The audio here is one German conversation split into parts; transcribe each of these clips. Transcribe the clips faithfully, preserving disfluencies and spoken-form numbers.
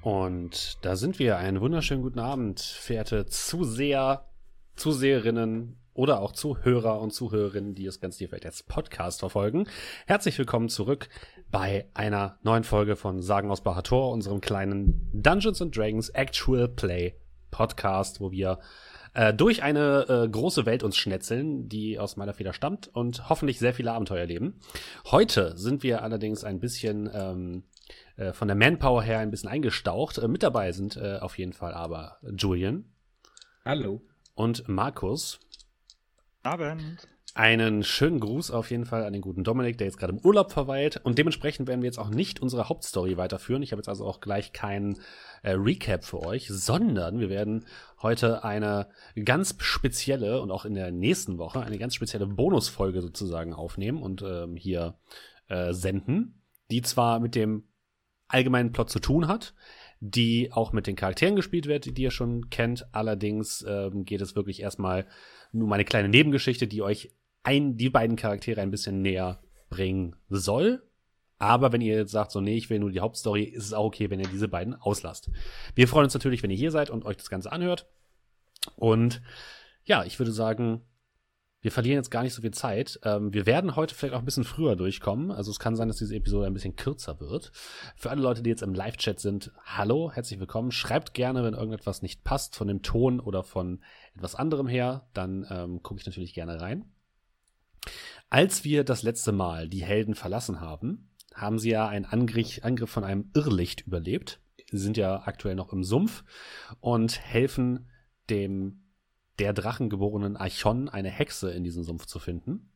Und da sind wir. Einen wunderschönen guten Abend, verehrte Zuseher, Zuseherinnen oder auch Zuhörer und Zuhörerinnen, die das Ganze hier vielleicht als Podcast verfolgen. Herzlich willkommen zurück bei einer neuen Folge von Sagen aus Bahator, unserem kleinen Dungeons and Dragons Actual Play Podcast, wo wir äh, durch eine äh, große Welt uns schnetzeln, die aus meiner Feder stammt und hoffentlich sehr viele Abenteuer leben. Heute sind wir allerdings ein bisschen ähm, äh, von der Manpower her ein bisschen eingestaucht. Äh, mit dabei sind äh, auf jeden Fall aber Julian. Hallo. Und Markus. Abend. Einen schönen Gruß auf jeden Fall an den guten Dominik, der jetzt gerade im Urlaub verweilt. Und dementsprechend werden wir jetzt auch nicht unsere Hauptstory weiterführen. Ich habe jetzt also auch gleich keinen äh, Recap für euch, sondern wir werden heute eine ganz spezielle und auch in der nächsten Woche eine ganz spezielle Bonusfolge sozusagen aufnehmen und ähm, hier äh, senden, die zwar mit dem allgemeinen Plot zu tun hat, die auch mit den Charakteren gespielt wird, die ihr schon kennt. Allerdings ähm, geht es wirklich erstmal nur um eine kleine Nebengeschichte, die euch ein, die beiden Charaktere ein bisschen näher bringen soll. Aber wenn ihr jetzt sagt, so nee, ich will nur die Hauptstory, ist es auch okay, wenn ihr diese beiden auslasst. Wir freuen uns natürlich, wenn ihr hier seid und euch das Ganze anhört. Und ja, ich würde sagen, wir verlieren jetzt gar nicht so viel Zeit. Ähm, wir werden heute vielleicht auch ein bisschen früher durchkommen. Also es kann sein, dass diese Episode ein bisschen kürzer wird. Für alle Leute, die jetzt im Live-Chat sind, hallo, herzlich willkommen. Schreibt gerne, wenn irgendetwas nicht passt, von dem Ton oder von etwas anderem her. Dann ähm, gucke ich natürlich gerne rein. Als wir das letzte Mal die Helden verlassen haben, haben sie ja einen Angriff, Angriff von einem Irrlicht überlebt. Sie sind ja aktuell noch im Sumpf und helfen dem der drachengeborenen Archon, eine Hexe in diesem Sumpf zu finden.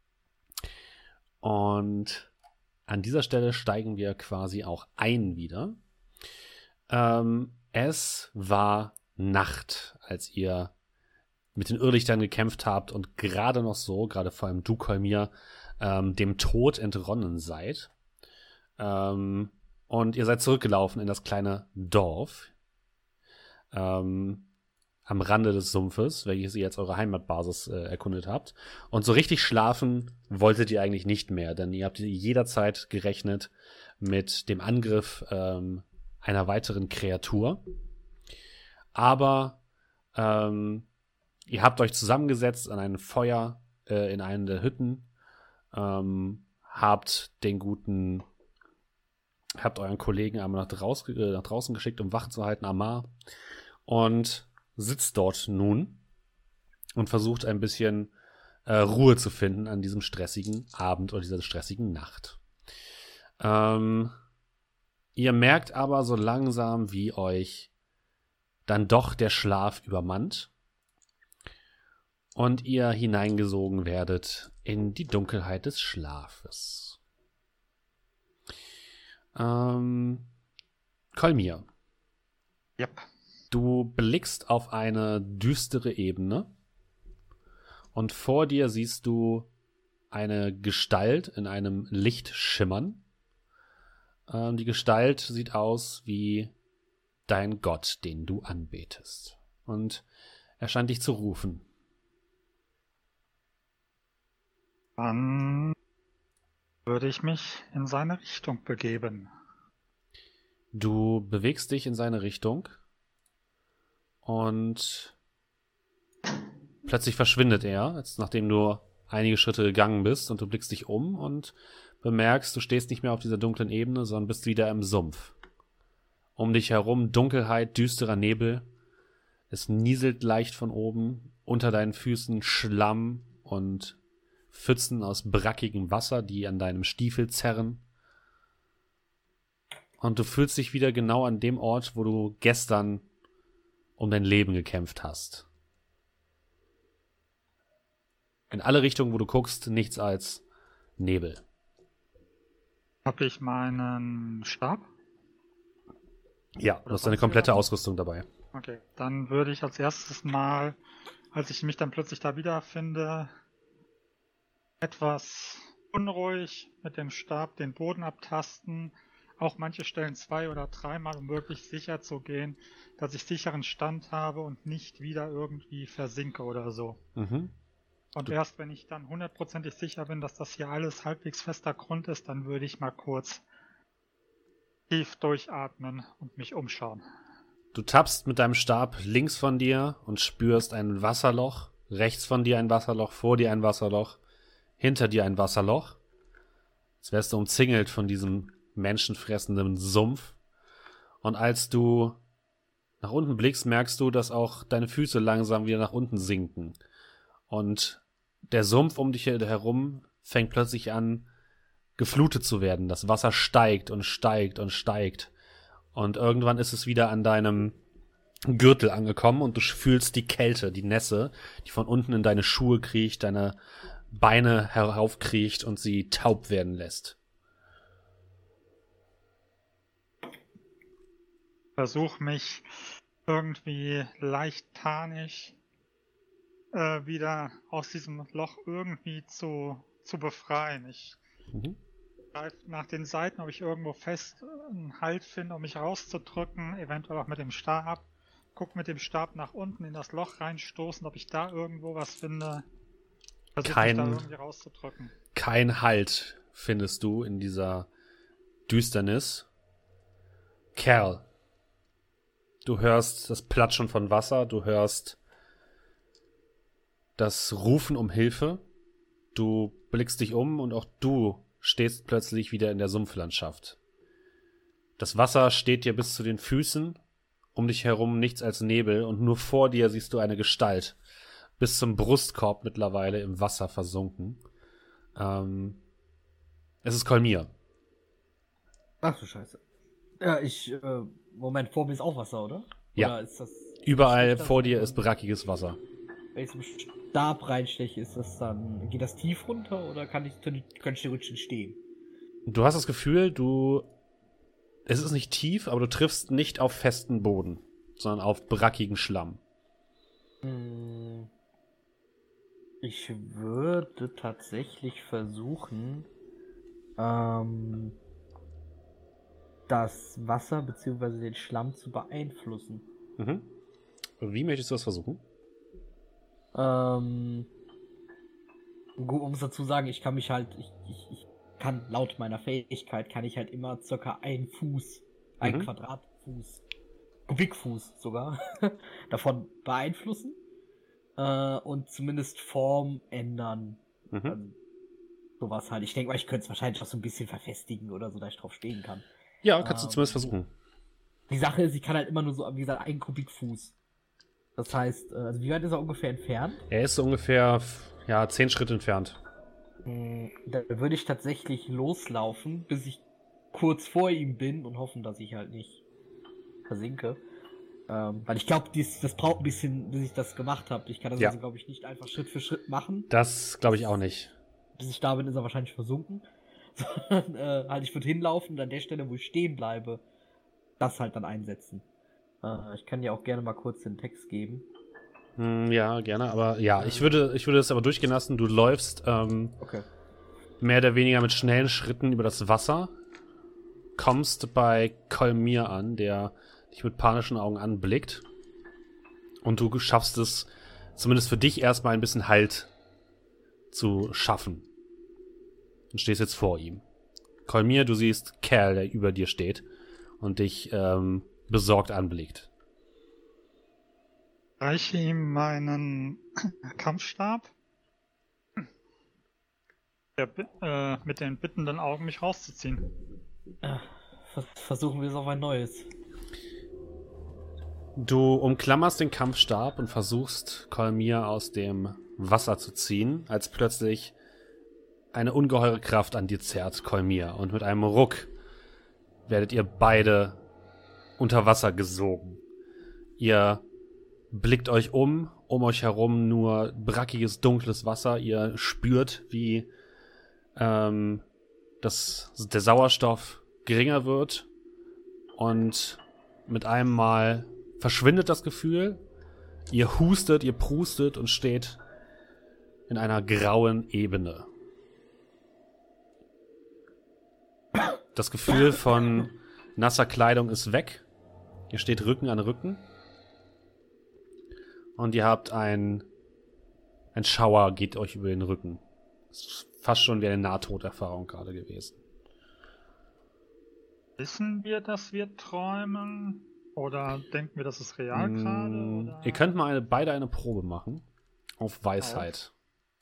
Und an dieser Stelle steigen wir quasi auch ein wieder. Ähm, es war Nacht, als ihr mit den Irrlichtern gekämpft habt und gerade noch so, gerade vor allem du, Kolmir, ähm, dem Tod entronnen seid. Ähm, und ihr seid zurückgelaufen in das kleine Dorf. Ähm, am Rande des Sumpfes, welches ihr jetzt eure Heimatbasis äh, erkundet habt. Und so richtig schlafen wolltet ihr eigentlich nicht mehr, denn ihr habt jederzeit gerechnet mit dem Angriff ähm, einer weiteren Kreatur. Aber ähm, ihr habt euch zusammengesetzt an ein Feuer äh, in einer der Hütten, ähm, habt den guten, habt euren Kollegen einmal nach, draus, äh, nach draußen geschickt, um Wache zu halten, Amar, und sitzt dort nun und versucht ein bisschen äh, Ruhe zu finden an diesem stressigen Abend oder dieser stressigen Nacht. Ähm, ihr merkt aber so langsam, wie euch dann doch der Schlaf übermannt und ihr hineingesogen werdet in die Dunkelheit des Schlafes. Ähm, Kolmir. Yep. Du blickst auf eine düstere Ebene und vor dir siehst du eine Gestalt in einem Licht schimmern. Ähm, die Gestalt sieht aus wie dein Gott, den du anbetest. Und er scheint dich zu rufen. Dann würde ich mich in seine Richtung begeben. Du bewegst dich in seine Richtung. Und plötzlich verschwindet er, jetzt nachdem du einige Schritte gegangen bist und du blickst dich um und bemerkst, du stehst nicht mehr auf dieser dunklen Ebene, sondern bist wieder im Sumpf. Um dich herum Dunkelheit, düsterer Nebel. Es nieselt leicht von oben, unter deinen Füßen Schlamm und Pfützen aus brackigem Wasser, die an deinem Stiefel zerren. Und du fühlst dich wieder genau an dem Ort, wo du gestern um dein Leben gekämpft hast. In alle Richtungen, wo du guckst, nichts als Nebel. Habe ich meinen Stab? Ja, du hast deine komplette Ausrüstung dabei. Okay, dann würde ich als erstes mal, als ich mich dann plötzlich da wiederfinde, etwas unruhig mit dem Stab den Boden abtasten, auch manche Stellen zwei- oder dreimal, um wirklich sicher zu gehen, dass ich sicheren Stand habe und nicht wieder irgendwie versinke oder so. Mhm. Und du erst wenn ich dann hundertprozentig sicher bin, dass das hier alles halbwegs fester Grund ist, dann würde ich mal kurz tief durchatmen und mich umschauen. Du tappst mit deinem Stab links von dir und spürst ein Wasserloch. Rechts von dir ein Wasserloch, vor dir ein Wasserloch, hinter dir ein Wasserloch. Jetzt wärst du umzingelt von diesem menschenfressenden Sumpf. Und als du nach unten blickst, merkst du, dass auch deine Füße langsam wieder nach unten sinken. Und der Sumpf um dich herum fängt plötzlich an, geflutet zu werden. Das Wasser steigt und steigt und steigt. Und irgendwann ist es wieder an deinem Gürtel angekommen und du fühlst die Kälte, die Nässe, die von unten in deine Schuhe kriecht, deine Beine heraufkriecht und sie taub werden lässt. Versuch mich irgendwie leicht panisch äh, wieder aus diesem Loch irgendwie zu, zu befreien. Ich Mhm. greife nach den Seiten, ob ich irgendwo fest einen Halt finde, um mich rauszudrücken, eventuell auch mit dem Stab. Guck mit dem Stab nach unten in das Loch reinstoßen, ob ich da irgendwo was finde. Versuch Kein- mich da irgendwie rauszudrücken. Kein Halt findest du in dieser Düsternis. Kerl, du hörst das Platschen von Wasser, du hörst das Rufen um Hilfe. Du blickst dich um und auch du stehst plötzlich wieder in der Sumpflandschaft. Das Wasser steht dir bis zu den Füßen, um dich herum nichts als Nebel und nur vor dir siehst du eine Gestalt, bis zum Brustkorb mittlerweile im Wasser versunken. Ähm, es ist Kolmir. Ach du Scheiße. Ja, ich, äh, Moment, vor mir ist auch Wasser, oder? Ja. Oder ist das... Überall ist das vor dir dann- ist brackiges Wasser. Wenn ich zum Stab reinsteche, ist das dann... Geht das tief runter oder kann ich, kann ich theoretisch stehen? Du hast das Gefühl, du... Es ist nicht tief, aber du triffst nicht auf festen Boden, sondern auf brackigen Schlamm. Hm. Ich würde tatsächlich versuchen, ähm, das Wasser bzw. den Schlamm zu beeinflussen. Mhm. Wie möchtest du das versuchen? Ähm, gut, man muss dazu sagen, ich kann mich halt, ich, ich, ich kann laut meiner Fähigkeit, kann ich halt immer circa ein Fuß, ein Mhm. Quadratfuß, Kubikfuß sogar, davon beeinflussen äh, und zumindest Form ändern. Mhm. Also, sowas halt. Ich denke mal, ich könnte es wahrscheinlich auch so ein bisschen verfestigen oder so, dass ich drauf stehen kann. Ja, kannst du Ähm, zumindest versuchen. Die Sache ist, ich kann halt immer nur so, wie gesagt, ein Kubikfuß. Das heißt, äh, also wie weit ist er ungefähr entfernt? Er ist so ungefähr, ja, zehn Schritte entfernt. Hm, Da würde ich tatsächlich loslaufen, bis ich kurz vor ihm bin und hoffen, dass ich halt nicht versinke. Ähm, weil ich glaube, das braucht ein bisschen, bis ich das gemacht habe. Ich kann das Ja. also, glaube ich, nicht einfach Schritt für Schritt machen. Das glaube ich auch nicht. Bis ich da bin, ist er wahrscheinlich versunken. Sondern äh, halt, ich würde hinlaufen und an der Stelle, wo ich stehen bleibe, das halt dann einsetzen. Äh, ich kann dir auch gerne mal kurz den Text geben. Hm, ja, gerne, aber ja, ich würde, ich würde es aber durchgehen lassen. Du läufst ähm, Okay. mehr oder weniger mit schnellen Schritten über das Wasser, kommst bei Kolmir an, der dich mit panischen Augen anblickt. Und du schaffst es, zumindest für dich erstmal ein bisschen Halt zu schaffen. Und stehst jetzt vor ihm. Kolmir, du siehst Kerl, der über dir steht und dich ähm, besorgt anblickt. Reiche ihm meinen Kampfstab. Der, bi- äh, mit den bittenden Augen mich rauszuziehen. Äh, vers versuchen wir es auf ein neues. Du umklammerst den Kampfstab und versuchst, Kolmir aus dem Wasser zu ziehen, als plötzlich eine ungeheure Kraft an dir zerrt, Kolmir. Und mit einem Ruck werdet ihr beide unter Wasser gesogen. Ihr blickt euch um, um euch herum nur brackiges, dunkles Wasser. Ihr spürt, wie ähm, das, der Sauerstoff geringer wird. Und mit einem Mal verschwindet das Gefühl. Ihr hustet, ihr prustet und steht in einer grauen Ebene. Das Gefühl von nasser Kleidung ist weg. Ihr steht Rücken an Rücken. Und ihr habt ein ein Schauer geht euch über den Rücken. Das ist fast schon wie eine Nahtoderfahrung gerade gewesen. Wissen wir, dass wir träumen? Oder denken wir, das ist real gerade? Mm, Oder? Ihr könnt mal eine, beide eine Probe machen. Auf Weisheit.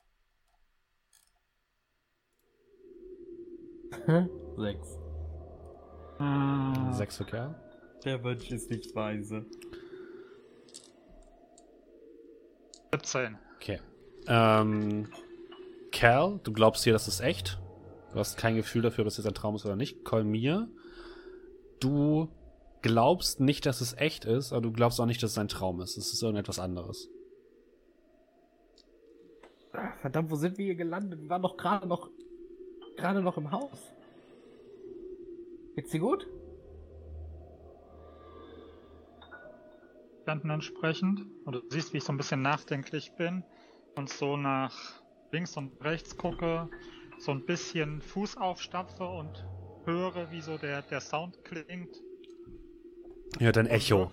Sechs. Ah, Sechs für Kerl. Der Mensch ist nicht weise. siebzehn. Okay. Ähm, Kerl, du glaubst hier, das ist echt. Du hast kein Gefühl dafür, ob es jetzt ein Traum ist oder nicht. Kolmir, du glaubst nicht, dass es echt ist, aber du glaubst auch nicht, dass es ein Traum ist. Es ist irgendetwas anderes. Ah, verdammt, wo sind wir hier gelandet? Wir waren doch gerade noch gerade noch im Haus. Geht's dir gut? Entsprechend. Und du siehst, wie ich so ein bisschen nachdenklich bin und so nach links und rechts gucke, so ein bisschen Fuß aufstapfe und höre, wie so der, der Sound klingt. Ihr hört ein Echo.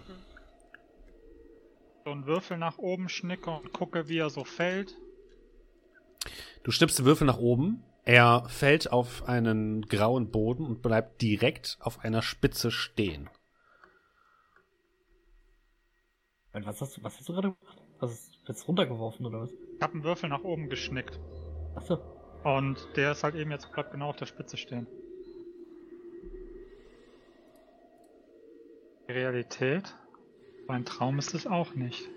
So einen Würfel nach oben schnicke und gucke, wie er so fällt. Du schnippst den Würfel nach oben. Er fällt auf einen grauen Boden und bleibt direkt auf einer Spitze stehen. Was hast du, was hast du gerade gemacht? Was ist jetzt runtergeworfen oder was? Ich habe einen Würfel nach oben geschnickt. Achso. Und der ist halt eben jetzt, bleibt genau auf der Spitze stehen. Die Realität? Ein Traum ist es auch nicht.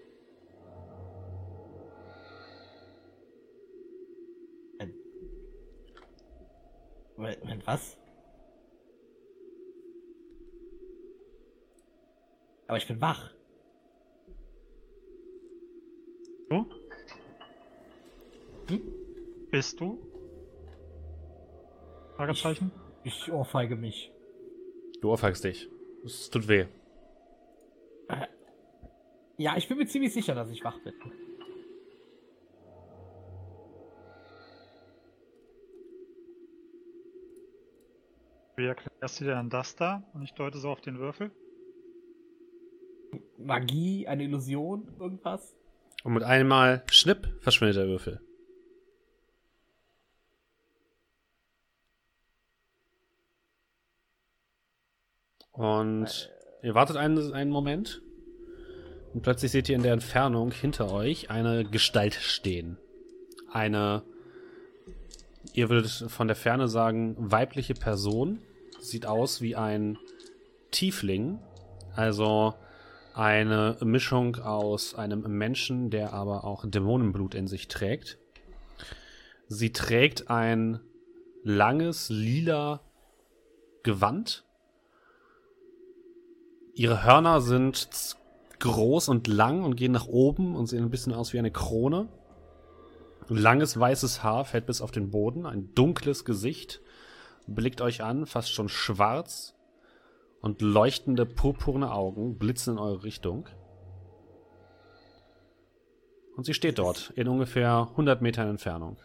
Moment, was? Aber ich bin wach. Du? Hm? Bist du? Fragezeichen? Ich ohrfeige mich. Du ohrfeigst dich. Es tut weh. Äh, ja, ich bin mir ziemlich sicher, dass ich wach bin. Wie erklärst du dir dann das da? Und ich deute so auf den Würfel. Magie, eine Illusion, irgendwas? Und mit einmal Schnipp verschwindet der Würfel. Und äh. ihr wartet einen, einen Moment. Und plötzlich seht ihr in der Entfernung hinter euch eine Gestalt stehen. Eine, ihr würdet von der Ferne sagen, weibliche Person. Sieht aus wie ein Tiefling. Also eine Mischung aus einem Menschen, der aber auch Dämonenblut in sich trägt. Sie trägt ein langes, lila Gewand. Ihre Hörner sind groß und lang und gehen nach oben und sehen ein bisschen aus wie eine Krone. Langes, weißes Haar fällt bis auf den Boden. Ein dunkles Gesicht blickt euch an, fast schon schwarz. Und leuchtende, purpurne Augen blitzen in eure Richtung. Und sie steht dort, in ungefähr hundert Metern Entfernung.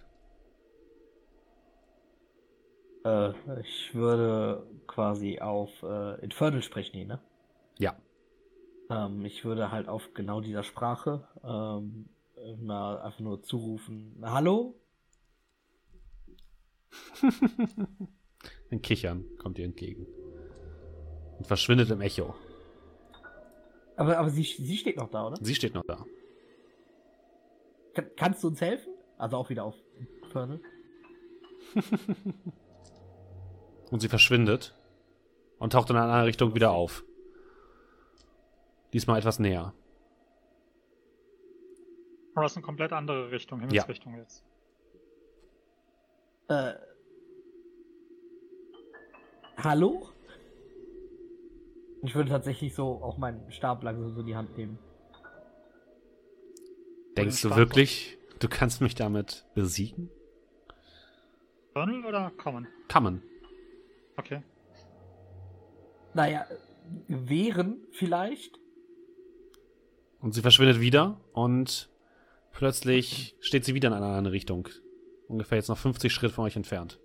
Äh, ich würde quasi auf äh, Infernal sprechen, ne? Ja. Ähm, ich würde halt auf genau dieser Sprache ähm, mal einfach nur zurufen, hallo? Ein Kichern kommt ihr entgegen. Und verschwindet im Echo. Aber, aber sie, sie steht noch da, oder? Sie steht noch da. Kann, kannst du uns helfen? Also auch wieder auf Infernal. Und sie verschwindet und taucht in einer anderen Richtung wieder auf. Diesmal etwas näher. Aber das ist eine komplett andere Richtung, Himmelsrichtung ja. Jetzt. Äh. Hallo? Ich würde tatsächlich so auch meinen Stab langsam so in die Hand nehmen. Denkst du wirklich, du kannst mich damit besiegen? Infernal oder Common? Common. Okay. Naja, wären vielleicht. Und sie verschwindet wieder und plötzlich steht sie wieder in einer anderen Richtung. Ungefähr jetzt noch fünfzig Schritt von euch entfernt.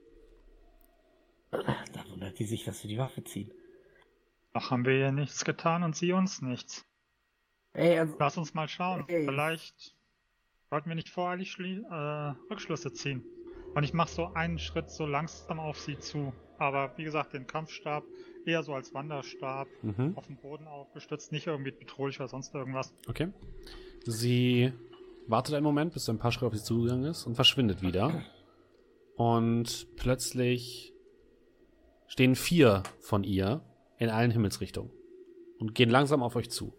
Da wundert die sich, dass wir die Waffe ziehen. Noch haben wir hier nichts getan und sie uns nichts. Ey, also, Lass uns mal schauen. ey. Vielleicht sollten wir nicht voreilig schlie- äh, Rückschlüsse ziehen. Und ich mache so einen Schritt so langsam auf sie zu. Aber wie gesagt, den Kampfstab eher so als Wanderstab Mhm. auf dem Boden aufgestützt, nicht irgendwie bedrohlich oder sonst irgendwas. Okay. Sie wartet einen Moment, bis ein paar Schritte auf sie zugegangen ist und verschwindet wieder. Und plötzlich stehen vier von ihr in allen Himmelsrichtungen und gehen langsam auf euch zu.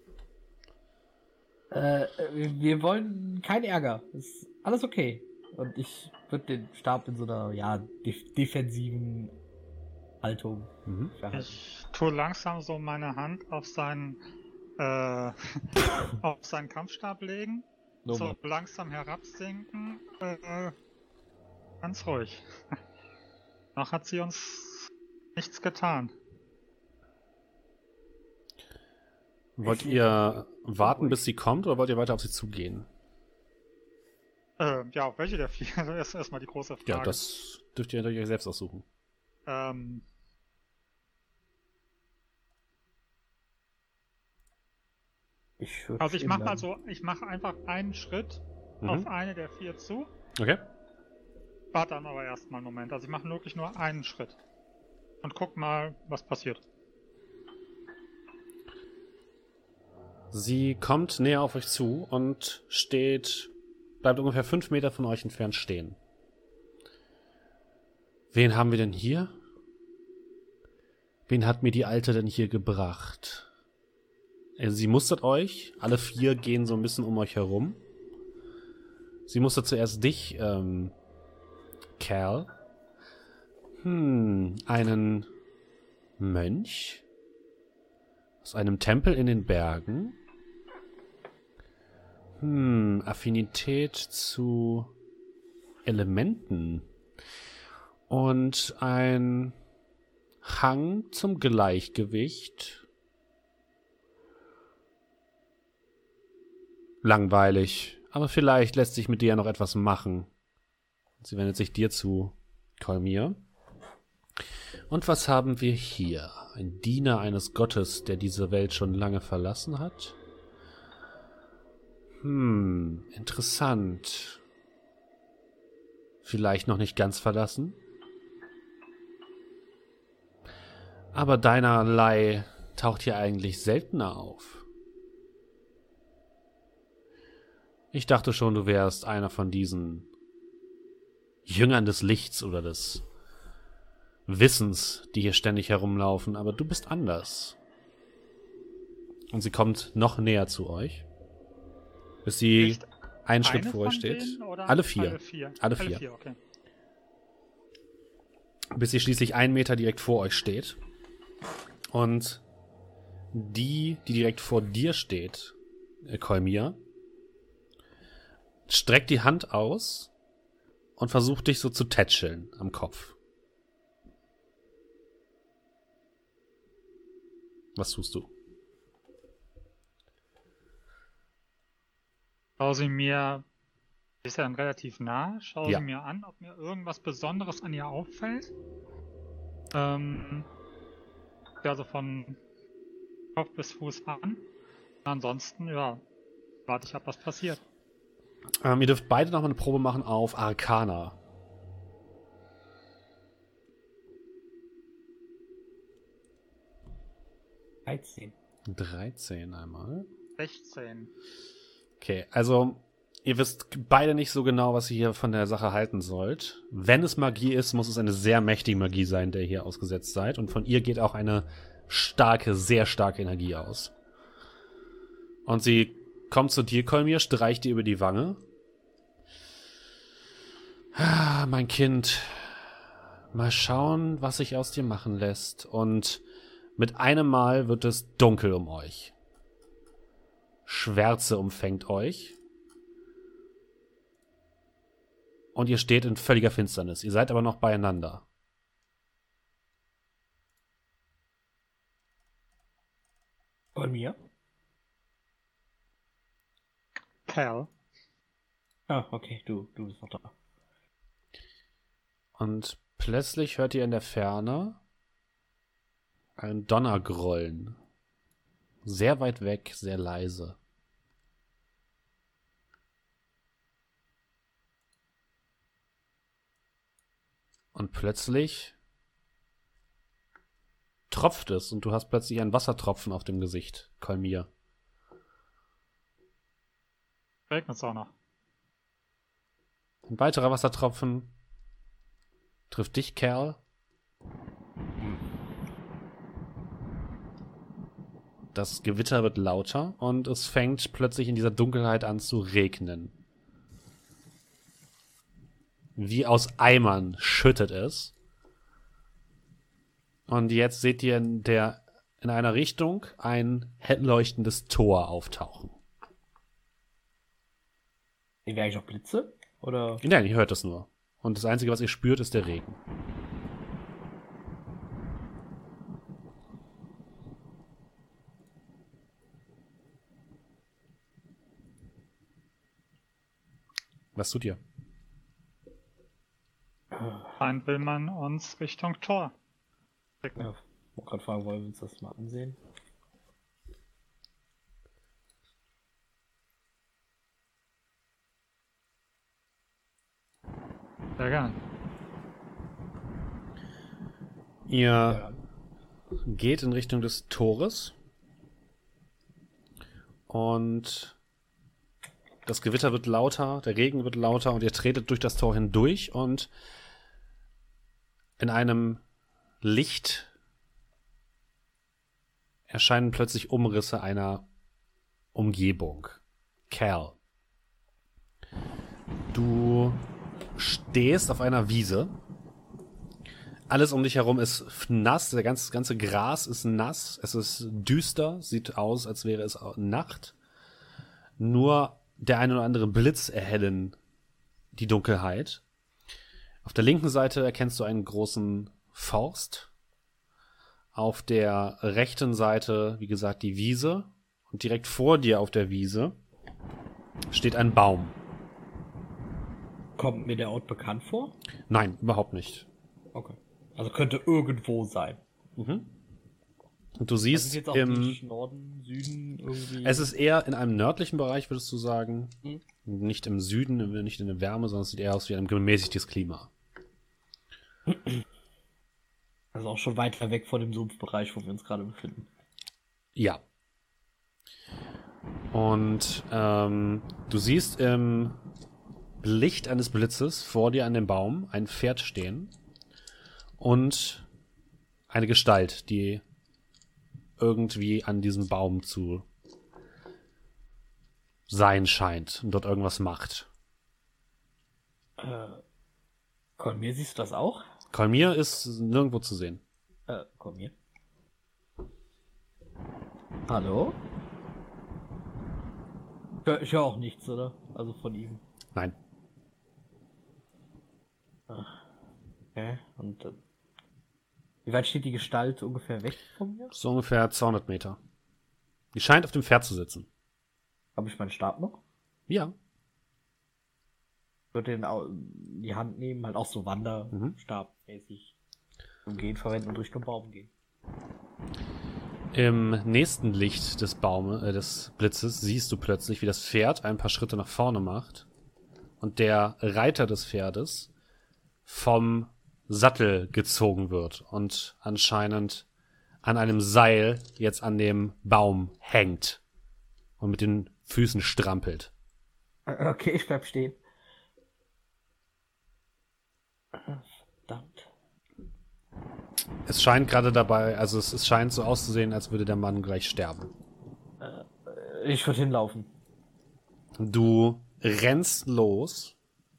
Äh, wir wollen keinen Ärger. Ist alles okay. Und ich würde den Stab in so einer, ja, def defensiven Haltung Mhm. verhalten. Ich tue langsam so meine Hand auf seinen, äh, auf seinen Kampfstab legen, No, so Mann. langsam herabsinken, äh, ganz ruhig. Noch hat sie uns nichts getan. Wollt ihr warten, bis sie kommt, oder wollt ihr weiter auf sie zugehen? Äh, ja, auf welche der vier? Das ist erstmal die große Frage. Ja, das dürft ihr natürlich euch selbst aussuchen. Ähm, Ich würd also ich stehen mache mal bleiben. so, ich mache einfach einen Schritt Mhm. auf eine der vier zu, Okay. warte dann aber erstmal einen Moment. Also ich mache wirklich nur einen Schritt und guck mal, was passiert. Sie kommt näher auf euch zu und steht, bleibt ungefähr fünf Meter von euch entfernt stehen. Wen haben wir denn hier? Wen hat mir die Alte denn hier gebracht? Äh, Sie mustert euch. Alle vier gehen so ein bisschen um euch herum. Sie mustert zuerst dich, ähm, Cal. Hm, einen Mönch? Aus einem Tempel in den Bergen? Hm, Affinität zu Elementen. Und ein Hang zum Gleichgewicht. Langweilig, aber vielleicht lässt sich mit dir ja noch etwas machen. Sie wendet sich dir zu, Kolmir. Und was haben wir hier? Ein Diener eines Gottes, der diese Welt schon lange verlassen hat? Hm, interessant. Vielleicht noch nicht ganz verlassen? Aber deinerlei taucht hier eigentlich seltener auf. Ich dachte schon, du wärst einer von diesen Jüngern des Lichts oder des Wissens, die hier ständig herumlaufen, aber du bist anders. Und sie kommt noch näher zu euch, bis sie Nicht einen Schritt Eine vor euch von steht. denen oder Alle vier. Alle vier. Alle vier. Okay. Bis sie schließlich einen Meter direkt vor euch steht. Und die, die direkt vor dir steht, äh, Kolmir, streckt die Hand aus und versucht dich so zu tätscheln am Kopf. Was tust du? Schau sie mir, ist ja dann relativ nah, schau Ja. sie mir an, ob mir irgendwas Besonderes an ihr auffällt. Ähm, ja, also von Kopf bis Fuß an. Ansonsten, ja, warte ich ab, was passiert. Ähm, ihr dürft beide nochmal eine Probe machen auf Arcana. dreizehn. dreizehn einmal. sechzehn. Okay, also ihr wisst beide nicht so genau, was ihr hier von der Sache halten sollt. Wenn es Magie ist, muss es eine sehr mächtige Magie sein, der ihr hier ausgesetzt seid. Und von ihr geht auch eine starke, sehr starke Energie aus. Und sie kommt zu dir, Kolmir, streicht dir über die Wange. Ah, mein Kind, mal schauen, was sich aus dir machen lässt. Und mit einem Mal wird es dunkel um euch. Schwärze umfängt euch. Und ihr steht in völliger Finsternis. Ihr seid aber noch beieinander. Bei mir? Cal. Ah, okay, du, du bist noch da. Und plötzlich hört ihr in der Ferne ein Donnergrollen. Sehr weit weg, sehr leise. Und plötzlich tropft es und du hast plötzlich einen Wassertropfen auf dem Gesicht, Kolmir. Regnet's auch noch. Ein weiterer Wassertropfen trifft dich, Kerl. Das Gewitter wird lauter und es fängt plötzlich in dieser Dunkelheit an zu regnen. Wie aus Eimern schüttet es. Und jetzt seht ihr in, der, in einer Richtung ein hell leuchtendes Tor auftauchen. Sehen wir eigentlich noch Blitze? Oder? Nein, ihr hört es nur. Und das Einzige, was ihr spürt, ist der Regen. Was tut ihr? Dann will man uns Richtung Tor schicken. Ja, ich wollte gerade fragen, wollen wir uns das mal ansehen? Sehr gern. Ihr Ja. geht in Richtung des Tores und das Gewitter wird lauter, der Regen wird lauter und ihr tretet durch das Tor hindurch und in einem Licht erscheinen plötzlich Umrisse einer Umgebung. Cal. Du stehst auf einer Wiese. Alles um dich herum ist nass, der ganze, ganze Gras ist nass, es ist düster, sieht aus, als wäre es Nacht. Nur der eine oder andere Blitz erhellen die Dunkelheit. Auf der linken Seite erkennst du einen großen Forst. Auf der rechten Seite, wie gesagt, die Wiese. Und direkt vor dir auf der Wiese steht ein Baum. Kommt mir der Ort bekannt vor? Nein, überhaupt nicht. Okay. Also könnte irgendwo sein. Mhm. Und du Das siehst ist jetzt auch im... nicht Norden, Süden irgendwie. Es ist eher in einem nördlichen Bereich, würdest du sagen. Hm. Nicht im Süden, nicht in der Wärme, sondern es sieht eher aus wie ein gemäßigtes Klima. Also auch schon weiter weg von dem Sumpfbereich, wo wir uns gerade befinden. Ja. Und ähm, du siehst im Licht eines Blitzes vor dir an dem Baum ein Pferd stehen und eine Gestalt, die irgendwie an diesem Baum zu sein scheint und dort irgendwas macht. Äh, Kolmir, siehst du das auch? Kolmir ist nirgendwo zu sehen. Äh, Kolmir. Hallo? Ich hör- Ich höre auch nichts, oder? Also von ihm. Nein. Okay, und äh, wie weit steht die Gestalt ungefähr weg von mir? So ungefähr zweihundert Meter. Die scheint auf dem Pferd zu sitzen. Habe ich meinen Stab noch? Ja. Ich würde den au- in die Hand nehmen, halt auch so Mhm. Wanderstabmäßig umgehen, verwenden und Richtung Baum gehen. Im nächsten Licht des Baume, äh, des Blitzes siehst du plötzlich, wie das Pferd ein paar Schritte nach vorne macht und der Reiter des Pferdes vom Sattel gezogen wird und anscheinend an einem Seil jetzt an dem Baum hängt und mit den Füßen strampelt. Äh, Okay, ich bleib stehen. Verdammt. Es scheint gerade dabei, also es, es scheint so auszusehen, als würde der Mann gleich sterben. Äh, Ich würde hinlaufen. Du rennst los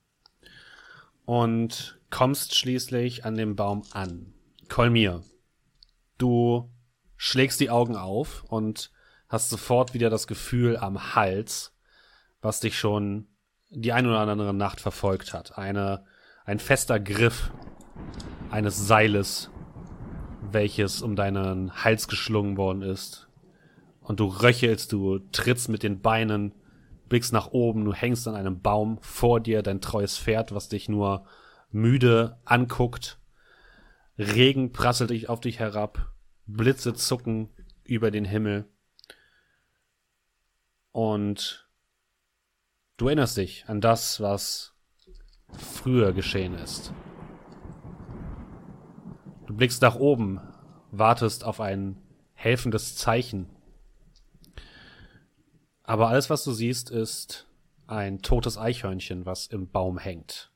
und kommst schließlich an dem Baum an. Kolmir, du schlägst die Augen auf und hast sofort wieder das Gefühl am Hals, was dich schon die ein oder andere Nacht verfolgt hat. Eine, ein fester Griff eines Seiles, welches um deinen Hals geschlungen worden ist. Und du röchelst, du trittst mit den Beinen, blickst nach oben, du hängst an einem Baum, vor dir dein treues Pferd, was dich nur müde anguckt. Regen prasselt dich auf dich herab, Blitze zucken über den Himmel. Und du erinnerst dich an das, was früher geschehen ist. Du blickst nach oben, wartest auf ein helfendes Zeichen. Aber alles, was du siehst, ist ein totes Eichhörnchen, was im Baum hängt.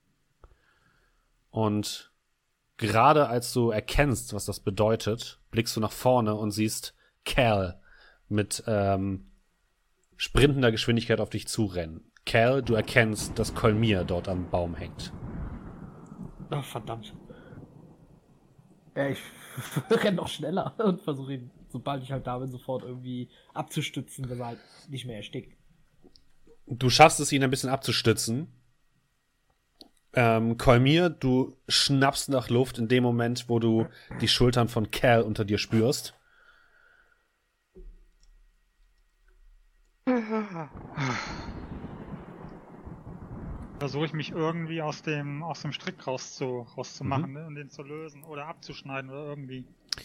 Und gerade als du erkennst, was das bedeutet, blickst du nach vorne und siehst Cal mit ähm, sprintender Geschwindigkeit auf dich zurennen. Cal, du erkennst, dass Kolmir dort am Baum hängt. Ach, verdammt. Ja, ich renne noch schneller und versuche ihn, sobald ich halt da bin, sofort irgendwie abzustützen, dass er halt nicht mehr erstickt. Du schaffst es, ihn ein bisschen abzustützen. Ähm, Kolmir, du schnappst nach Luft in dem Moment, wo du die Schultern von Cal unter dir spürst. Versuche ich mich irgendwie aus dem, aus dem Strick rauszu, rauszumachen, Mhm. ne, und den zu lösen oder abzuschneiden oder irgendwie.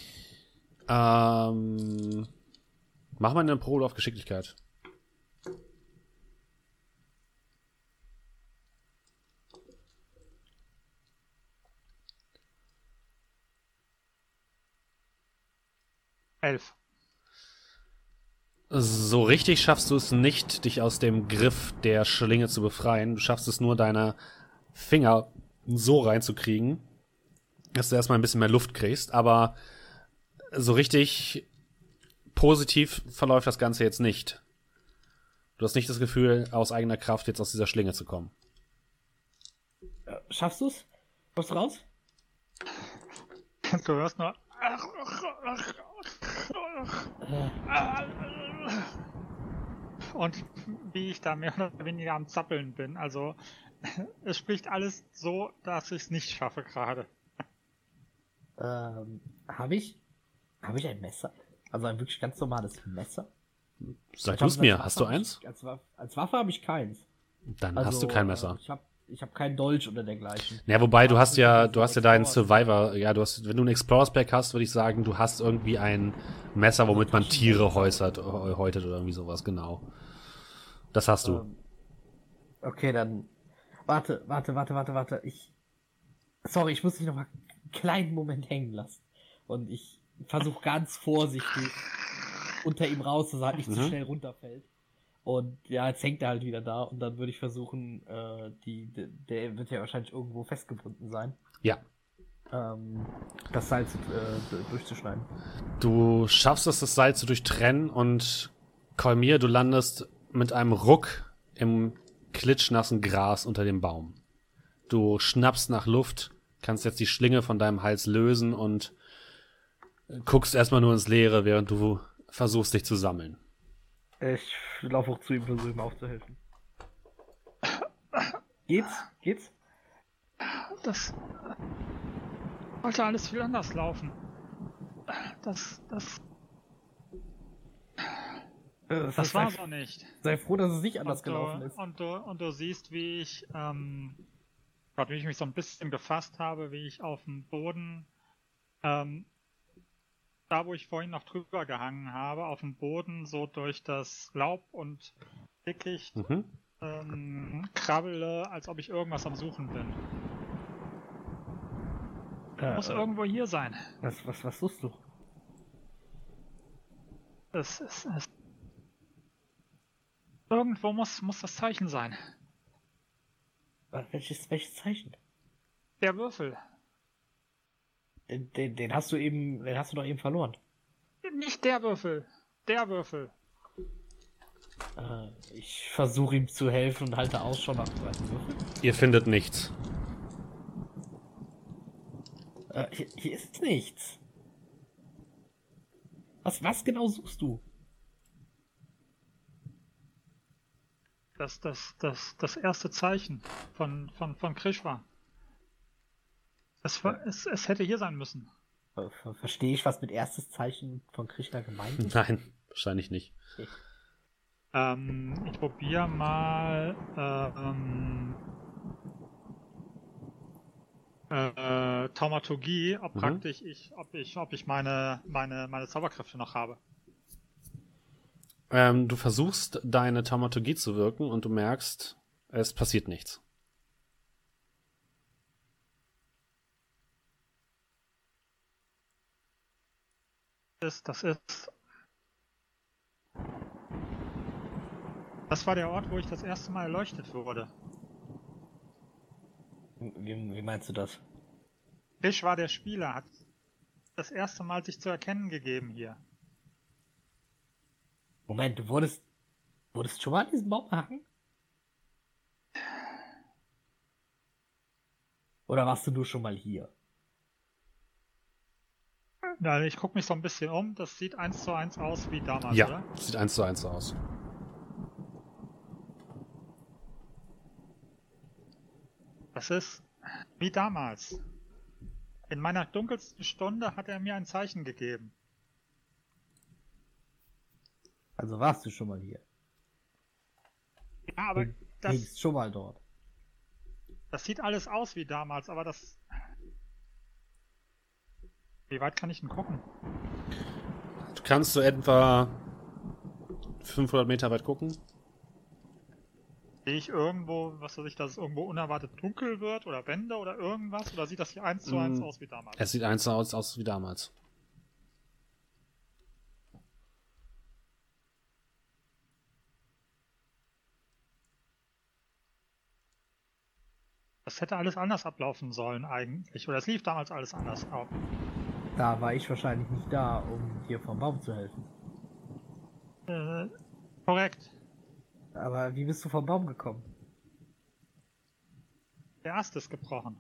Ähm, mach mal eine Probe auf Geschicklichkeit. Elf. So richtig schaffst du es nicht, dich aus dem Griff der Schlinge zu befreien. Du schaffst es nur, deine Finger so reinzukriegen, dass du erstmal ein bisschen mehr Luft kriegst. Aber so richtig positiv verläuft das Ganze jetzt nicht. Du hast nicht das Gefühl, aus eigener Kraft jetzt aus dieser Schlinge zu kommen. Äh, schaffst du's? Kommst du raus? Du hörst nur. Äh, Und wie ich da mehr oder weniger am Zappeln bin. Also, es spricht alles so, dass ich es nicht schaffe gerade. ähm, habe ich, habe ich ein Messer? Also ein wirklich ganz normales Messer? Sag Ich du es hab- mir, als hast Waffe du hab eins? Ich, als, Waffe, als Waffe habe ich keins. Dann Also, hast du kein Messer. Äh, ich habe ich hab keinen Dolch oder dergleichen. Ja, wobei du Aber hast ja, so du hast ja deinen Explorers- Survivor, ja, du hast, wenn du ein Explorers Pack hast, würde ich sagen, du hast irgendwie ein Messer, womit man Tiere häusert, äh, häutet oder irgendwie sowas, genau. Das hast du. Ähm, okay, dann. Warte, warte, warte, warte, warte. Ich. Sorry, ich muss dich noch mal einen kleinen Moment hängen lassen. Und ich versuche ganz vorsichtig unter ihm raus, dass er halt nicht zu Mhm. schnell runterfällt. Und ja, jetzt hängt er halt wieder da. Und dann würde ich versuchen, äh, die, de, der wird ja wahrscheinlich irgendwo festgebunden sein. Ja. Ähm, das Seil zu, äh, d- durchzuschneiden. Du schaffst es, das Seil zu durchtrennen und Kolmir, du landest mit einem Ruck im klitschnassen Gras unter dem Baum. Du schnappst nach Luft, kannst jetzt die Schlinge von deinem Hals lösen und guckst erstmal nur ins Leere, während du versuchst, dich zu sammeln. Ich laufe auch zu ihm, versuche ihm aufzuhelfen. Geht's? Geht's? Das sollte alles viel anders laufen. Das, das, Äh, das war sei, so nicht. sei froh, dass es nicht anders Und du, gelaufen ist. und, du, und du siehst, wie ich, ähm, Gott, wie ich mich so ein bisschen gefasst habe, wie ich auf dem Boden, ähm, da wo ich vorhin noch drüber gehangen habe, auf dem Boden so durch das Laub und Dickicht Mhm. ähm, krabbele, als ob ich irgendwas am Suchen bin. Äh, Muss äh, irgendwo hier sein. was, was, was suchst du? Es, es, es, irgendwo muss, muss das Zeichen sein. Äh, welches, welches Zeichen? Der Würfel. Den, den, den hast du eben, den hast du doch eben verloren. Nicht der Würfel. Der Würfel. Äh, ich versuche ihm zu helfen und halte Ausschau nach dem zweiten Würfel. Ihr findet nichts. Äh, hier, hier ist nichts. Was, was genau suchst du? Das, das, das, das erste Zeichen von, von, von Krishwa. Es, war- es, es hätte hier sein müssen. Ver ver verstehe ich, was mit erstes Zeichen von Krishna gemeint ist? Nein, wahrscheinlich nicht. Ähm, ich probiere mal ähm, äh, Taumaturgie, ob Mhm. praktisch ich, ob ich, ob ich meine, meine, meine Zauberkräfte noch habe. Ähm, du versuchst, deine Taumaturgie zu wirken und du merkst, es passiert nichts. ist, das ist... Das war der Ort, wo ich das erste Mal erleuchtet wurde. Wie, wie meinst du das? Fisch war der Spieler, hat das erste Mal sich zu erkennen gegeben hier. Moment, du wurdest, wurdest schon mal an diesem Baum gehangen? Oder warst du nur schon mal hier? Ja, ich gucke mich so ein bisschen um, das sieht eins zu eins aus wie damals, Ja, oder? sieht eins zu eins so aus. Das ist wie damals. In meiner dunkelsten Stunde hat er mir ein Zeichen gegeben. Also warst du schon mal hier? Ja, aber Du das, hingst schon mal dort. das sieht alles aus wie damals, aber das... Wie weit kann ich denn gucken? Du kannst so etwa fünfhundert Meter weit gucken. Sehe ich irgendwo, was weiß ich, dass es irgendwo unerwartet dunkel wird oder Wände oder irgendwas? Oder sieht das hier eins zu eins Mm, aus wie damals? Es sieht eins zu eins aus wie damals. Das hätte alles anders ablaufen sollen eigentlich. Oder es lief damals alles anders ab. Da war ich wahrscheinlich nicht da, um dir vom Baum zu helfen. Äh, korrekt. Aber wie bist du vom Baum gekommen? Der Ast ist gebrochen.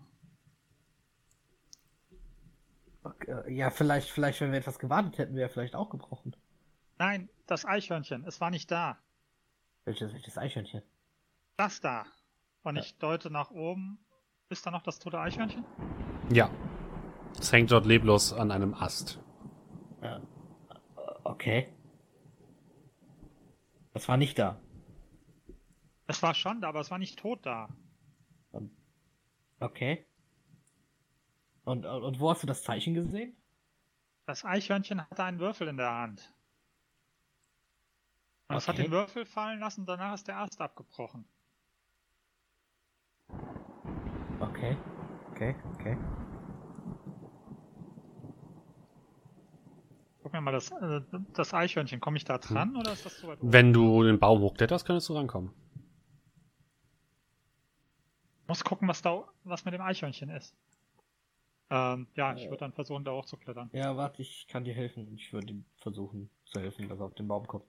Okay, ja, vielleicht, vielleicht, wenn wir etwas gewartet hätten, wäre er vielleicht auch gebrochen. Nein, das Eichhörnchen, es war nicht da. Welches, welches Eichhörnchen? Das da. Und Ja. ich deute nach oben. Ist da noch das tote Eichhörnchen? Ja. Es hängt dort leblos an einem Ast. Ja. Okay. Das war nicht da. Es war schon da, aber es war nicht tot da. Okay. Und, und wo hast du das Zeichen gesehen? Das Eichhörnchen hatte einen Würfel in der Hand. Und es hat Okay. den Würfel fallen lassen, danach ist der Ast abgebrochen. Okay. Okay, okay. Guck mir mal das, äh, das Eichhörnchen. Komme ich da dran oder ist das zu weit oben? Wenn du den Baum hochkletterst, könntest du rankommen. Ich muss gucken, was da, was mit dem Eichhörnchen ist. Ähm, ja, ich würde dann versuchen, da hoch zu klettern. Ja, warte, ich kann dir helfen. Ich würde ihm versuchen zu helfen, dass er auf den Baum kommt.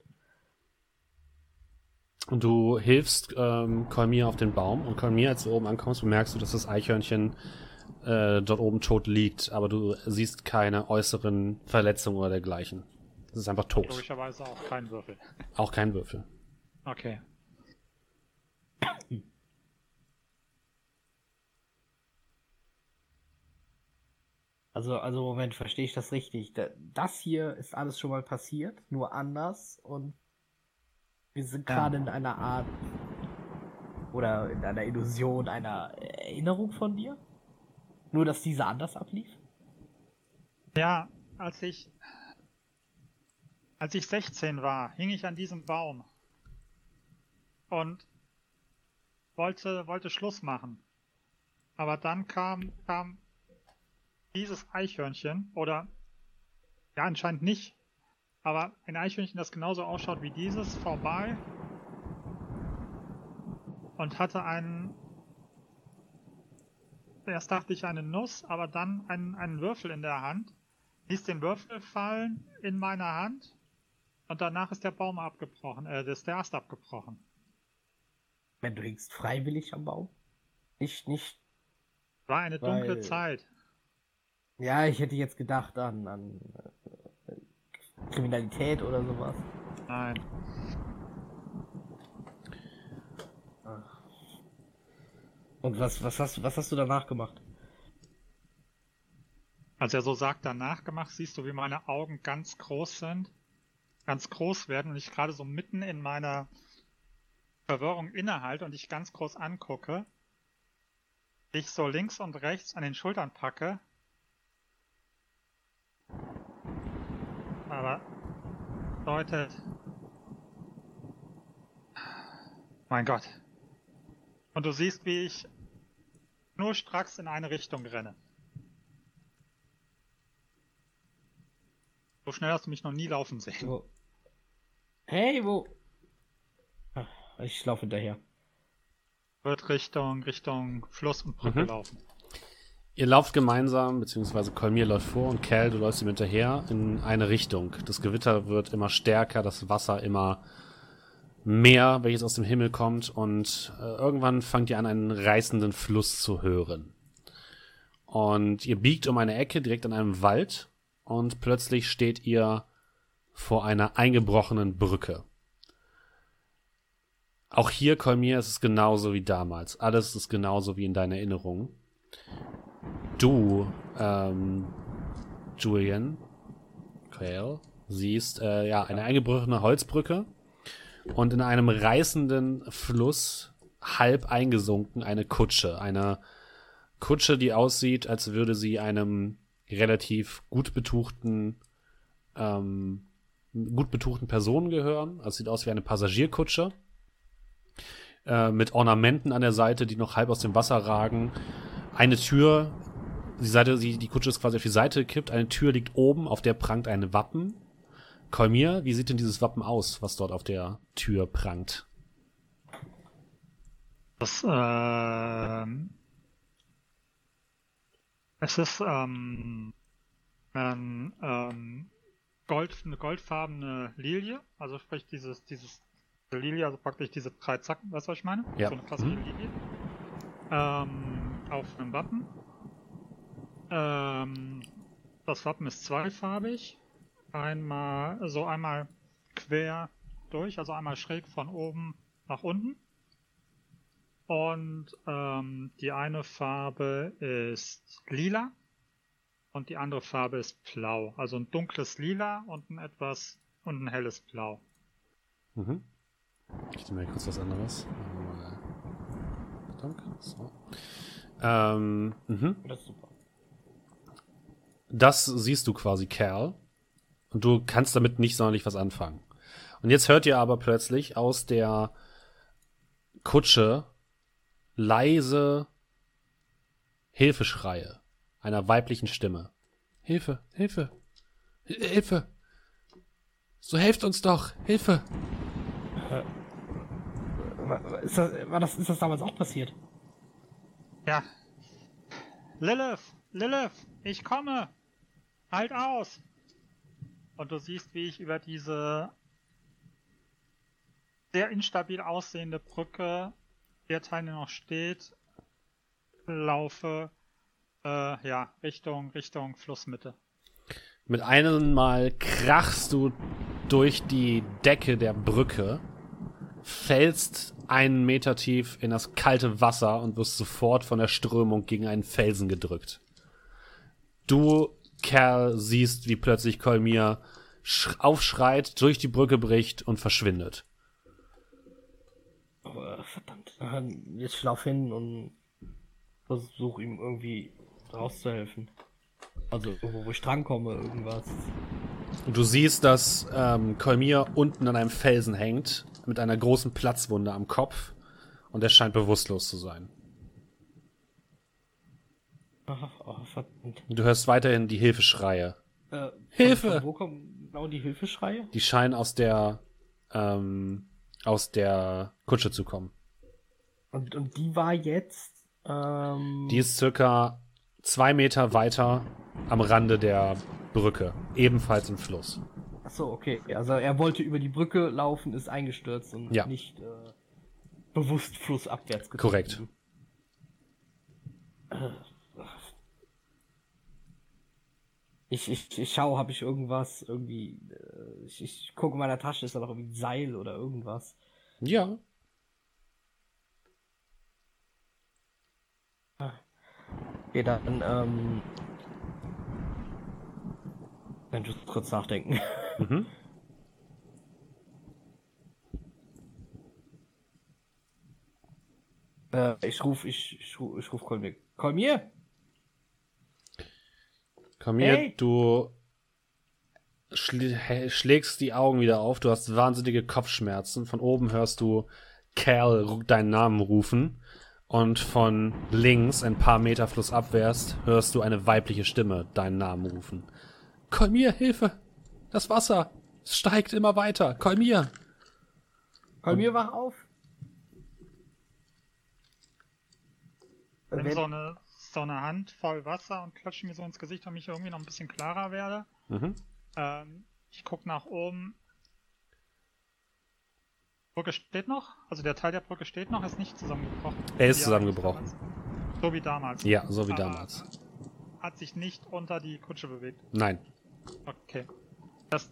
Und du hilfst ähm, Kolmir auf den Baum. Und Kolmir, als du oben ankommst, bemerkst du, dass das Eichhörnchen äh, dort oben tot liegt. Aber du siehst keine äußeren Verletzungen oder dergleichen. Es ist einfach tot. Logischerweise auch kein Würfel. Auch kein Würfel. Okay. Also, also Moment, verstehe ich das richtig? Da- Das hier ist alles schon mal passiert, nur anders und wir sind Ja. gerade in einer Art oder in einer Illusion einer Erinnerung von dir? Nur, dass diese anders ablief? Ja, als ich als ich sechzehn war, hing ich an diesem Baum und wollte wollte Schluss machen. Aber dann kam kam dieses Eichhörnchen oder ja anscheinend nicht, aber ein Eichhörnchen, das genauso ausschaut wie dieses, vorbei und hatte einen erst dachte ich eine Nuss, aber dann einen, einen Würfel in der Hand, ließ den Würfel fallen in meiner Hand und danach ist der Baum abgebrochen, äh, ist der Ast abgebrochen. Wenn du hängst freiwillig am Baum? Nicht, nicht. War eine dunkle Weil- Zeit. Ja, ich hätte jetzt gedacht an, an äh, Kriminalität oder sowas. Nein. Und was, was, hast, was hast du danach gemacht? Als er so sagt, danach gemacht, siehst du, wie meine Augen ganz groß sind, ganz groß werden und ich gerade so mitten in meiner Verwirrung innehalte und dich ganz groß angucke, dich so links und rechts an den Schultern packe, aber deutet, mein Gott, und du siehst, wie ich nur stracks in eine Richtung renne. So schnell hast du mich noch nie laufen sehen. Wo? Hey, wo? Ich laufe hinterher. Wird Richtung, Richtung Fluss und Brücke Mhm. laufen. Ihr lauft gemeinsam, beziehungsweise Kolmir läuft vor und Cal, du läufst ihm hinterher in eine Richtung. Das Gewitter wird immer stärker, das Wasser immer mehr, welches aus dem Himmel kommt, und äh, irgendwann fangt ihr an, einen reißenden Fluss zu hören. Und ihr biegt um eine Ecke direkt an einem Wald und plötzlich steht ihr vor einer eingebrochenen Brücke. Auch hier, Kolmir, ist es genauso wie damals. Alles ist genauso wie in deiner Erinnerung. Du, ähm, Julian, Quail, siehst, äh, ja, eine eingebrochene Holzbrücke und in einem reißenden Fluss, halb eingesunken, eine Kutsche. Eine Kutsche, die aussieht, als würde sie einem relativ gut betuchten, ähm, gut betuchten Personen gehören. Also sieht aus wie eine Passagierkutsche. Äh, mit Ornamenten an der Seite, die noch halb aus dem Wasser ragen. Eine Tür, die Seite, die, die Kutsche ist quasi auf die Seite gekippt. Eine Tür liegt oben, auf der prangt ein Wappen. Kolmir, wie sieht denn dieses Wappen aus, was dort auf der Tür prangt? Das, ähm, es ist ähm, ein, ähm, Gold, eine goldfarbene Lilie, also sprich dieses, dieses diese Lilie, also praktisch diese drei Zacken, weißt du, was ich meine? Ja. So eine klassische Mhm. Lilie. Ähm, auf einem Wappen. Ähm, das Wappen ist zweifarbig. Einmal, so einmal quer durch, also einmal schräg von oben nach unten. Und ähm, die eine Farbe ist lila und die andere Farbe ist blau. Also ein dunkles Lila und ein etwas und ein helles Blau. Mhm. Ich nehme mal kurz was anderes. Danke. So. Ähm, mhm. Das ist super. Das siehst du quasi, Cal. Und du kannst damit nicht sonderlich was anfangen. Und jetzt hört ihr aber plötzlich aus der Kutsche leise Hilfeschreie einer weiblichen Stimme. Hilfe, Hilfe, H- Hilfe. So helft uns doch, Hilfe. War, ist, das, war das, ist das damals auch passiert? Ja. Lilith, Lilith, ich komme. Halt aus. Und du siehst, wie ich über diese sehr instabil aussehende Brücke, der Teil, der noch steht, laufe, äh, ja, Richtung, Richtung Flussmitte. Mit einem Mal krachst du durch die Decke der Brücke, fällst einen Meter tief in das kalte Wasser und wirst sofort von der Strömung gegen einen Felsen gedrückt. Du, Kerl, siehst, wie plötzlich Kolmir sch- aufschreit, durch die Brücke bricht und verschwindet. Aber verdammt. Ähm, Jetzt schlauf hin und versuch ihm irgendwie rauszuhelfen. Also irgendwo, wo ich drankomme, irgendwas. Und du siehst, dass ähm, Kolmir unten an einem Felsen hängt, mit einer großen Platzwunde am Kopf, und er scheint bewusstlos zu sein. Ach, oh, verdammt. Und du hörst weiterhin die Hilfeschreie. Äh, Hilfe! Von, von wo kommen genau die Hilfeschreie? Die scheinen aus der ähm, aus der Kutsche zu kommen. Und, und die war jetzt. Ähm, Die ist circa zwei Meter weiter am Rande der Brücke, ebenfalls im Fluss. Achso, okay. Also er wollte über die Brücke laufen, ist eingestürzt und Ja. nicht äh, bewusst flussabwärts getrieben. Korrekt. Äh, Ich, ich, ich schau, habe ich irgendwas, irgendwie, äh, ich, ich gucke in meiner Tasche, ist da noch irgendwie ein Seil oder irgendwas. Ja. Okay, dann, ähm, dann just kurz nachdenken. Mhm. äh, ich ruf, ich, ich ruf, ich ruf Kolmir. Kolmir! Komm hier, Hey. du schl schlägst die Augen wieder auf, du hast wahnsinnige Kopfschmerzen. Von oben hörst du Cal ru- deinen Namen rufen. Und von links, ein paar Meter flussabwärts, hörst du eine weibliche Stimme deinen Namen rufen. Komm hier, Hilfe! Das Wasser. Es steigt immer weiter. Kolmir. Kolmir, wach auf. Nimm so eine, so eine Hand voll Wasser und klatsche mir so ins Gesicht, damit ich irgendwie noch ein bisschen klarer werde. Mhm. Ähm, ich gucke nach oben. Brücke steht noch? Also der Teil der Brücke steht noch, ist nicht zusammengebrochen. Er ist Wie zusammengebrochen. damals. So wie damals. Ja, so wie Aber damals. Hat sich nicht unter die Kutsche bewegt. Nein. Okay. Das.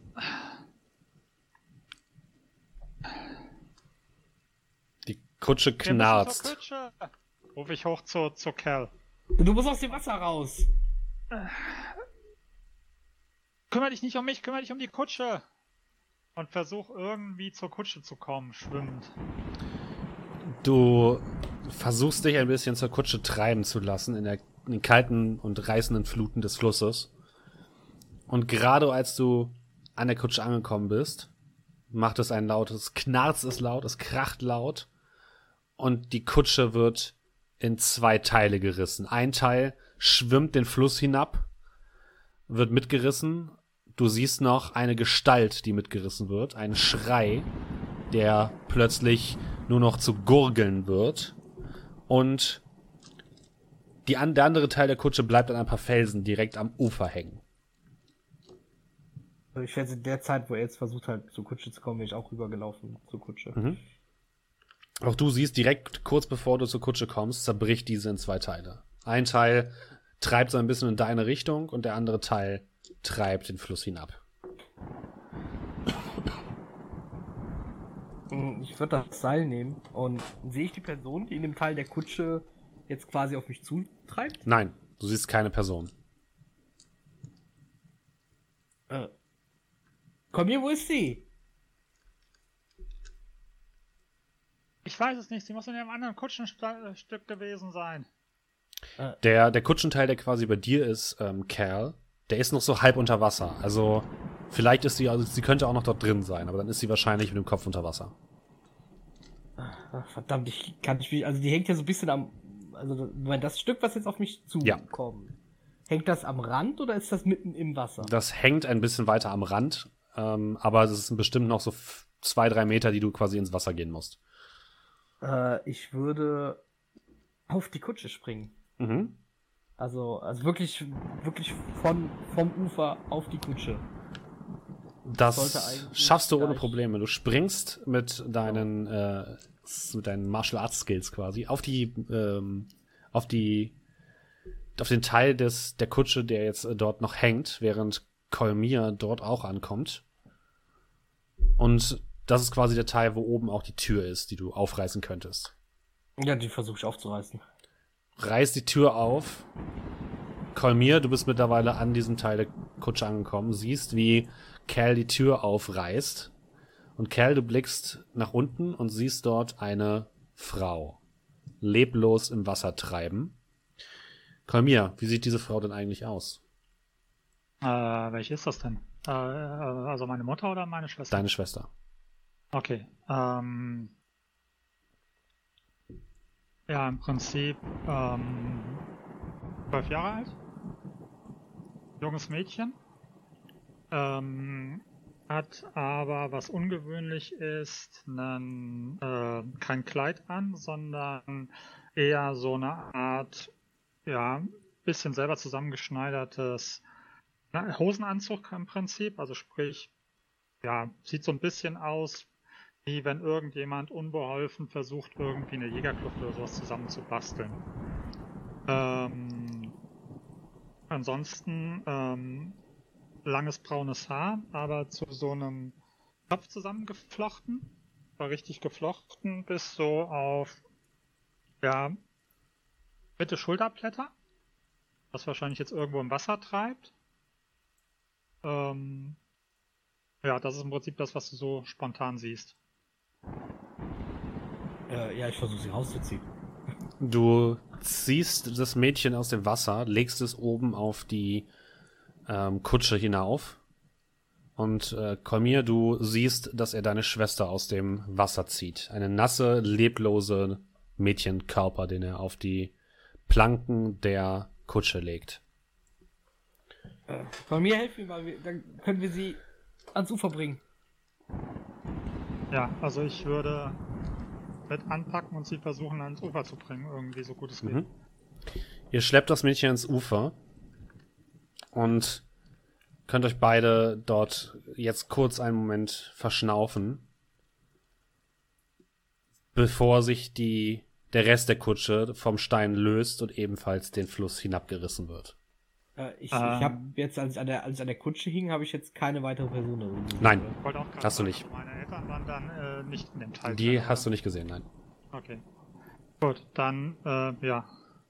Die Kutsche Wir müssen knarzt. zur Kutsche. Ruf ich hoch zu, zu Cal. Du musst aus dem Wasser raus. Kümmere dich nicht um mich, kümmere dich um die Kutsche. Und versuch irgendwie zur Kutsche zu kommen, schwimmend. Du versuchst dich ein bisschen zur Kutsche treiben zu lassen in, der, in den kalten und reißenden Fluten des Flusses. Und gerade als du an der Kutsche angekommen bist, macht es ein lautes Knarz, ist laut, es kracht laut. Und die Kutsche wird in zwei Teile gerissen. Ein Teil schwimmt den Fluss hinab, wird mitgerissen. Du siehst noch eine Gestalt, die mitgerissen wird. Ein Schrei, der plötzlich nur noch zu Gurgeln wird. Und die, an, der andere Teil der Kutsche bleibt an ein paar Felsen direkt am Ufer hängen. Ich schätze, in der Zeit, wo er jetzt versucht hat, zur Kutsche zu kommen, bin ich auch rübergelaufen zur Kutsche. Mhm. Auch du siehst direkt, kurz bevor du zur Kutsche kommst, zerbricht diese in zwei Teile. Ein Teil treibt so ein bisschen in deine Richtung und der andere Teil treibt den Fluss hinab. Ich würde das Seil nehmen und sehe ich die Person, die in dem Teil der Kutsche jetzt quasi auf mich zutreibt? Nein, du siehst keine Person. Äh. Komm hier, wo ist sie? Ich weiß es nicht, sie muss in einem anderen Kutschenstück gewesen sein. Der, der Kutschenteil, der quasi bei dir ist, ähm, Cal, der ist noch so halb unter Wasser. Also vielleicht ist sie, also sie könnte auch noch dort drin sein, aber dann ist sie wahrscheinlich mit dem Kopf unter Wasser. Ach, verdammt, ich kann nicht wie, also die hängt ja so ein bisschen am, also das Stück, was jetzt auf mich zukommt, Ja. hängt das am Rand oder ist das mitten im Wasser? Das hängt ein bisschen weiter am Rand, ähm, aber es sind bestimmt noch so f- zwei, drei Meter, die du quasi ins Wasser gehen musst. Äh, ich würde auf die Kutsche springen. Mhm. Also, also wirklich, wirklich von, vom Ufer auf die Kutsche. sollte Das eigentlich schaffst du ohne gleich- Probleme. Du springst mit deinen, äh, mit deinen Martial Arts Skills quasi auf die, ähm, auf die, auf den Teil des, der Kutsche, der jetzt äh, dort noch hängt, während Kolmir dort auch ankommt. Und das ist quasi der Teil, wo oben auch die Tür ist, die du aufreißen könntest. Ja, die versuche ich aufzureißen. Reiß die Tür auf. Kolmir, du bist mittlerweile an diesem Teil der Kutsche angekommen, siehst, wie Cal die Tür aufreißt. Und Cal, du blickst nach unten und siehst dort eine Frau leblos im Wasser treiben. Kolmir, wie sieht diese Frau denn eigentlich aus? Äh, welche ist das denn? Äh, also meine Mutter oder meine Schwester? Deine Schwester. Okay. Ähm, ja, im Prinzip ähm, zwölf Jahre alt. Junges Mädchen. Ähm, hat aber, was ungewöhnlich ist, nen, äh, kein Kleid an, sondern eher so eine Art, ja, bisschen selber zusammengeschneidertes na, Hosenanzug im Prinzip. Also sprich, ja, sieht so ein bisschen aus, wie wenn irgendjemand unbeholfen versucht, irgendwie eine Jägerkluft oder sowas zusammenzubasteln. Ähm, ansonsten ähm, langes braunes Haar, aber zu so einem Kopf zusammengeflochten. War richtig geflochten bis so auf, ja, Mitte Schulterblätter. Was wahrscheinlich jetzt irgendwo im Wasser treibt. Ähm, ja, das ist im Prinzip das, was du so spontan siehst. Äh, ja, ich versuche sie rauszuziehen. Du ziehst das Mädchen aus dem Wasser, legst es oben auf die ähm, Kutsche hinauf. Und äh, Kolmir, du siehst, dass er deine Schwester aus dem Wasser zieht. Eine nasse, leblose Mädchenkörper, den er auf die Planken der Kutsche legt. Äh, bei mir helfen, weil wir, dann können wir sie ans Ufer bringen. Ja, also ich würde mit anpacken und sie versuchen ans Ufer zu bringen, irgendwie so gut es geht. Mhm. Ihr schleppt das Mädchen ans Ufer und könnt euch beide dort jetzt kurz einen Moment verschnaufen, bevor sich die, der Rest der Kutsche vom Stein löst und ebenfalls den Fluss hinabgerissen wird. Äh, ich Ähm. ich habe jetzt, als ich, an der, als ich an der Kutsche hing, habe ich jetzt keine weitere Person darin gesehen. Nein. oder? Ich wollte auch gerade Hast du sagen, nicht. Meine Eltern waren dann äh, nicht in dem Teil. Die drin, hast du oder? nicht gesehen, nein. Okay. Gut, dann, äh, ja.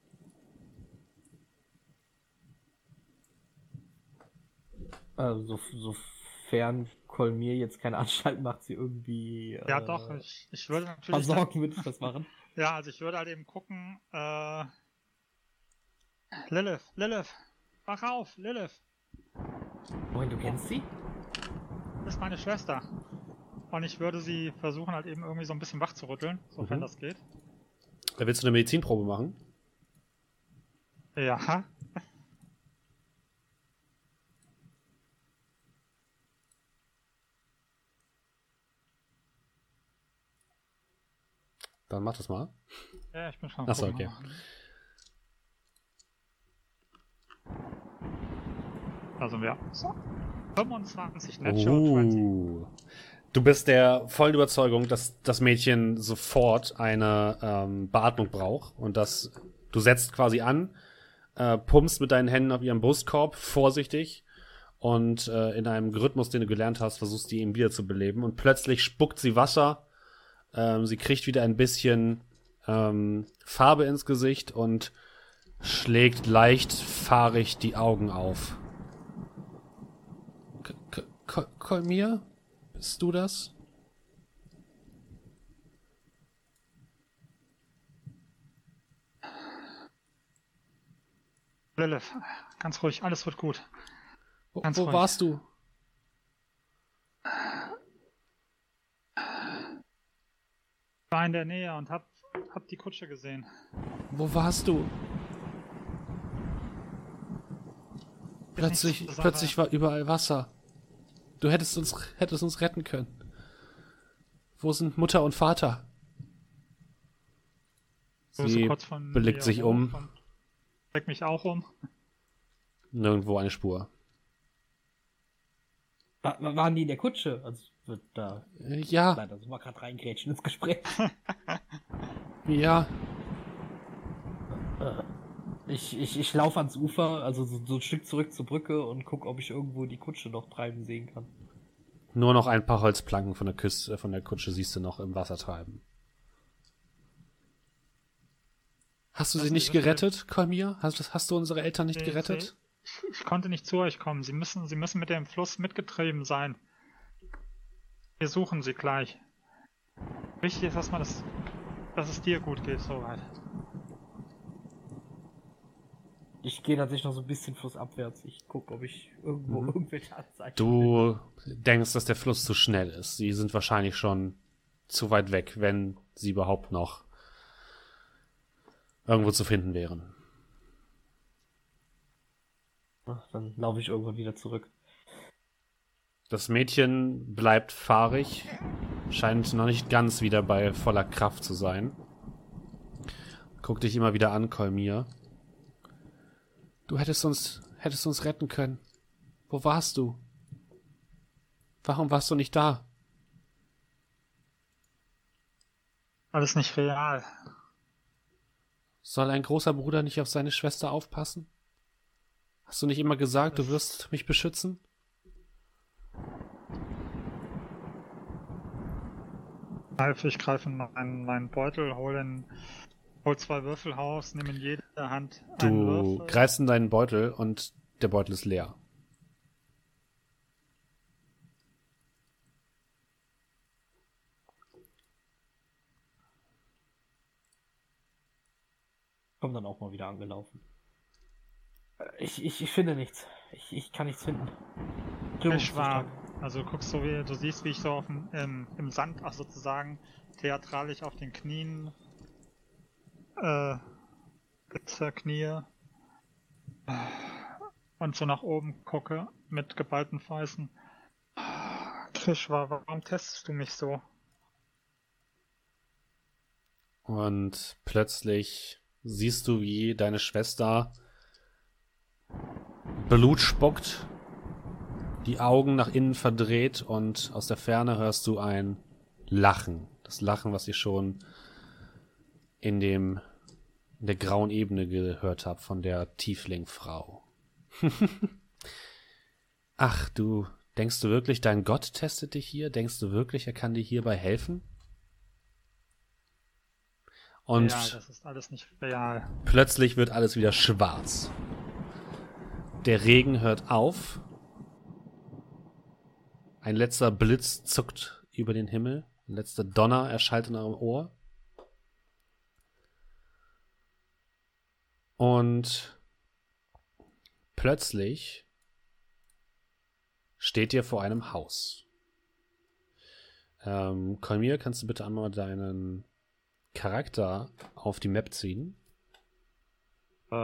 Also, so, sofern Kolmir jetzt keine Anstalt macht, sie irgendwie Ja, äh, doch, ich, ich würde natürlich. versorgen, würde ich das machen. Dann, ja, also ich würde halt eben gucken, äh. Lilith, Lilith, wach auf, Lilith, Moment, du kennst sie? das ist meine Schwester. Und ich würde sie versuchen, halt eben irgendwie so ein bisschen wach zu rütteln, sofern Mhm. das geht. Willst du eine Medizinprobe machen? Ja. Dann mach das mal. Ja, ich bin schon. Ach so, gucken. okay. Also ja. So. fünfundzwanzig Natural zwanzig. Uh. Du bist der vollen Überzeugung, dass das Mädchen sofort eine ähm, Beatmung braucht und dass du setzt quasi an, äh, pumpst mit deinen Händen auf ihren Brustkorb, vorsichtig und äh, in einem Rhythmus, den du gelernt hast, versuchst die eben wieder zu beleben und plötzlich spuckt sie Wasser, ähm, sie kriegt wieder ein bisschen ähm, Farbe ins Gesicht und schlägt leicht fahrig die Augen auf. K- K- K- Kolmir? Bist du das? Lilith, ganz ruhig, alles wird gut. Wo, Ganz wo ruhig. warst du? Ich war in der Nähe und hab, hab die Kutsche gesehen. Wo warst du? Plötzlich, nichts zur plötzlich Sache. war überall Wasser. Du hättest uns, hättest uns retten können. Wo sind Mutter und Vater? So, so Sie kurz von blickt mir sich hoch um. und Blickt mich auch um. Nirgendwo eine Spur. Wa- wa- waren die in der Kutsche? Also, wird da Äh, Ja, leider so mal gerade reingrätschen ins Gespräch. ja. Äh, Ich, ich, ich laufe ans Ufer, also so, so ein Stück zurück zur Brücke und gucke, ob ich irgendwo die Kutsche noch treiben sehen kann. Nur noch ein paar Holzplanken von der Küste, von der Kutsche siehst du noch im Wasser treiben. Hast du sie Lassen nicht Sie bitte- gerettet, Kolmir? Hast, hast du unsere Eltern nicht Nee, gerettet? Sie, ich, ich konnte nicht zu euch kommen. Sie müssen, Sie müssen mit dem Fluss mitgetrieben sein. Wir suchen Sie gleich. Wichtig ist erstmal, dass, dass es dir gut geht, soweit. Ich gehe tatsächlich noch so ein bisschen flussabwärts. Ich gucke, ob ich irgendwo Mhm. irgendwelche Anzeichen Du denkst, dass der Fluss zu schnell ist. Sie sind wahrscheinlich schon zu weit weg, wenn sie überhaupt noch irgendwo zu finden wären. finde. Ach, dann laufe ich irgendwann wieder zurück. Das Mädchen bleibt fahrig, scheint noch nicht ganz wieder bei voller Kraft zu sein. Guck dich immer wieder an, Kolmir. Du hättest uns, hättest uns retten können. Wo warst du? Warum warst du nicht da? Alles nicht real. Soll ein großer Bruder nicht auf seine Schwester aufpassen? Hast du nicht immer gesagt, du wirst mich beschützen? Greif, ich greife in meinen, meinen Beutel, hol, in, hol zwei Würfel raus, nehme in jede Hand einen Du Würfel. greifst in deinen Beutel und der Beutel ist leer. Komm dann auch mal wieder angelaufen. Äh, Ich, ich, ich finde nichts. Ich, ich kann nichts finden. Ich war, also du guckst so wie, du siehst, wie ich so auf dem, im, im Sand, ach sozusagen, theatralisch auf den Knien, äh, knie und so nach oben gucke mit geballten Fäusten. Fisch war, warum testest du mich so? Und plötzlich siehst du, wie deine Schwester Blut spuckt, die Augen nach innen verdreht und aus der Ferne hörst du ein Lachen. Das Lachen, was ihr schon in dem in der grauen Ebene gehört habt von der Tieflingfrau. Ach, du, denkst du wirklich, dein Gott testet dich hier? Denkst du wirklich, er kann dir hierbei helfen? Und ja, das ist alles nicht real. plötzlich wird alles wieder schwarz. Der Regen hört auf. Ein letzter Blitz zuckt über den Himmel. Ein letzter Donner erschallt in eurem Ohr. Und plötzlich steht ihr vor einem Haus. Ähm, Kolmir, kannst du bitte einmal deinen Charakter auf die Map ziehen? Äh,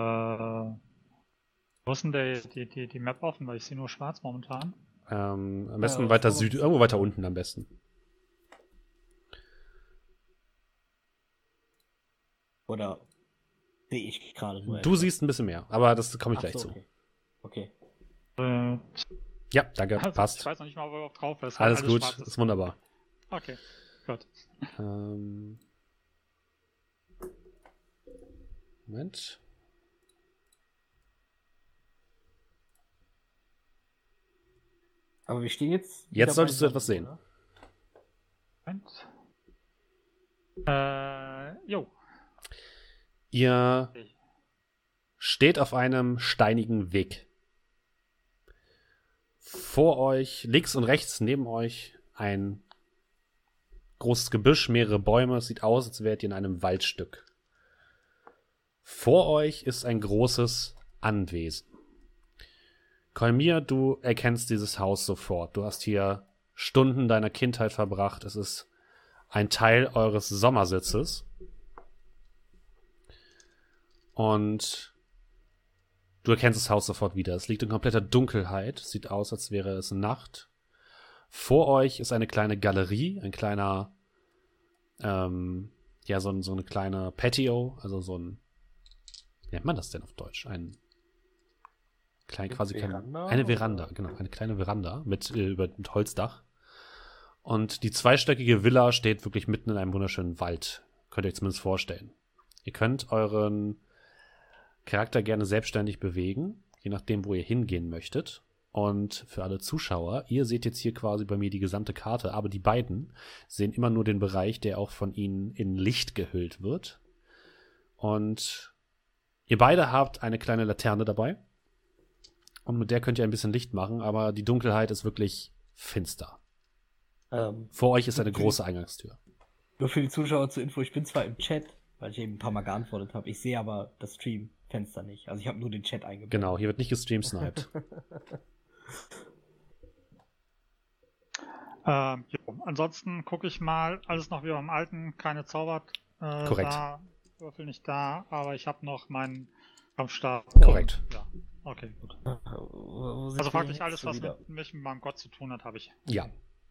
wo ist denn der, die, die, die Map offen? Weil ich sehe nur schwarz momentan. Ähm, am besten Ja, weiter so- süd, irgendwo weiter unten am besten. Oder sehe ich gerade nur Du etwas? siehst ein bisschen mehr, aber das komme ich Ach gleich so, zu. okay. Okay. Äh, Ja, danke, also, passt. Ich weiß noch nicht mal, ob er überhaupt drauf ist. weil Alles gut, schwarz ist wunderbar. Okay, gut. Ähm, Moment. Aber wir stehen jetzt. Jetzt wieder solltest du beisammen, etwas sehen. oder? Moment. Äh, jo. Ihr steht auf einem steinigen Weg. Vor euch, links und rechts neben euch, ein großes Gebüsch, mehrere Bäume. Es sieht aus, als wärt ihr in einem Waldstück. Vor euch ist ein großes Anwesen. Kolmir, du erkennst dieses Haus sofort. Du hast hier Stunden deiner Kindheit verbracht. Es ist ein Teil eures Sommersitzes. Und du erkennst das Haus sofort wieder. Es liegt in kompletter Dunkelheit. Sieht aus, als wäre es Nacht. Vor euch ist eine kleine Galerie, ein kleiner, ähm, ja, so, ein, so eine kleine Patio, also so ein, wie nennt man das denn auf Deutsch? Ein klein, quasi kein, Veranda, eine Veranda, oder? genau, eine kleine Veranda mit, äh, über, mit Holzdach. Und die zweistöckige Villa steht wirklich mitten in einem wunderschönen Wald. Könnt ihr euch zumindest vorstellen. Ihr könnt euren Charakter gerne selbstständig bewegen, je nachdem, wo ihr hingehen möchtet. Und für alle Zuschauer, ihr seht jetzt hier quasi bei mir die gesamte Karte, aber die beiden sehen immer nur den Bereich, der auch von ihnen in Licht gehüllt wird. Und ihr beide habt eine kleine Laterne dabei. Und mit der könnt ihr ein bisschen Licht machen, aber die Dunkelheit ist wirklich finster. Ähm, Vor euch ist eine große Eingangstür. nur für die Zuschauer zur Info, ich bin zwar im Chat, weil ich eben ein paar Mal geantwortet habe. Ich sehe aber das Stream-Fenster nicht. Also ich habe nur den Chat eingebaut. Genau, hier wird nicht gestreamsniped. Ähm, jo. Ansonsten gucke ich mal, alles noch wie beim Alten, keine Zauber äh, Korrekt. da, Würfel nicht da, aber ich habe noch meinen Kampfstab. Korrekt. Ja, okay, gut. Wo- wo sind Also wir praktisch jetzt alles, was wieder? mit, mich mit meinem Gott zu tun hat, habe ich. Ja.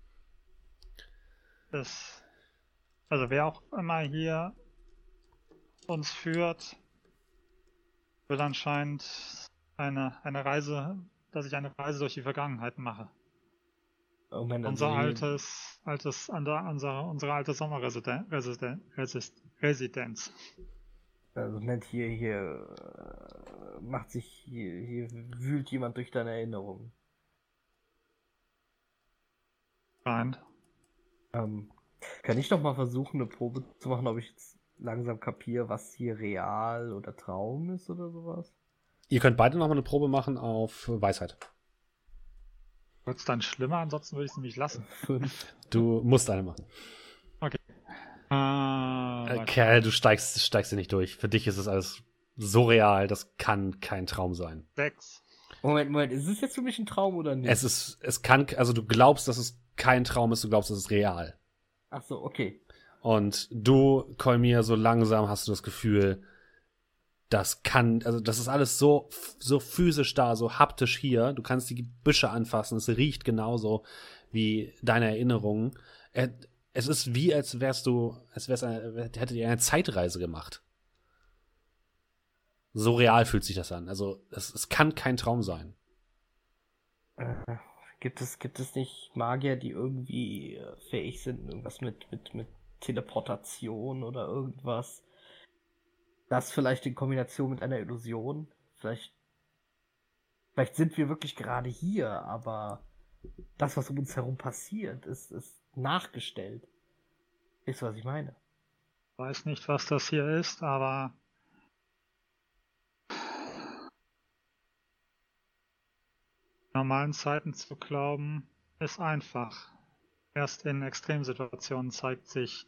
Das, also wer auch immer hier uns führt, will anscheinend eine, eine Reise, dass ich eine Reise durch die Vergangenheit mache. Moment, also Unser hier- altes, altes, unser, unsere, unsere alte Sommerresidenz, Residen, Resist, Residenz. Also Moment, hier, hier äh, macht sich, hier, hier wühlt jemand durch deine Erinnerungen. Scheint. Ähm, kann ich doch mal versuchen, eine Probe zu machen, ob ich jetzt langsam kapiere, was hier real oder Traum ist oder sowas? Ihr könnt beide nochmal eine Probe machen auf Weisheit. Wird es dann schlimmer, ansonsten würde ich es nämlich lassen. Fünf. Du musst eine machen. Ah, Äh, warte. Kerl, du steigst, steigst hier nicht durch. Für dich ist es alles so real, das kann kein Traum sein. Sechs. Moment, Moment, ist es jetzt für mich ein Traum oder nicht? Es ist, es kann, also du glaubst, dass es kein Traum ist, du glaubst, es ist real. Ach so, okay. Und du, Kolmir, so langsam hast du das Gefühl, das kann, also das ist alles so, so physisch da, so haptisch hier. Du kannst die Büsche anfassen, es riecht genauso wie deine Erinnerungen. Er, es ist wie, als wärst du, als wär's eine, hättet ihr eine Zeitreise gemacht. So real fühlt sich das an. Also, es, es kann kein Traum sein. Äh, gibt es, gibt es nicht Magier, die irgendwie äh, fähig sind, irgendwas mit, mit, mit Teleportation oder irgendwas? Das vielleicht in Kombination mit einer Illusion? Vielleicht, vielleicht sind wir wirklich gerade hier, aber das, was um uns herum passiert, ist, ist nachgestellt. Ist, was ich meine. Ich weiß nicht, was das hier ist, aber in normalen Zeiten zu glauben, ist einfach. Erst in Extremsituationen zeigt sich,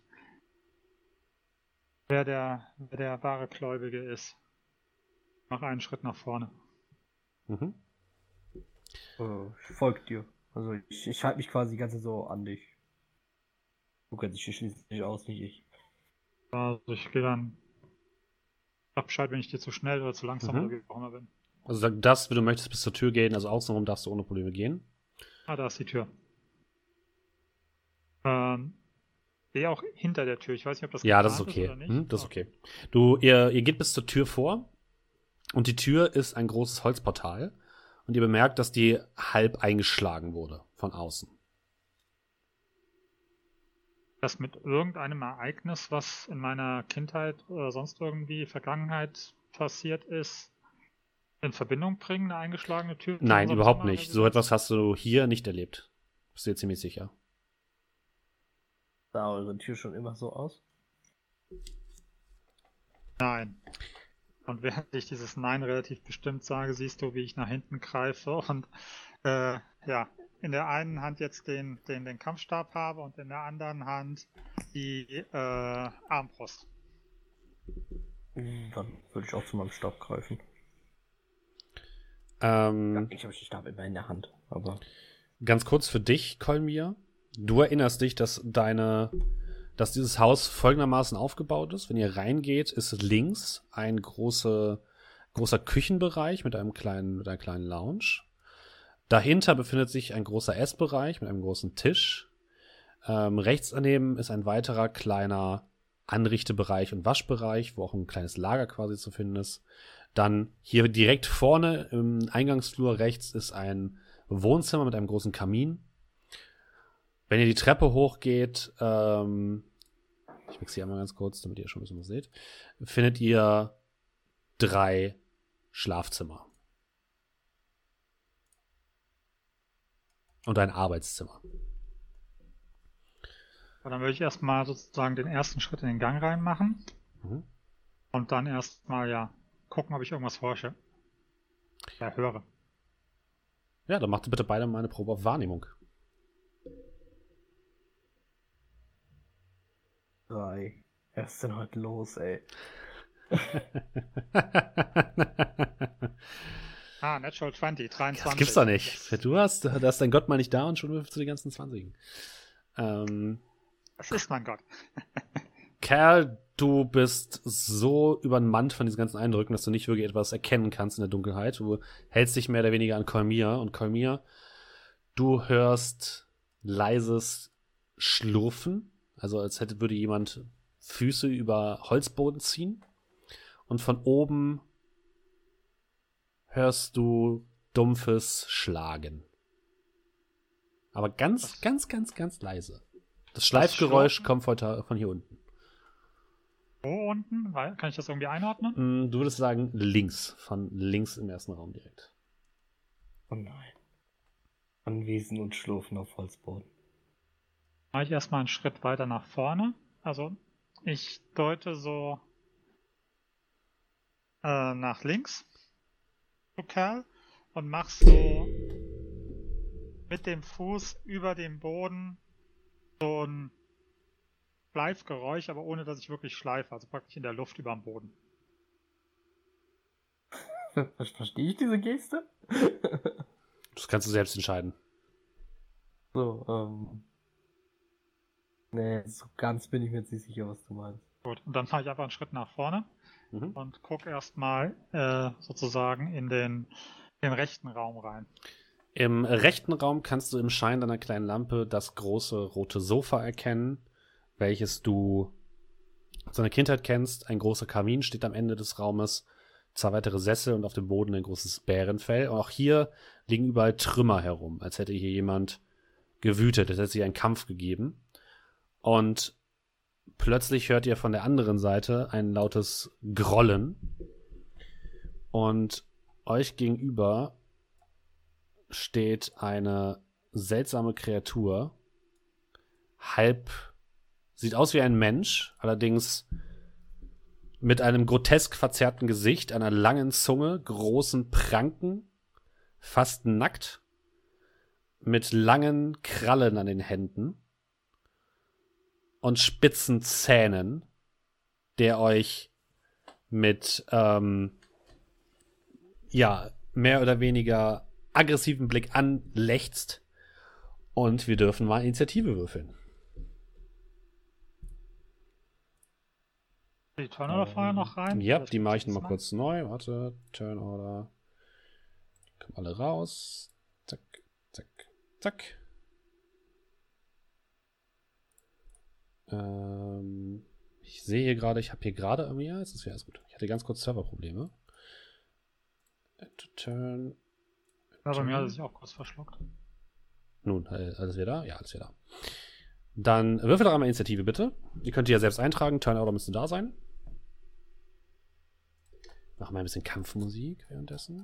wer der, wer der wahre Gläubige ist. Mach einen Schritt nach vorne. Mhm. Äh, ich folge dir. Also ich, ich halte mich quasi die ganze Zeit so an dich. Du kennst dich schließlich aus, nicht ich. Also ich gehe dann. Sag Bescheid, wenn ich dir zu schnell oder zu langsam Mhm. oder wie auch immer bin. Also sag das, wenn du möchtest, bis zur Tür gehen. Also außenrum darfst du ohne Probleme gehen. Ah, da ist die Tür. Ähm, Geh auch hinter der Tür. Ich weiß nicht, ob das Ja, das ist geplant okay. oder nicht. Hm, das ist okay. Du, ihr, ihr geht bis zur Tür vor und die Tür ist ein großes Holzportal und ihr bemerkt, dass die halb eingeschlagen wurde von außen. Das mit irgendeinem Ereignis, was in meiner Kindheit oder sonst irgendwie Vergangenheit passiert ist, in Verbindung bringen, eine eingeschlagene Tür? zu Nein, unserem überhaupt Zimmer nicht. oder So etwas hast du hier nicht erlebt. Bist du dir ziemlich sicher. Sah eure Tür schon immer so aus? Nein. Und während ich dieses Nein relativ bestimmt sage, siehst du, wie ich nach hinten greife und äh, ja, in der einen Hand jetzt den, den, den Kampfstab habe und in der anderen Hand die äh, Armbrust. Dann würde ich auch zu meinem Stab greifen. Ähm, Ich habe den Stab immer in der Hand, aber. Ganz kurz für dich, Kolmir. Du erinnerst dich, dass deine, dass dieses Haus folgendermaßen aufgebaut ist. Wenn ihr reingeht, ist links ein große, großer Küchenbereich mit einem kleinen, mit einer kleinen Lounge. Dahinter befindet sich ein großer Essbereich mit einem großen Tisch. Ähm, rechts daneben ist ein weiterer kleiner Anrichtebereich und Waschbereich, wo auch ein kleines Lager quasi zu finden ist. Dann hier direkt vorne im Eingangsflur rechts ist ein Wohnzimmer mit einem großen Kamin. Wenn ihr die Treppe hochgeht, ähm, ich wechsle hier einmal ganz kurz, damit ihr schon ein bisschen was seht, findet ihr drei Schlafzimmer. Und ein Arbeitszimmer. Und dann würde ich erstmal sozusagen den ersten Schritt in den Gang reinmachen. Mhm. Und dann erstmal, ja, gucken, ob ich irgendwas horche. Ja, höre. Ja, dann macht bitte beide mal eine Probe auf Wahrnehmung. Drei. Was ist denn heute los, ey? Ah, Natural zwanzig, dreiundzwanzig. Das gibt's doch nicht. Du hast, da ist dein Gott mal nicht da und schon würfelst du die ganzen Zwanzigen. Ähm, Das ist mein Gott. Kerl, du bist so übermannt von diesen ganzen Eindrücken, dass du nicht wirklich etwas erkennen kannst in der Dunkelheit. Du hältst dich mehr oder weniger an Kolmir. Und Kolmir, du hörst leises Schlurfen. Also als hätte, würde jemand Füße über Holzboden ziehen. Und von oben hörst du dumpfes Schlagen. Aber ganz, Was? ganz, ganz, ganz leise. Das Schleifgeräusch Schlafen? kommt von, von hier unten. Wo unten? Weil- Kann ich das irgendwie einordnen? Mm, Du würdest sagen links, von links im ersten Raum direkt. Oh nein. Anwesen und Schlurfen auf Holzboden. Mache ich erstmal einen Schritt weiter nach vorne. Also ich deute so äh, nach links, du Kerl, und mach so mit dem Fuß über dem Boden so ein Schleifgeräusch, aber ohne dass ich wirklich schleife, also praktisch in der Luft über dem Boden. Verstehe ich diese Geste? Das kannst du selbst entscheiden. So, ähm. Nee, so ganz bin ich mir jetzt nicht sicher, was du meinst. Gut, und dann mache ich einfach einen Schritt nach vorne Mhm. und gucke erstmal äh, sozusagen in den, den rechten Raum rein. Im rechten Raum kannst du im Schein deiner kleinen Lampe das große rote Sofa erkennen, welches du aus deiner Kindheit kennst. Ein großer Kamin steht am Ende des Raumes, zwei weitere Sessel und auf dem Boden ein großes Bärenfell. Und auch hier liegen überall Trümmer herum, als hätte hier jemand gewütet, als hätte sich ein Kampf gegeben. Und plötzlich hört ihr von der anderen Seite ein lautes Grollen. Und euch gegenüber steht eine seltsame Kreatur. Halb, sieht aus wie ein Mensch, allerdings mit einem grotesk verzerrten Gesicht, einer langen Zunge, großen Pranken, fast nackt, mit langen Krallen an den Händen und spitzen Zähnen, der euch mit, ähm, ja, mehr oder weniger aggressiven Blick anlächzt. Und wir dürfen mal Initiative würfeln. Die Turnorder vorher noch rein? Ja, die mache ich nochmal kurz neu. Warte, Turnorder. Kommen alle raus. Zack, zack, zack. Ähm, ich sehe hier gerade, ich habe hier gerade irgendwie, ja, jetzt ist wieder alles gut. Ich hatte ganz kurz Serverprobleme. Turn. Ja, bei mir hat es sich auch kurz verschluckt. Nun, alles wieder? Ja, alles wieder. Dann würfel doch einmal Initiative, bitte. Ihr könnt die ja selbst eintragen. Turnorder müsste da sein. Machen wir ein bisschen Kampfmusik währenddessen.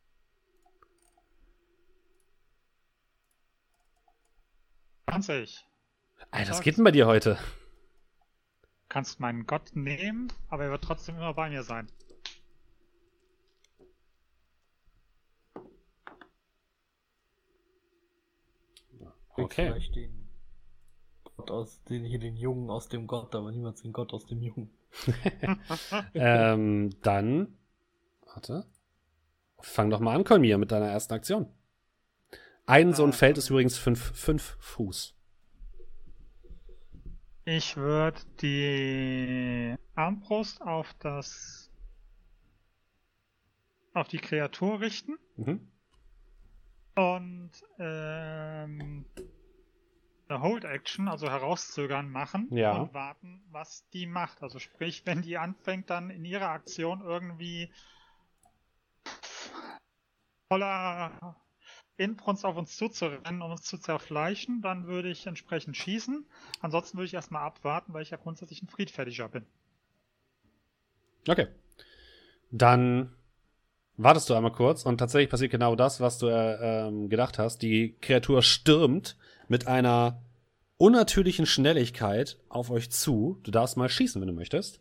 zwanzig. Alter, was geht denn bei dir heute? Du kannst meinen Gott nehmen, aber er wird trotzdem immer bei mir sein. Okay. Vielleicht den Gott aus, den hier den Jungen aus dem Gott, aber niemals den Gott aus dem Jungen. ähm, dann, warte, fang doch mal an, Kolmir, mit deiner ersten Aktion. Ein so ein Feld ist übrigens fünf, fünf Fuß. Ich würde die Armbrust auf das auf die Kreatur richten. Mhm. Und ähm, eine Hold-Action, also herauszögern, machen Ja. und warten, was die macht. Also sprich, wenn die anfängt, dann in ihrer Aktion irgendwie voller Inbrunst auf uns zuzurennen, um uns zu zerfleischen, dann würde ich entsprechend schießen. Ansonsten würde ich erstmal abwarten, weil ich ja grundsätzlich ein Friedfertiger bin. Okay. Dann wartest du einmal kurz und tatsächlich passiert genau das, was du äh, ähm, gedacht hast. Die Kreatur stürmt mit einer unnatürlichen Schnelligkeit auf euch zu. Du darfst mal schießen, wenn du möchtest.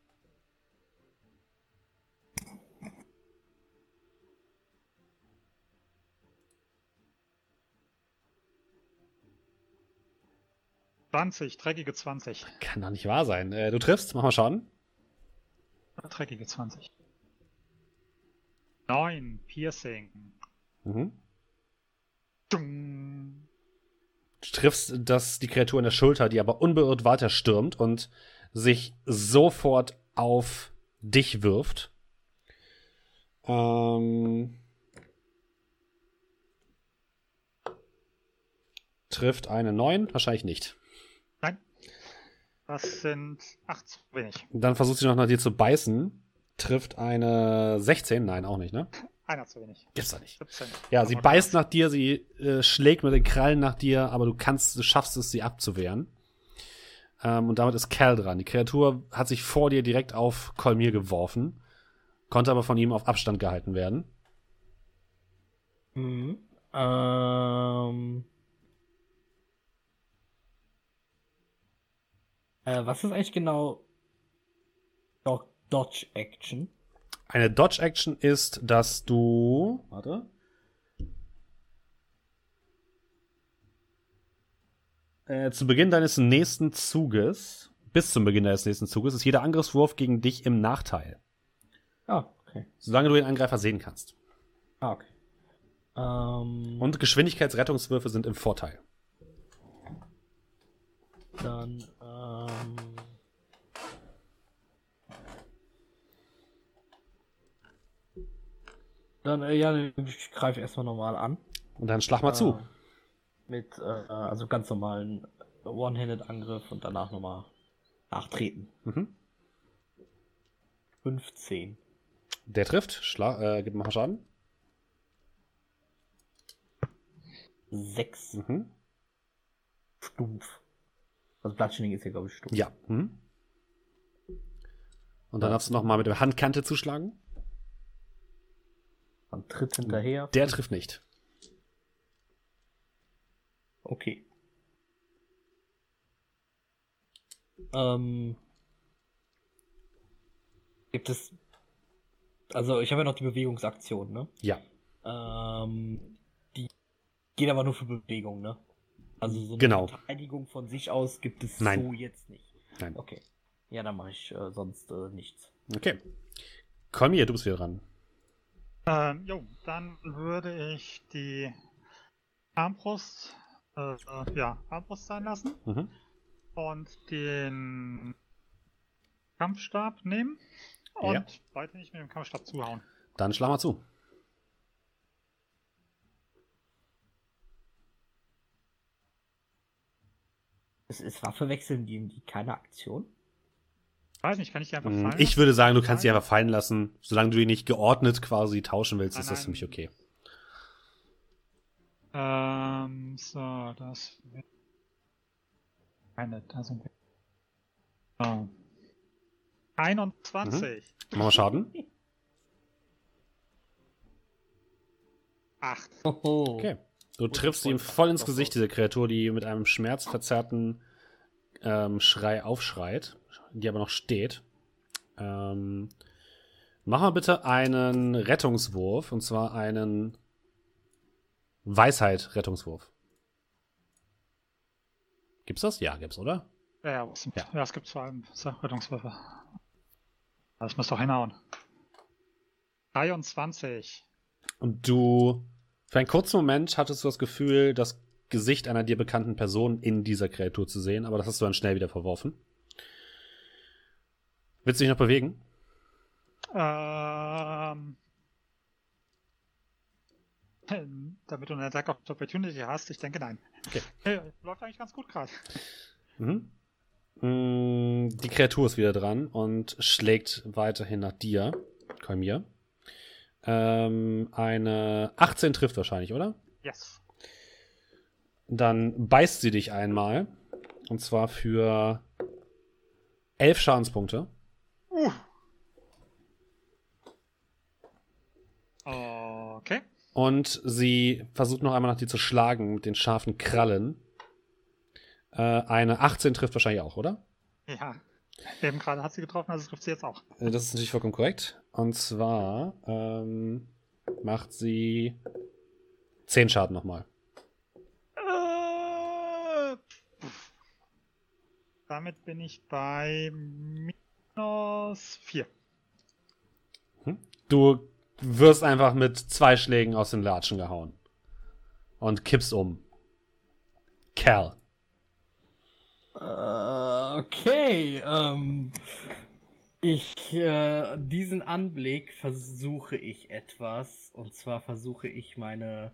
zwanzig, dreckige zwanzig. Kann doch nicht wahr sein. Äh, du triffst, mach mal Schaden. Dreckige zwanzig. neun, Piercing. Mhm. Dung. Du triffst das, die Kreatur in der Schulter, die aber unbeirrt weiter stürmt und sich sofort auf dich wirft. Ähm, trifft eine neun? Wahrscheinlich nicht. Nein. Das sind acht zu wenig. Dann versucht sie noch nach dir zu beißen. Trifft eine sechzehn? Nein, auch nicht, ne? Einer zu wenig. Gibt's doch nicht. siebzehn. Ja, sie Aber beißt das- nach dir, sie äh, schlägt mit den Krallen nach dir, aber du kannst, du schaffst es, sie abzuwehren. Ähm, und damit ist Cal dran. Die Kreatur hat sich vor dir direkt auf Kolmir geworfen, konnte aber von ihm auf Abstand gehalten werden. Mhm. Ähm. Äh, was ist eigentlich genau Do- Dodge Action? Eine Dodge-Action ist, dass du. Warte. Äh, zu Beginn deines nächsten Zuges, bis zum Beginn deines nächsten Zuges, ist jeder Angriffswurf gegen dich im Nachteil. Ah, okay. Solange du den Angreifer sehen kannst. Ah, okay. Ähm, Und Geschwindigkeitsrettungswürfe sind im Vorteil. dann, ähm. Dann, äh, ja, ich greife erstmal normal an. Und dann schlag mal zu. Äh, mit, äh, also ganz normalen One-Handed-Angriff und danach nochmal nachtreten. Mhm. fünfzehn. Der trifft. Schlag, äh, gib mal Schaden. sechs. Mhm. Stumpf. Also Bludgeoning ist ja, glaube ich, stumpf. Ja. Mhm. Und dann darfst du nochmal mit der Handkante zuschlagen. Dann tritt hinterher. Der trifft nicht. Okay. Ähm, gibt es. Also, ich habe ja noch die Bewegungsaktion, ne? Ja. Ähm, die geht aber nur für Bewegung, ne? Also, so eine Genau. Verteidigung von sich aus gibt es Nein. so jetzt nicht. Nein. Okay. Ja, dann mache ich äh, sonst äh, nichts. Okay. Komm hier, du bist wieder dran. Ähm, jo, dann würde ich die Armbrust, äh, ja, Armbrust sein lassen Mhm. und den Kampfstab nehmen und Ja. weiter nicht mit dem Kampfstab zuhauen. Dann schlag mal zu. Es ist Waffe wechseln, die, die keine Aktion? Weiß nicht, kann ich die einfach Mm, fallen Ich lassen? würde sagen, du kannst sie Nein. einfach fallen lassen. Solange du die nicht geordnet quasi tauschen willst, Nein, ist das nein. für mich okay. Ähm, so, das wird keine, da sind wir. So. einundzwanzig. Mach mal Schaden. acht. Hoho. Okay. Du Gut, triffst voll ihm krass. voll ins Doch, Gesicht, doch. diese Kreatur, die mit einem schmerzverzerrten ähm, Schrei aufschreit, die aber noch steht. Ähm, mach mal bitte einen Rettungswurf, und zwar einen Weisheit-Rettungswurf. Gibt's das? Ja, gibt's, oder? Ja, ja, was sind, Ja. ja. es gibt vor allem so, Rettungswürfe. Das muss doch hinhauen. dreiundzwanzig. Und du, für einen kurzen Moment hattest du das Gefühl, das Gesicht einer dir bekannten Person in dieser Kreatur zu sehen, aber das hast du dann schnell wieder verworfen. Willst du dich noch bewegen? Ähm, damit du eine Attack of Opportunity hast, ich denke nein. Okay. Hey, läuft eigentlich ganz gut gerade. Mhm. Mm, Die Kreatur ist wieder dran und schlägt weiterhin nach dir, Kolmir. Ähm, eine achtzehn trifft wahrscheinlich, oder? Yes. Dann beißt sie dich einmal. Und zwar für elf Schadenspunkte. Uh. Okay. Und sie versucht noch einmal nach dir zu schlagen mit den scharfen Krallen. Äh, eine achtzehn trifft wahrscheinlich auch, oder? Ja. Eben gerade hat sie getroffen, also trifft sie jetzt auch. Äh, Das ist natürlich vollkommen korrekt. Und zwar ähm, macht sie zehn Schaden nochmal. Äh, Damit bin ich bei minus vier. Du wirst einfach mit zwei Schlägen aus den Latschen gehauen. Und kippst um. Kerl. Äh, okay. Ähm, ich, äh, diesen Anblick versuche ich etwas. Und zwar versuche ich meine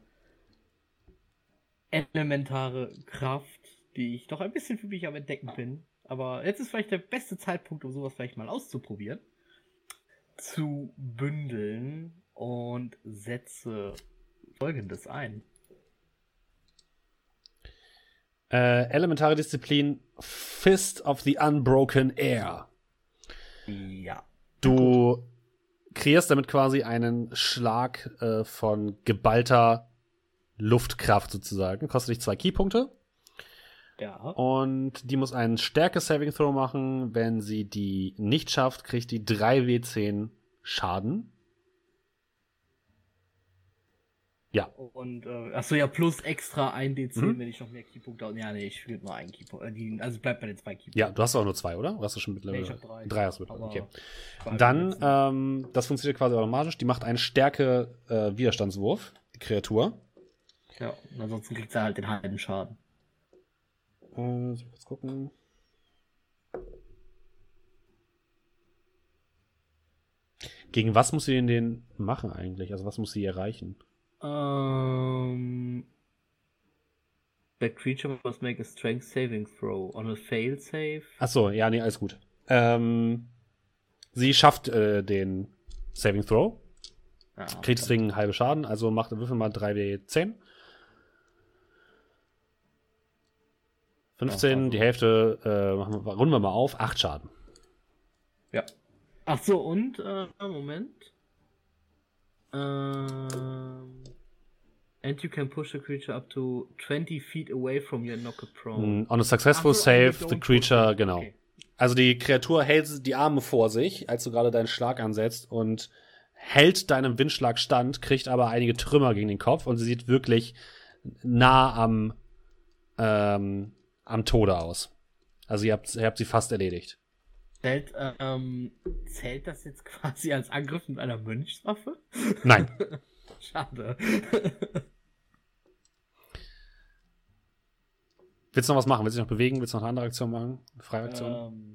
elementare Kraft, die ich doch ein bisschen für mich am Entdecken bin. Aber jetzt ist vielleicht der beste Zeitpunkt, um sowas vielleicht mal auszuprobieren. Zu bündeln und setze Folgendes ein. Äh, elementare Disziplin Fist of the Unbroken Air. Ja. Du kreierst damit quasi einen Schlag äh, von geballter Luftkraft sozusagen. Kostet dich zwei Keypunkte. Ja. Und die muss einen Stärke-Saving-Throw machen. Wenn sie die nicht schafft, kriegt die drei W zehn Schaden. Ja. Und, äh, achso, ja, plus extra ein D zehn, Mhm. wenn ich noch mehr Keypunkte habe. Ja, nee, ich spiele nur einen Keypunkt. Äh, die, also bleibt bei den zwei Keypunkten. Ja, du hast auch nur zwei, oder? Oder hast du schon Nee, mittlerweile? ich hab drei. Drei hast du mittlerweile, Aber okay. ich war Dann, beim letzten. ähm, das funktioniert quasi automatisch. Die macht einen Stärke-Widerstandswurf, die Kreatur. Ja, und ansonsten kriegt sie halt den halben Schaden. Äh, so, kurz gucken. Gegen was muss sie denn den machen eigentlich? Also was muss sie erreichen? Ähm. That creature must make a strength saving throw. On a fail save. Achso, ja, nee, alles gut. Ähm, sie schafft äh, den Saving Throw. Ja, Kriegt deswegen halbe Schaden, also macht Würfel mal drei W zehn. fünfzehn, Ja, die Hälfte, äh, machen wir, runden wir mal auf, acht Schaden. Ja. Ach so, und, äh, Moment. Ähm. And you can push a creature up to twenty feet away from you and knock it prone. On a successful Ach so, save, and you the don't creature, push it. genau. Okay. Also die Kreatur hält die Arme vor sich, als du gerade deinen Schlag ansetzt und hält deinem Windschlag stand, kriegt aber einige Trümmer gegen den Kopf und sie sieht wirklich nah am, ähm, am Tode aus. Also ihr habt, ihr habt sie fast erledigt. Zählt, ähm, zählt das jetzt quasi als Angriff mit einer Mönchswaffe? Nein. Schade. Willst du noch was machen? Willst du dich noch bewegen? Willst du noch eine andere Aktion machen? Eine freie Aktion? ähm,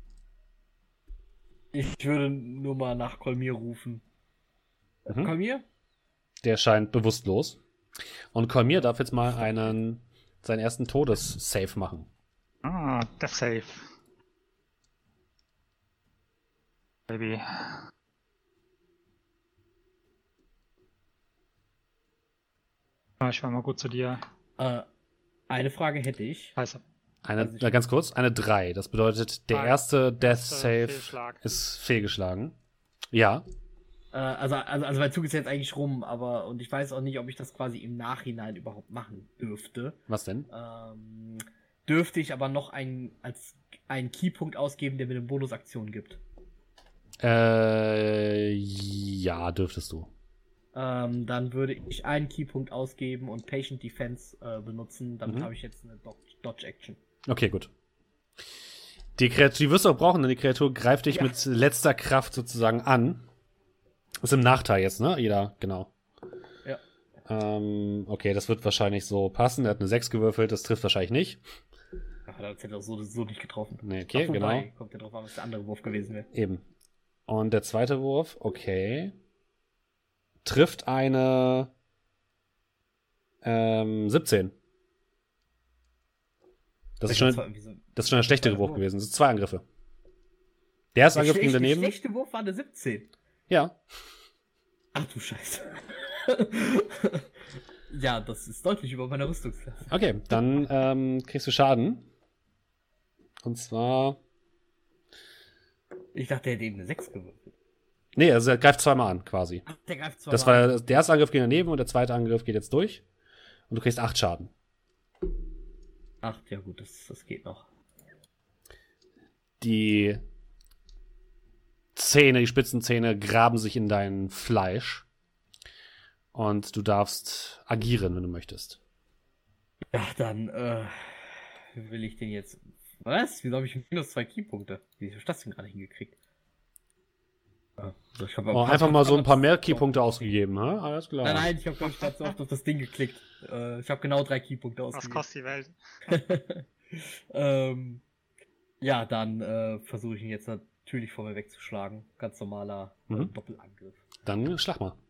ich würde nur mal nach Kolmir rufen. Mhm. Kolmir? Der scheint bewusstlos. Und Kolmir darf jetzt mal einen, seinen ersten Todes-Save machen. Ah, Death Save. Baby. Ah, ich war mal gut zu dir. Äh, eine Frage hätte ich. Scheiße. Eine, Also ich- na, ganz kurz, eine drei. Das bedeutet, der Ah, erste Death erster Save Fehlschlag. ist fehlgeschlagen. Ja. Äh, also, also, also mein Zug ist jetzt eigentlich rum, aber und ich weiß auch nicht, ob ich das quasi im Nachhinein überhaupt machen dürfte. Was denn? Ähm, dürfte ich aber noch einen als einen Keypunkt ausgeben, der mir eine Bonusaktion gibt. Äh, ja, dürftest du. Ähm, dann würde ich einen Keypunkt ausgeben und Patient Defense äh, benutzen. Damit Mhm. habe ich jetzt eine Dodge, Dodge Action. Okay, gut. Die Kreatur, die wirst du auch brauchen, denn die Kreatur greift dich Ja. mit letzter Kraft sozusagen an. Ist im Nachteil jetzt, ne? Jeder, genau. Ja. Ähm, okay, das wird wahrscheinlich so passen. Er hat eine sechs gewürfelt, das trifft wahrscheinlich nicht. Ach, das hätte er so, so nicht getroffen. Nee, okay, Ach, wobei, genau. kommt ja drauf an, was der andere Wurf gewesen wäre. Eben. Und der zweite Wurf, okay. Trifft eine ähm, siebzehn. Das ist, schon, war irgendwie so- das ist schon der schlechtere Zweiter Wurf Wurf. gewesen. Das ist zwei Angriffe. Der erste Der Angriff ging schlechte- daneben. Der schlechte Wurf war eine siebzehn. Ja. Ach du Scheiße. Ja, das ist deutlich über meiner Rüstungsklasse. Okay, dann ähm, kriegst du Schaden. Und zwar. Ich dachte, der hätte eben eine sechs gewürfelt. Nee, also er greift zweimal an, quasi. Ach, der greift zwar Das war der, der erste Angriff ging daneben und der zweite Angriff geht jetzt durch. Und du kriegst acht Schaden. Ach, ja gut, das, das geht noch. Die Zähne, die spitzen Zähne graben sich in dein Fleisch. Und du darfst agieren, wenn du möchtest. Ja, dann, äh, wie will ich den jetzt. Was? Wieso habe ich minus zwei Keypunkte? Wie habe ich das denn gerade hingekriegt? Ja, also ich hab Oh, einfach mal so ein paar mehr Keypunkte ausgegeben, ha? Alles klar. Nein, nein, ich habe glaube ich gerade so oft auf das Ding geklickt. Äh, ich habe genau drei Keypunkte Was ausgegeben. kostet die Welt? ähm, ja, dann äh, versuche ich ihn jetzt natürlich vor mir wegzuschlagen. Ganz normaler äh, Mhm. Doppelangriff. Dann schlag mal.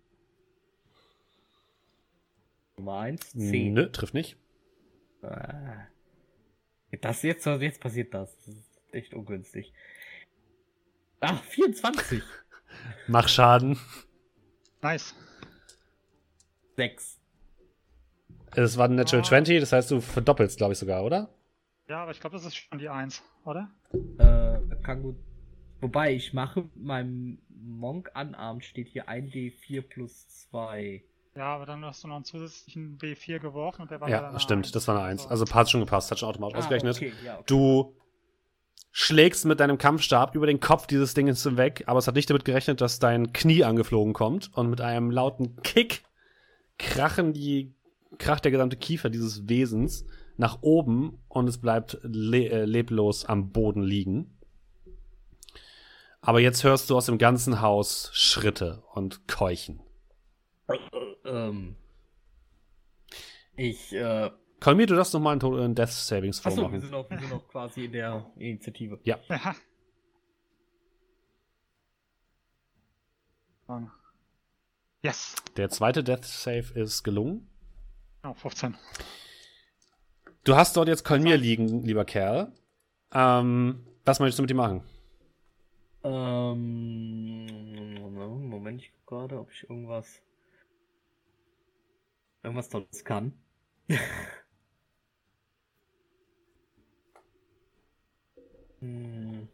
Nummer eins, zehn. Nö, trifft nicht. Ah. Das jetzt, jetzt passiert das. Das ist echt ungünstig. Ach, vierundzwanzig. Mach Schaden. Nice. sechs. Es war ein Natural Ah. zwanzig, das heißt, du verdoppelst, glaube ich, sogar, oder? Ja, aber ich glaube, das ist schon die eins, oder? Äh, kann gut. Wobei ich mache mit meinem Monk Unarmed steht hier ein D vier plus zwei. Ja, aber dann hast du noch einen zusätzlichen W vier geworfen und der war Ja, dann eine stimmt, eins. das war eine eins. So. Also hat schon gepasst, hat schon automatisch ausgerechnet. okay, ja, okay. Du schlägst mit deinem Kampfstab über den Kopf dieses Dinges hinweg, aber es hat nicht damit gerechnet, dass dein Knie angeflogen kommt und mit einem lauten Kick krachen die, kracht der gesamte Kiefer dieses Wesens nach oben und es bleibt le äh, leblos am Boden liegen. Aber jetzt hörst du aus dem ganzen Haus Schritte und Keuchen. Ähm, ich, äh, Kolmir, du darfst nochmal einen, einen Death Savings achso, wir vormachen. sind, noch, wir sind noch quasi in der Initiative. Ja. Ja. Dann. Yes. Der zweite Death Save ist gelungen. Oh, fünfzehn. Du hast dort jetzt Kolmir liegen, lieber Kerl. Ähm, was möchtest du mit ihm machen? Ähm, Moment, ich gucke gerade, ob ich irgendwas irgendwas Tolles kann. hm.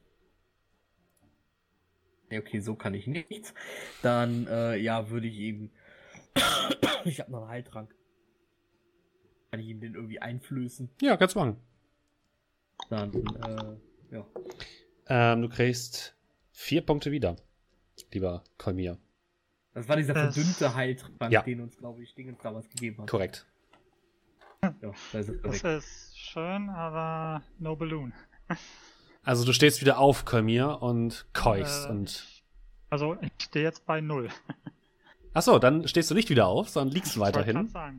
Ja, okay, so kann ich nichts. Dann, äh, ja, würde ich ihm ich habe noch einen Heiltrank. Kann ich ihm den irgendwie einflößen? Ja, kannst du machen. Dann, äh, ja. Ähm, du kriegst vier Punkte wieder, lieber Kolmir. Das war dieser Das- verdünnte Heiltrank, Ja. den uns, glaube ich, Dingens damals gegeben hat. Korrekt. Ja, da ist er Das weg. ist schön, aber no balloon. Also du stehst wieder auf, Kolmir, und keuchst Äh, und... Also ich stehe jetzt bei null. Achso, dann stehst du nicht wieder auf, sondern liegst Ich wollte weiterhin. grad sagen.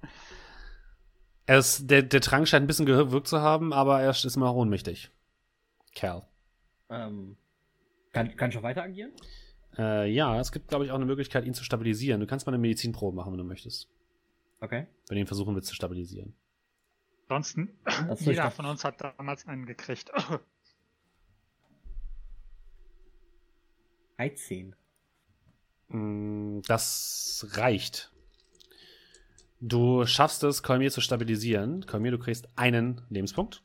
Es, der, der Trank scheint ein bisschen gewirkt zu haben, aber er ist immer noch ohnmächtig. Kerl. Ähm, kann, kann ich schon weiter agieren? Äh, ja, es gibt, glaube ich, auch eine Möglichkeit, ihn zu stabilisieren. Du kannst mal eine Medizinprobe machen, wenn du möchtest. Okay. Wenn du ihn versuchen willst zu stabilisieren. Ansonsten, Das soll ich jeder doch- von uns hat damals einen gekriegt. dreizehn. Mm, Das reicht. Du schaffst es, Kolmir zu stabilisieren. Kolmir, du kriegst einen Lebenspunkt.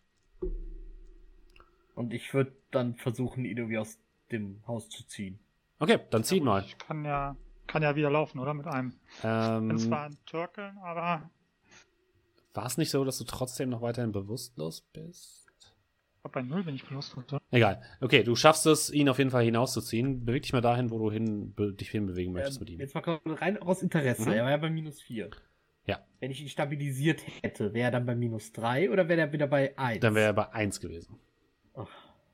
Und ich würde dann versuchen, ihn irgendwie aus dem Haus zu ziehen. Okay, dann zieh ihn mal. Ich kann ja, kann ja wieder laufen, oder? Mit einem. Ich bin Ähm, zwar ein Türkeln, aber War es nicht so, dass du trotzdem noch weiterhin bewusstlos bist? ich glaub, bei null bin ich bewusst. Oder? Egal. Okay, du schaffst es, ihn auf jeden Fall hinauszuziehen. Beweg dich mal dahin, wo du hin, be, dich hinbewegen möchtest Ähm, mit ihm. jetzt mal rein aus Interesse. Mhm. Er war ja bei minus vier. Ja. Wenn ich ihn stabilisiert hätte, wäre er dann bei minus drei oder wäre er wieder bei eins? Dann wäre er bei eins gewesen. Ach.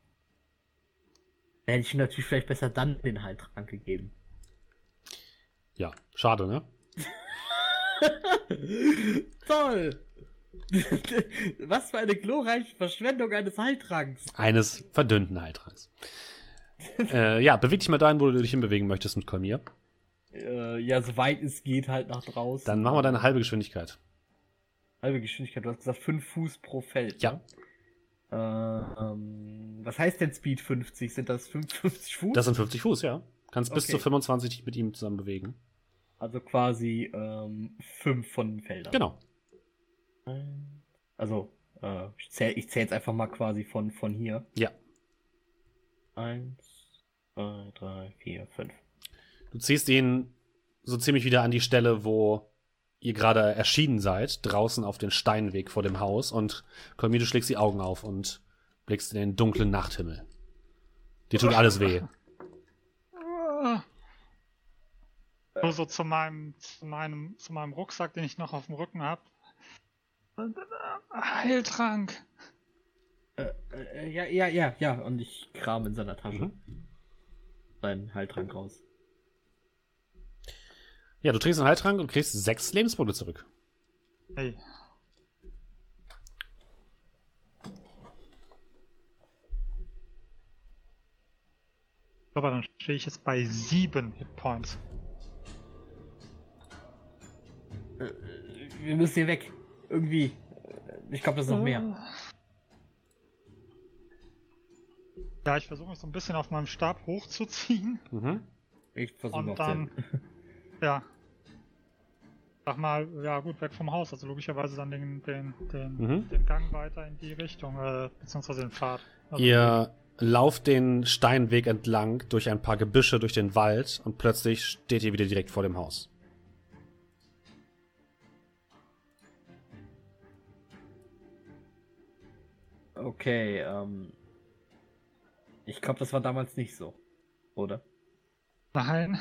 Da hätte ich ihm natürlich vielleicht besser dann den Heiltrank gegeben. Ja, schade, ne? Toll! Was für eine glorreiche Verschwendung eines Heiltranks. Eines verdünnten Heiltranks. äh, ja, beweg dich mal dahin, wo du dich hinbewegen möchtest mit Kolmir. Äh, ja, soweit es geht, halt nach draußen. Dann machen wir deine halbe Geschwindigkeit. Halbe Geschwindigkeit. Du hast gesagt fünf Fuß pro Feld. Ja. Ne? Äh, ähm, was heißt denn Speed fünfzig? Sind das fünfundfünfzig Fuß? Das sind fünfzig Fuß, ja. Kannst bis Okay. zu fünfundzwanzig dich mit ihm zusammen bewegen. Also quasi ähm, fünf von den Feldern. Genau. Also, äh, ich zähle ich zähl jetzt einfach mal quasi von, von hier. Ja. Eins, zwei, drei, vier, fünf. Du ziehst ihn so ziemlich wieder an die Stelle, wo ihr gerade erschienen seid, draußen auf den Steinweg vor dem Haus, und Kolmir, du schlägst die Augen auf und blickst in den dunklen Nachthimmel. Dir tut alles weh. Nur so zu meinem, zu meinem, zu meinem Rucksack, den ich noch auf dem Rücken habe. Heiltrank. Äh, äh, ja, ja, ja, ja. Und ich kram in seiner Tasche Mhm. seinen Heiltrank raus. Ja, du trägst einen Heiltrank und kriegst sechs Lebenspunkte zurück. Hey. Aber dann stehe ich jetzt bei sieben Hitpoints. Äh, wir müssen hier weg. Irgendwie. Ich glaube, das ist noch mehr. Ja, ich versuche mich so ein bisschen auf meinem Stab hochzuziehen. Mhm. Ich versuche Und noch dann, zu. ja. Sag mal, ja gut, weg vom Haus. Also logischerweise dann den, den, den, Mhm. den Gang weiter in die Richtung, äh, beziehungsweise den Pfad. Also Ihr lauft den Steinweg entlang durch ein paar Gebüsche durch den Wald und plötzlich steht ihr wieder direkt vor dem Haus. Okay, ähm. Ich glaube, das war damals nicht so. Oder? Nein.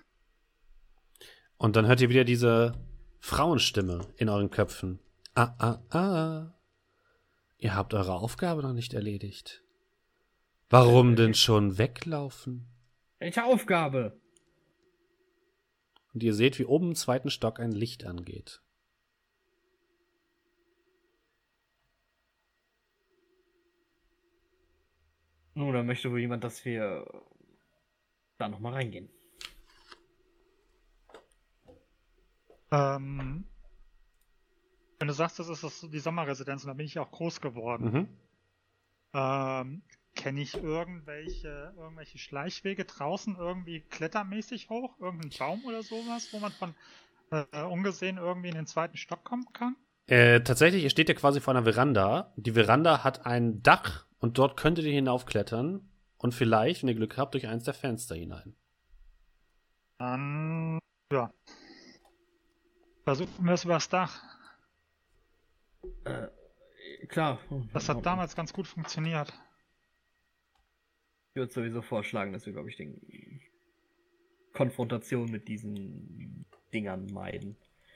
Und dann hört ihr wieder diese Frauenstimme in euren Köpfen. Ah, ah, ah. Ihr habt eure Aufgabe noch nicht erledigt. Warum denn schon weglaufen? Welche Aufgabe? Und ihr seht, wie oben im zweiten Stock ein Licht angeht. Nun, da möchte wohl jemand, dass wir da nochmal reingehen. Ähm, wenn du sagst, das ist das, die Sommerresidenz und da bin ich auch groß geworden, Mhm. ähm, kenne ich irgendwelche, irgendwelche Schleichwege draußen irgendwie klettermäßig hoch? Irgendein Baum oder sowas, wo man von äh, ungesehen irgendwie in den zweiten Stock kommen kann? Äh, tatsächlich, ihr steht ja quasi vor einer Veranda. Die Veranda hat ein Dach und dort könntet ihr hinaufklettern und vielleicht, wenn ihr Glück habt, durch eins der Fenster hinein. Dann, ja. Versuchen wir es übers Dach. Äh, klar. Das hat damals ganz gut funktioniert. Ich würde sowieso vorschlagen, dass wir, glaube ich, den Konfrontation mit diesen Dingern meiden.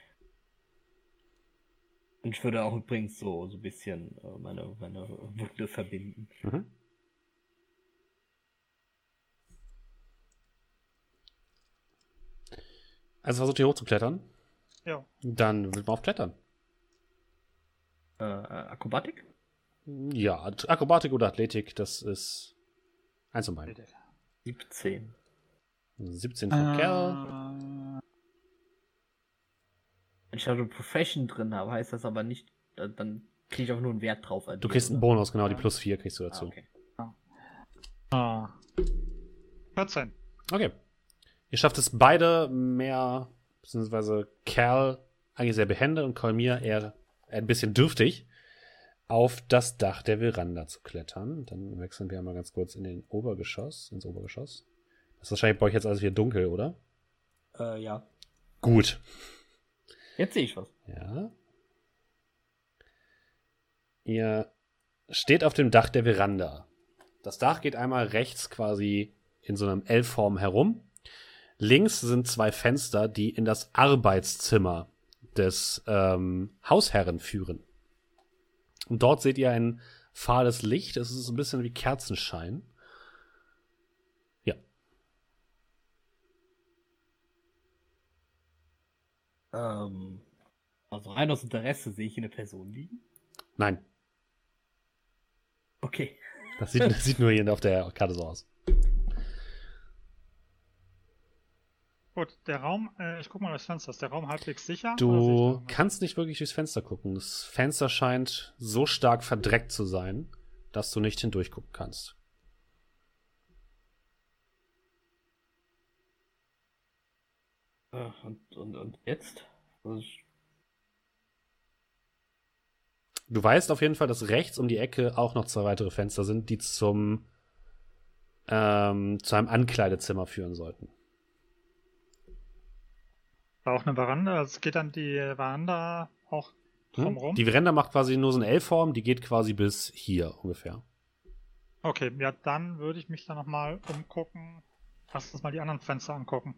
Und ich würde auch übrigens so, so ein bisschen äh, meine, meine Wunde verbinden. Mhm. Also versucht ihr hochzuklettern. Ja. Dann wird man auf Klettern. Äh, Akrobatik? Ja, Akrobatik oder Athletik, das ist eins und beiden. siebzehn. siebzehn für Kerl. Äh, Wenn ich eine Profession drin habe, heißt das aber nicht, äh, dann kriege ich auch nur einen Wert drauf. Du kriegst einen Bonus, genau, die Ja. plus vier kriegst du Ah, dazu. okay. ah. vierzehn. Okay. Ihr schafft es beide mehr, beziehungsweise Kerl eigentlich sehr behende und Kolmir eher ein bisschen dürftig, auf das Dach der Veranda zu klettern. Dann wechseln wir mal ganz kurz in den Obergeschoss, ins Obergeschoss. Das ist wahrscheinlich bei euch jetzt alles wieder dunkel, oder? Äh, ja. Gut. Jetzt sehe ich was. Ja. Ihr steht auf dem Dach der Veranda. Das Dach geht einmal rechts quasi in so einem L-Form herum. Links sind zwei Fenster, die in das Arbeitszimmer des ähm, Hausherren führen. Und dort seht ihr ein fahles Licht. Es ist ein bisschen wie Kerzenschein. Ja. Ähm, also rein aus Interesse sehe ich hier eine Person liegen. Nein, Okay. das sieht, das sieht nur hier auf der Karte so aus. Gut, der Raum, äh, ich guck mal durchs Fenster. Ist der Raum halbwegs sicher? Oder sehe ich da Du irgendwas? kannst nicht wirklich durchs Fenster gucken. Das Fenster scheint so stark verdreckt zu sein, dass du nicht hindurchgucken kannst. Äh, und, und, und jetzt? Also ich, Du weißt auf jeden Fall, dass rechts um die Ecke auch noch zwei weitere Fenster sind, die zum ähm, zu einem Ankleidezimmer führen sollten. Da auch eine Veranda? Also es geht dann die Veranda auch Hm? drumherum? Die Veranda macht quasi nur so eine L-Form, die geht quasi bis hier ungefähr. Okay, ja, dann würde ich mich da nochmal umgucken. Lass uns mal die anderen Fenster angucken.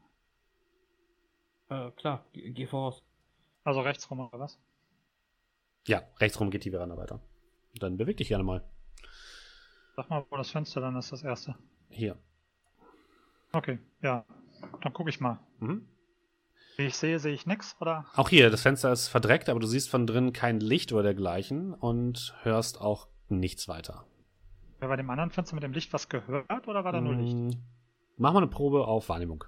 äh, klar, geh, geh voraus. Also rechts rum oder was? Ja, rechts rum geht die Veranda weiter. Dann beweg dich gerne mal. Sag mal, wo das Fenster dann ist, das erste. Hier. Okay, ja. Dann gucke ich mal. Mhm. Wie ich sehe, sehe ich nichts, oder? Auch hier, das Fenster ist verdreckt, aber du siehst von drin kein Licht oder dergleichen und hörst auch nichts weiter. Wer bei dem anderen Fenster mit dem Licht was gehört oder war da nur Licht? Mm, Mach mal eine Probe auf Wahrnehmung.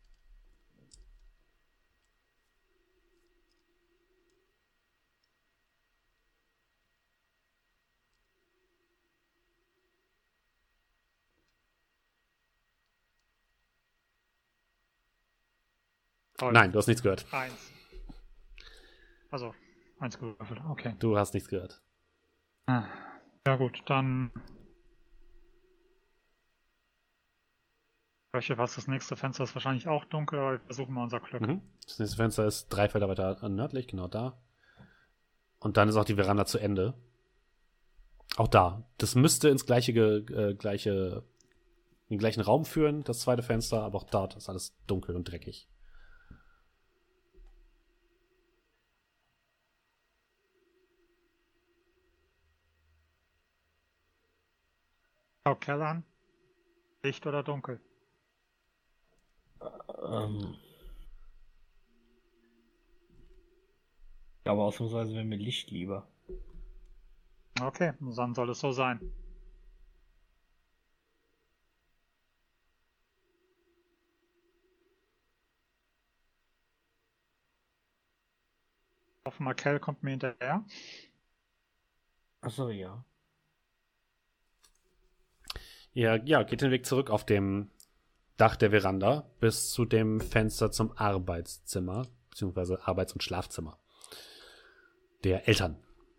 Toll. Nein, du hast nichts gehört. Eins. Also, eins gewürfelt, okay. Du hast nichts gehört. Ah. Ja gut, dann welche was das nächste Fenster ist wahrscheinlich auch dunkel, aber wir versuchen mal unser Glück. Mhm. Das nächste Fenster ist drei Felder weiter nördlich, genau da. Und dann ist auch die Veranda zu Ende. Auch da. Das müsste ins gleiche, äh, gleiche, in den gleichen Raum führen, das zweite Fenster, aber auch dort ist alles dunkel und dreckig. Schau Keller an. Licht oder dunkel? Ähm, ja, aber ausnahmsweise wäre mir Licht lieber. Okay, dann soll es so sein. hoffe mal, Kel kommt mir hinterher. Achso, ja. Ja, ja, geht den Weg zurück auf dem Dach der Veranda bis zu dem Fenster zum Arbeitszimmer, beziehungsweise Arbeits- und Schlafzimmer der Eltern.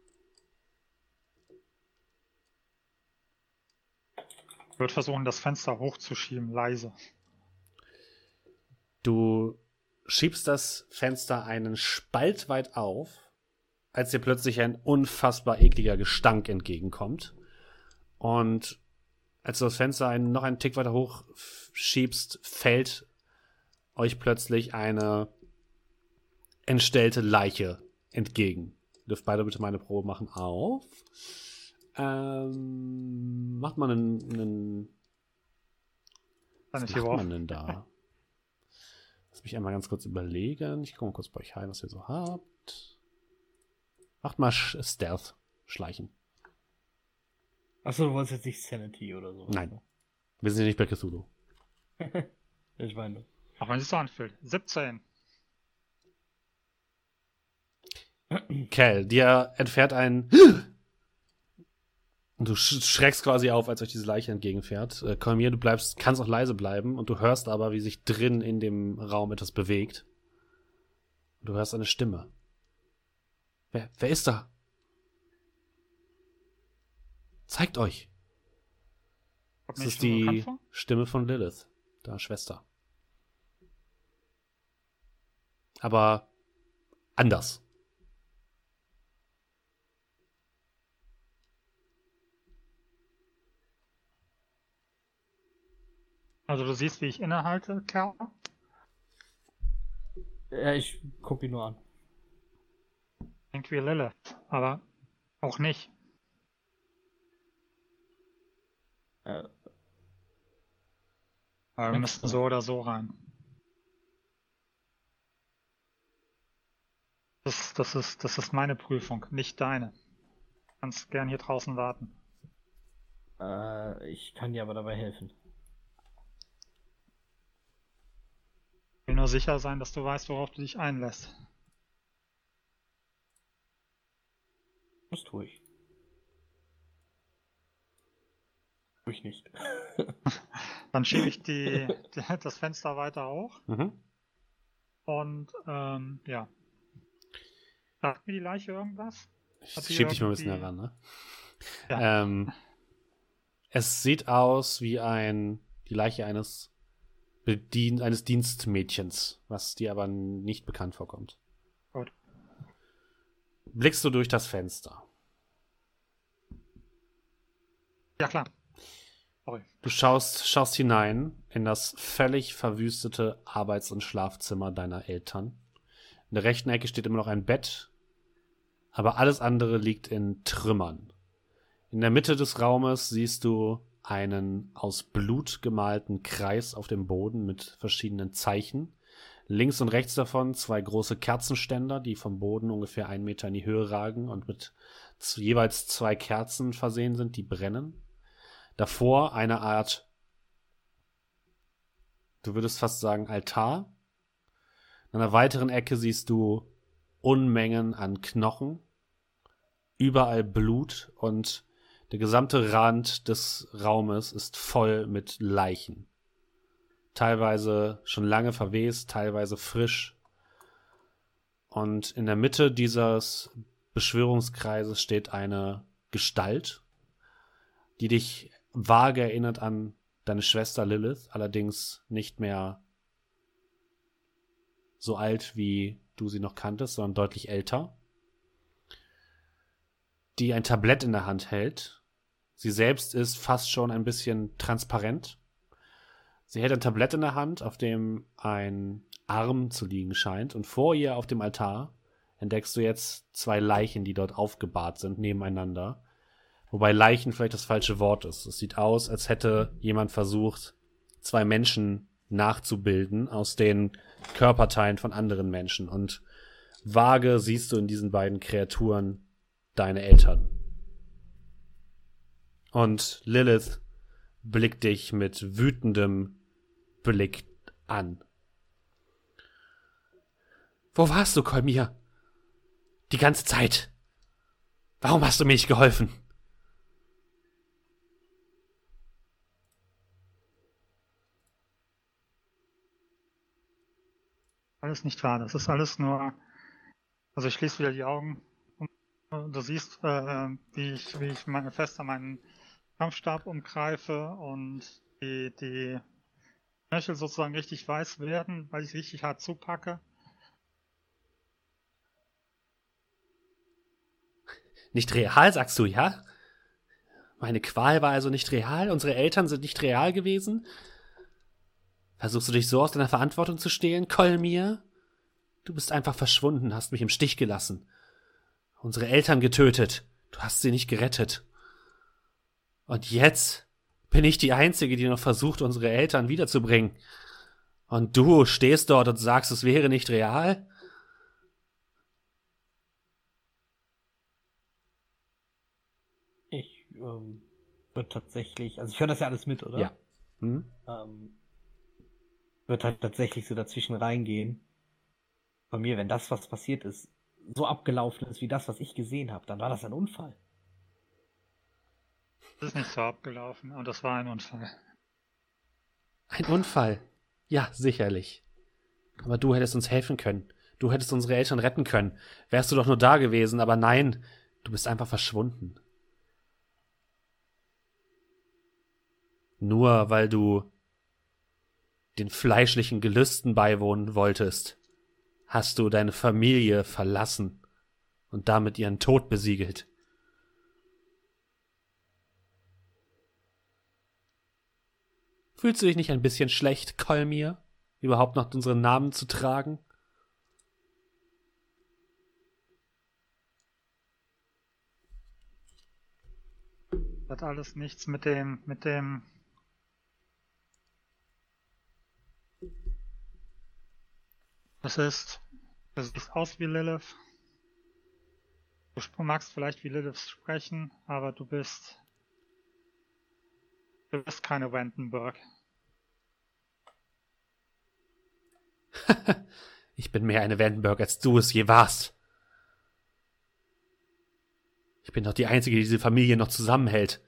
Ich würde versuchen, das Fenster hochzuschieben, leise. Du schiebst das Fenster einen Spalt weit auf, als dir plötzlich ein unfassbar ekliger Gestank entgegenkommt. Und als du das Fenster einen, noch einen Tick weiter hoch schiebst, fällt euch plötzlich eine entstellte Leiche entgegen. Ihr dürft beide bitte meine Probe machen auf. Ähm, macht man einen, einen was macht man denn da? Lass mich einmal ganz kurz überlegen. Ich komme kurz bei euch heim, was ihr so habt. Macht mal Stealth, Schleichen. Achso, du wolltest jetzt nicht Sanity oder so. Nein. Wir sind ja nicht bei Cthulhu. Ich meine. Auch wenn es so anfühlt. siebzehn. Kel, dir entfährt ein und du sch schreckst quasi auf, als euch diese Leiche entgegenfährt. Äh, Kolmir, du bleibst, kannst auch leise bleiben und du hörst aber, wie sich drin in dem Raum etwas bewegt. Und du hörst eine Stimme. Wer, wer ist da? Zeigt euch. Kommt Das mir ist nicht so bekannt die vor? Stimme von Lilith, deiner Schwester. Aber anders. Also du siehst, wie ich innehalte, Kerl. Ja, ich guck ihn nur an. Klingt wie Lilith, aber auch nicht. Äh, Aber wir müssten so oder so rein. Das, das, ist, das ist meine Prüfung, nicht deine. Du kannst gern hier draußen warten. äh, ich kann dir aber dabei helfen. Ich will nur sicher sein, dass du weißt, worauf du dich einlässt. Das tue ich. Tue ich nicht. Dann schiebe ich die, die, das Fenster weiter hoch Mhm. und ähm, ja. Sagt mir die Leiche irgendwas? Ich Hat sie schieb dich mal ein bisschen irgendwie- heran, ne? Ja. Ähm, es sieht aus wie ein die Leiche eines Bedien eines Dienstmädchens, was dir aber nicht bekannt vorkommt. Gut. Blickst du durch das Fenster. Ja klar. Sorry. Du schaust, schaust hinein in das völlig verwüstete Arbeits- und Schlafzimmer deiner Eltern. In der rechten Ecke steht immer noch ein Bett, aber alles andere liegt in Trümmern. In der Mitte des Raumes siehst du einen aus Blut gemalten Kreis auf dem Boden mit verschiedenen Zeichen. Links und rechts davon zwei große Kerzenständer, die vom Boden ungefähr einen Meter in die Höhe ragen und mit z- jeweils zwei Kerzen versehen sind, die brennen. Davor eine Art, du würdest fast sagen, Altar. In einer weiteren Ecke siehst du Unmengen an Knochen, überall Blut und der gesamte Rand des Raumes ist voll mit Leichen. Teilweise schon lange verwest, teilweise frisch. Und in der Mitte dieses Beschwörungskreises steht eine Gestalt, die dich vage erinnert an deine Schwester Lilith, allerdings nicht mehr so alt, wie du sie noch kanntest, sondern deutlich älter, die ein Tablett in der Hand hält. Sie selbst ist fast schon ein bisschen transparent. Sie hält ein Tablett in der Hand, auf dem ein Arm zu liegen scheint, und vor ihr auf dem Altar entdeckst du jetzt zwei Leichen, die dort aufgebahrt sind, nebeneinander. Wobei Leichen vielleicht das falsche Wort ist. Es sieht aus, als hätte jemand versucht, zwei Menschen nachzubilden aus den Körperteilen von anderen Menschen. Und vage siehst du in diesen beiden Kreaturen deine Eltern. Und Lilith blickt dich mit wütendem Blick an. Wo warst du, Kolmir? Die ganze Zeit. Warum hast du mir nicht geholfen? Alles nicht wahr. Das ist alles nur. Also ich schließe wieder die Augen und du siehst, äh, wie ich, wie ich meine, fester meinen Kampfstab umgreife und die, die Knöchel sozusagen richtig weiß werden, weil ich richtig hart zupacke. Nicht real, sagst du, ja? Meine Qual war also nicht real? Unsere Eltern sind nicht real gewesen? Versuchst du dich so aus deiner Verantwortung zu stehlen, Kolmir? Du bist einfach verschwunden, hast mich im Stich gelassen. Unsere Eltern getötet. Du hast sie nicht gerettet. Und jetzt bin ich die Einzige, die noch versucht, unsere Eltern wiederzubringen. Und du stehst dort und sagst, es wäre nicht real? Ich ähm, würde tatsächlich, also ich höre das ja alles mit, oder? Ja. Hm? Ähm, wird halt tatsächlich so dazwischen reingehen. Bei mir, wenn das, was passiert ist, so abgelaufen ist wie das, was ich gesehen habe, dann war das ein Unfall. Das ist nicht so abgelaufen und das war ein Unfall. Ein Unfall. Ja, sicherlich. Aber du hättest uns helfen können. Du hättest unsere Eltern retten können. Wärst du doch nur da gewesen, aber nein, du bist einfach verschwunden. Nur weil du den fleischlichen Gelüsten beiwohnen wolltest, hast du deine Familie verlassen und damit ihren Tod besiegelt. Fühlst du dich nicht ein bisschen schlecht, Kolmir, überhaupt noch unseren Namen zu tragen? Das hat alles nichts mit dem, mit dem Das ist, du siehst aus wie Lilith. Du magst vielleicht wie Lilith sprechen, aber du bist, du bist keine Vandenberg. Ich bin mehr eine Vandenberg, als du es je warst. Ich bin doch die Einzige, die diese Familie noch zusammenhält.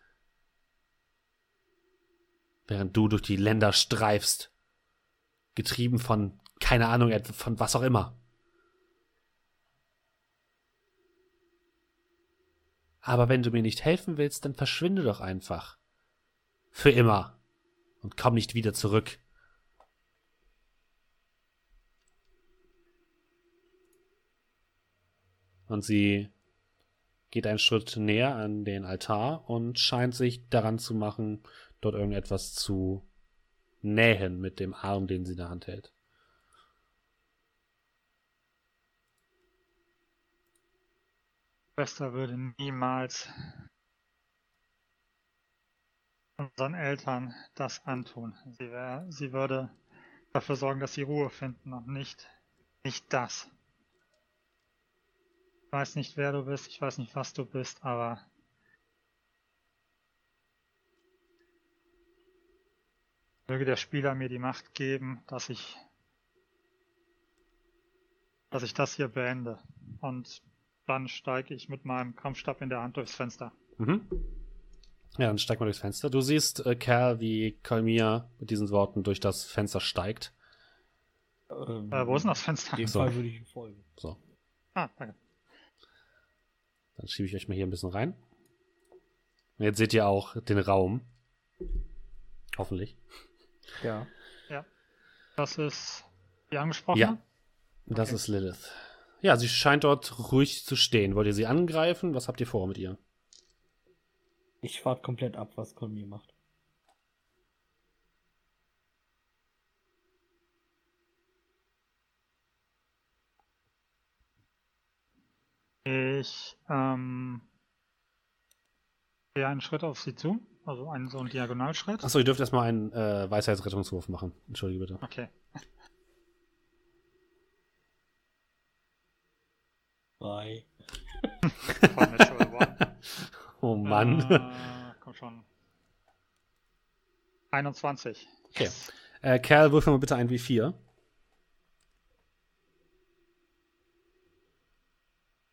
Während du durch die Länder streifst. Getrieben von, keine Ahnung, von was auch immer. Aber wenn du mir nicht helfen willst, dann verschwinde doch einfach. Für immer. Und komm nicht wieder zurück. Und sie geht einen Schritt näher an den Altar und scheint sich daran zu machen, dort irgendetwas zu nähen mit dem Arm, den sie in der Hand hält. Schwester würde niemals unseren Eltern das antun. Sie, wär, sie würde dafür sorgen, dass sie Ruhe finden und nicht, nicht das. Ich weiß nicht, wer du bist, ich weiß nicht, was du bist, aber möge der Spieler mir die Macht geben, dass ich dass ich das hier beende. Und dann steige ich mit meinem Kampfstab in der Hand durchs Fenster. Mhm. Ja, dann steig mal durchs Fenster. Du siehst, äh, Kerl, wie Kolmir mit diesen Worten durch das Fenster steigt. Ähm, Äh, wo ist denn das Fenster? In dem So. Fall würde ich ihm folgen. So, Ah, danke. dann schiebe ich euch mal hier ein bisschen rein. Und jetzt seht ihr auch den Raum. Hoffentlich. Ja. Das ist die angesprochene? Ja. Das Okay. ist Lilith. Ja, sie scheint dort ruhig zu stehen. Wollt ihr sie angreifen? Was habt ihr vor mit ihr? Ich warte komplett ab, was Kolmir macht. Ich ähm, gehe einen Schritt auf sie zu, also einen so einen Diagonalschritt. Achso, ihr dürft erstmal einen äh, Weisheitsrettungswurf machen. Entschuldige bitte. Okay. Drei. Von Natural One. Oh Mann. Äh, komm schon. einundzwanzig. Okay. Äh, Kerl, würfel mal bitte ein W vier.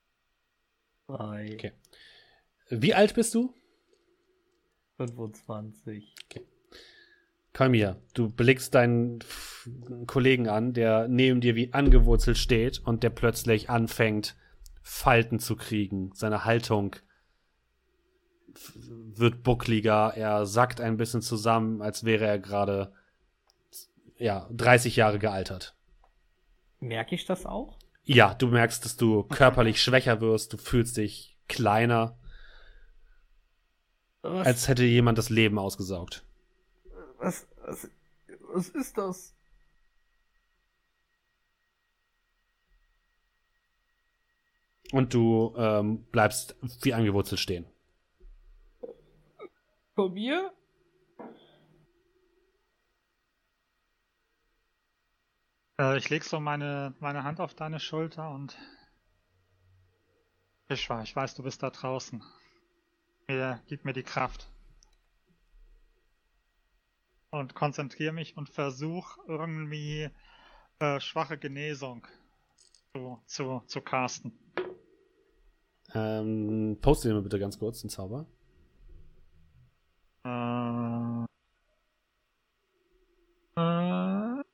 Drei. Okay. Wie alt bist du? fünfundzwanzig. Okay. Kalmir, du blickst deinen F- Kollegen an, der neben dir wie angewurzelt steht und der plötzlich anfängt, Falten zu kriegen. Seine Haltung f- wird buckliger, er sackt ein bisschen zusammen, als wäre er gerade ja, dreißig Jahre gealtert. Merke ich das auch? Ja, du merkst, dass du körperlich schwächer wirst, du fühlst dich kleiner, Was, als hätte jemand das Leben ausgesaugt. was, was, was ist das? Und du ähm, bleibst wie angewurzelt stehen. Von mir? Äh, ich leg so meine, meine Hand auf deine Schulter und Ishwa, ich weiß, du bist da draußen. Mir, gib mir die Kraft. Und konzentriere mich und versuch irgendwie äh, schwache Genesung zu, zu, zu casten. Ähm, poste dir mal bitte ganz kurz den Zauber. Äh, äh,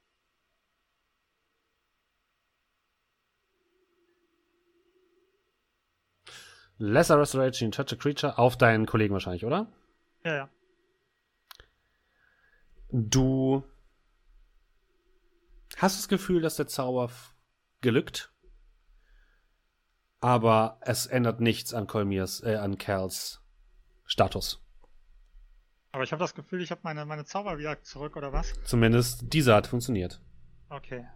Lesser Restoration, touch a creature auf deinen Kollegen wahrscheinlich, oder? ja, ja. Du hast das Gefühl, dass der Zauber f- gelückt, aber es ändert nichts an Kolmirs, äh, an Kerls Status. Aber ich habe das Gefühl, ich habe meine, meine Zauber wieder zurück, oder was? Zumindest dieser hat funktioniert. Okay.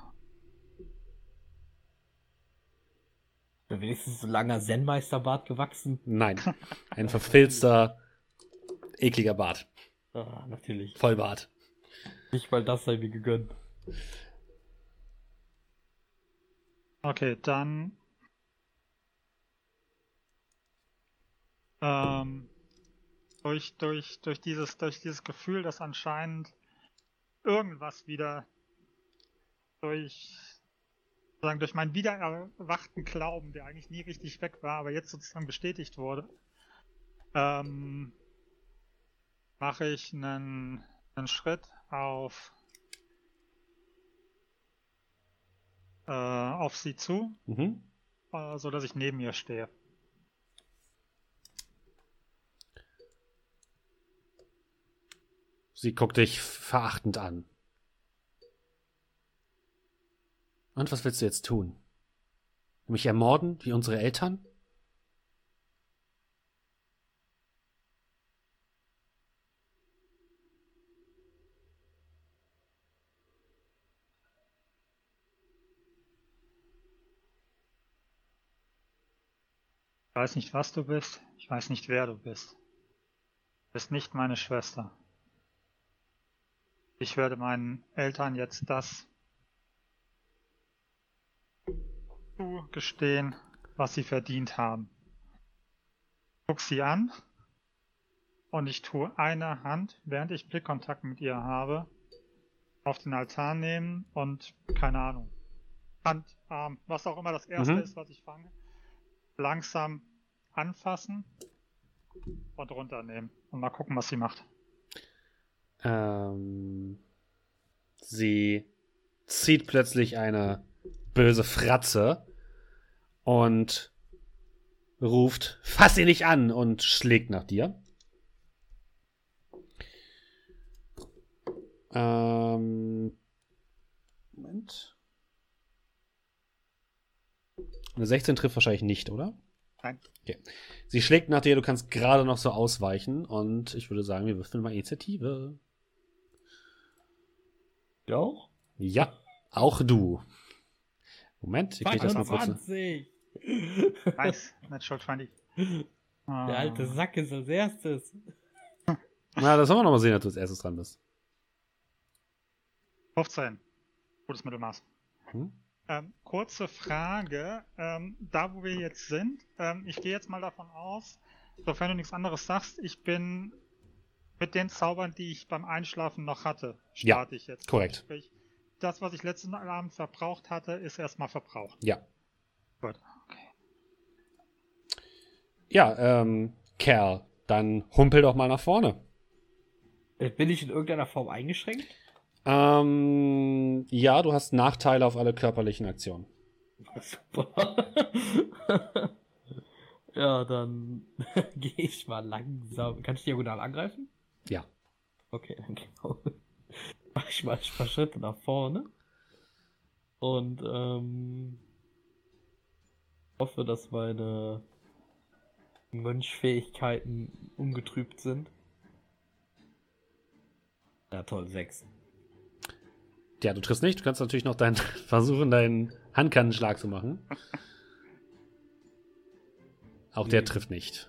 Ist wenigstens so ein langer Zen-Meisterbart gewachsen? Nein, ein verfilzter, ekliger Bart. Ah, natürlich. Vollbart. Nicht mal das sei mir gegönnt. Okay, dann ähm, durch, durch, durch, dieses, durch dieses Gefühl, dass anscheinend irgendwas wieder durch, sozusagen durch meinen wiedererwachten Glauben, der eigentlich nie richtig weg war, aber jetzt sozusagen bestätigt wurde, ähm, mache ich einen, einen Schritt auf, äh, auf sie zu, Mhm. äh, so dass ich neben ihr stehe. Sie guckt dich verachtend an. Und was willst du jetzt tun? Mich ermorden, wie unsere Eltern? Ich weiß nicht, was du bist, ich weiß nicht, wer du bist. Du bist nicht meine Schwester. Ich werde meinen Eltern jetzt das zugestehen, was sie verdient haben. Guck sie an und ich tue eine Hand, während ich Blickkontakt mit ihr habe, auf den Altar nehmen und, keine Ahnung, Hand, Arm, was auch immer das erste Mhm. ist, was ich fange, langsam anfassen und runternehmen und mal gucken, was sie macht. Ähm, sie zieht plötzlich eine böse Fratze und ruft, fass ihn nicht an, und schlägt nach dir. Ähm, Moment. Eine sechzehn trifft wahrscheinlich nicht, oder? Nein. Okay. Sie schlägt nach dir, du kannst gerade noch so ausweichen, und ich würde sagen, wir würfeln mal Initiative. Du auch? Ja, auch du. Moment, ich krieg das mal kurz. fünfundzwanzig. Nice, Natural zwanzig. Der alte Sack ist als erstes. Na, das wollen wir noch mal sehen, dass du als erstes dran bist. fünfzehn. Gutes Mittelmaß. Hm? Ähm, kurze Frage. Ähm, da, wo wir jetzt sind, ähm, ich gehe jetzt mal davon aus, sofern du nichts anderes sagst, ich bin mit den Zaubern, die ich beim Einschlafen noch hatte, starte Ja, ich jetzt. korrekt. Sprich, das, was ich letzten Abend verbraucht hatte, ist erstmal verbraucht. Ja. Gut, okay. Ja, ähm, Kerl, dann humpel doch mal nach vorne. Bin ich in irgendeiner Form eingeschränkt? Ähm, ja, du hast Nachteile auf alle körperlichen Aktionen. Super. Ja, dann gehe ich mal langsam. Kann ich diagonal angreifen? Ja. Okay, dann genau. Mach ich mal ein paar Schritte nach vorne. Und ähm, hoffe, dass meine Mönchfähigkeiten ungetrübt sind. Ja, toll, sechs. Ja, du triffst nicht. Du kannst natürlich noch deinen versuchen, deinen Handkannenschlag zu machen. Auch der Nee. trifft nicht.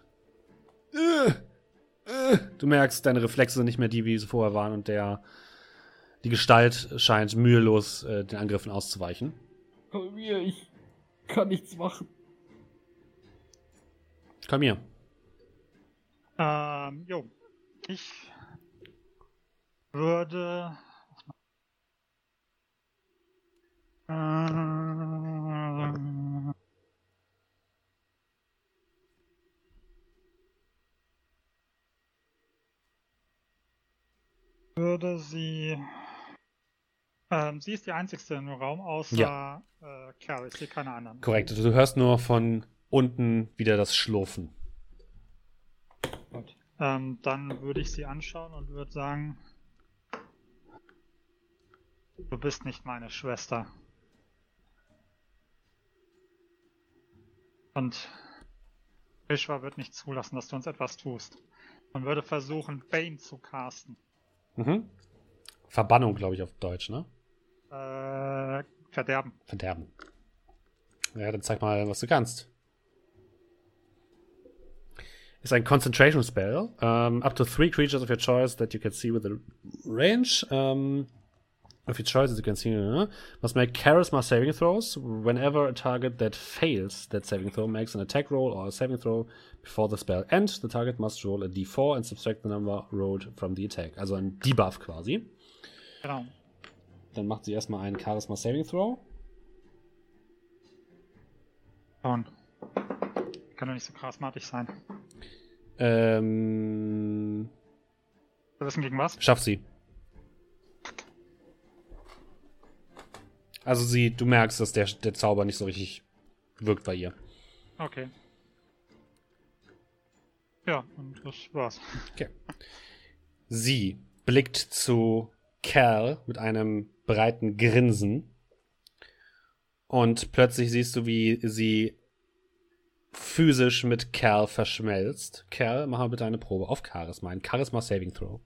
Du merkst, deine Reflexe sind nicht mehr die, wie sie vorher waren, und der die Gestalt scheint mühelos äh, den Angriffen auszuweichen. Komm hier, ich kann nichts machen. Komm hier. Ähm, jo. Ich würde. Äh, würde sie. Ähm, sie ist die einzigste im Raum, außer Ja. äh, Carrie. Ich sehe keine anderen. Korrekt. Du hörst nur von unten wieder das Schlurfen. Gut. Ähm, dann würde ich sie anschauen und würde sagen, du bist nicht meine Schwester. Und Ishwa wird nicht zulassen, dass du uns etwas tust. Und würde versuchen, Bane zu casten. Mhm. Verbannung, glaube ich, auf Deutsch, ne? Äh, Verderben. Verderben. Ja, dann zeig mal, was du kannst. Ist ein Concentration Spell. Um, up to three creatures of your choice that you can see with a range. Um, of your choice, as you can see, uh, must make Charisma saving throws. Whenever a target that fails that saving throw makes an attack roll or a saving throw before the spell ends, the target must roll a d four and subtract the number rolled from the attack. Also ein Debuff quasi. Genau. Dann macht sie erstmal einen Charisma Saving Throw. Und kann doch nicht so charismatisch sein. Ähm. Wir wissen gegen was? Schafft sie. Also sie, du merkst, dass der, der Zauber nicht so richtig wirkt bei ihr. Okay. Ja, und das war's. Okay. Sie blickt zu Cal mit einem breiten Grinsen. Und plötzlich siehst du, wie sie physisch mit Cal verschmelzt. Cal, mach mal bitte eine Probe auf Charisma. Ein Charisma Saving Throw.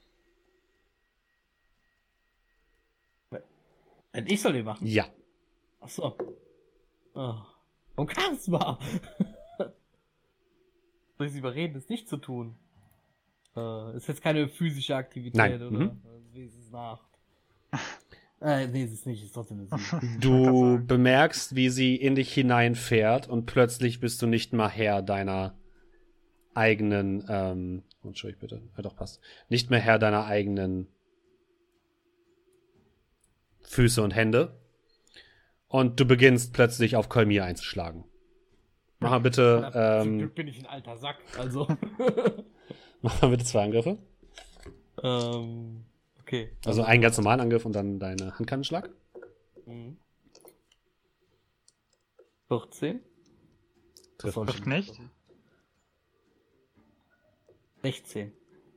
Und ich soll den machen? Ja. Achso. Oh. Und Charisma. Soll ich sie überreden, es nicht zu tun? Äh, ist jetzt keine physische Aktivität, Nein. oder? Mhm. Wesensnacht. Äh, nee, es ist nicht, es ist trotzdem eine sieben. Du bemerkst, wie sie in dich hineinfährt und plötzlich bist du nicht mal Herr deiner eigenen, ähm, Entschuldigung bitte, ja doch passt, nicht mehr Herr deiner eigenen Füße und Hände und du beginnst plötzlich auf Kolmir einzuschlagen. Mach mal bitte, Zum ähm, Glück bin ich ein alter Sack, also. mach mal bitte zwei Angriffe. ähm, okay. Also einen ganz normalen Angriff und dann deine Handkannenschlag. Mhm. vierzehn. Trifft. Das Trifft nicht. sechzehn.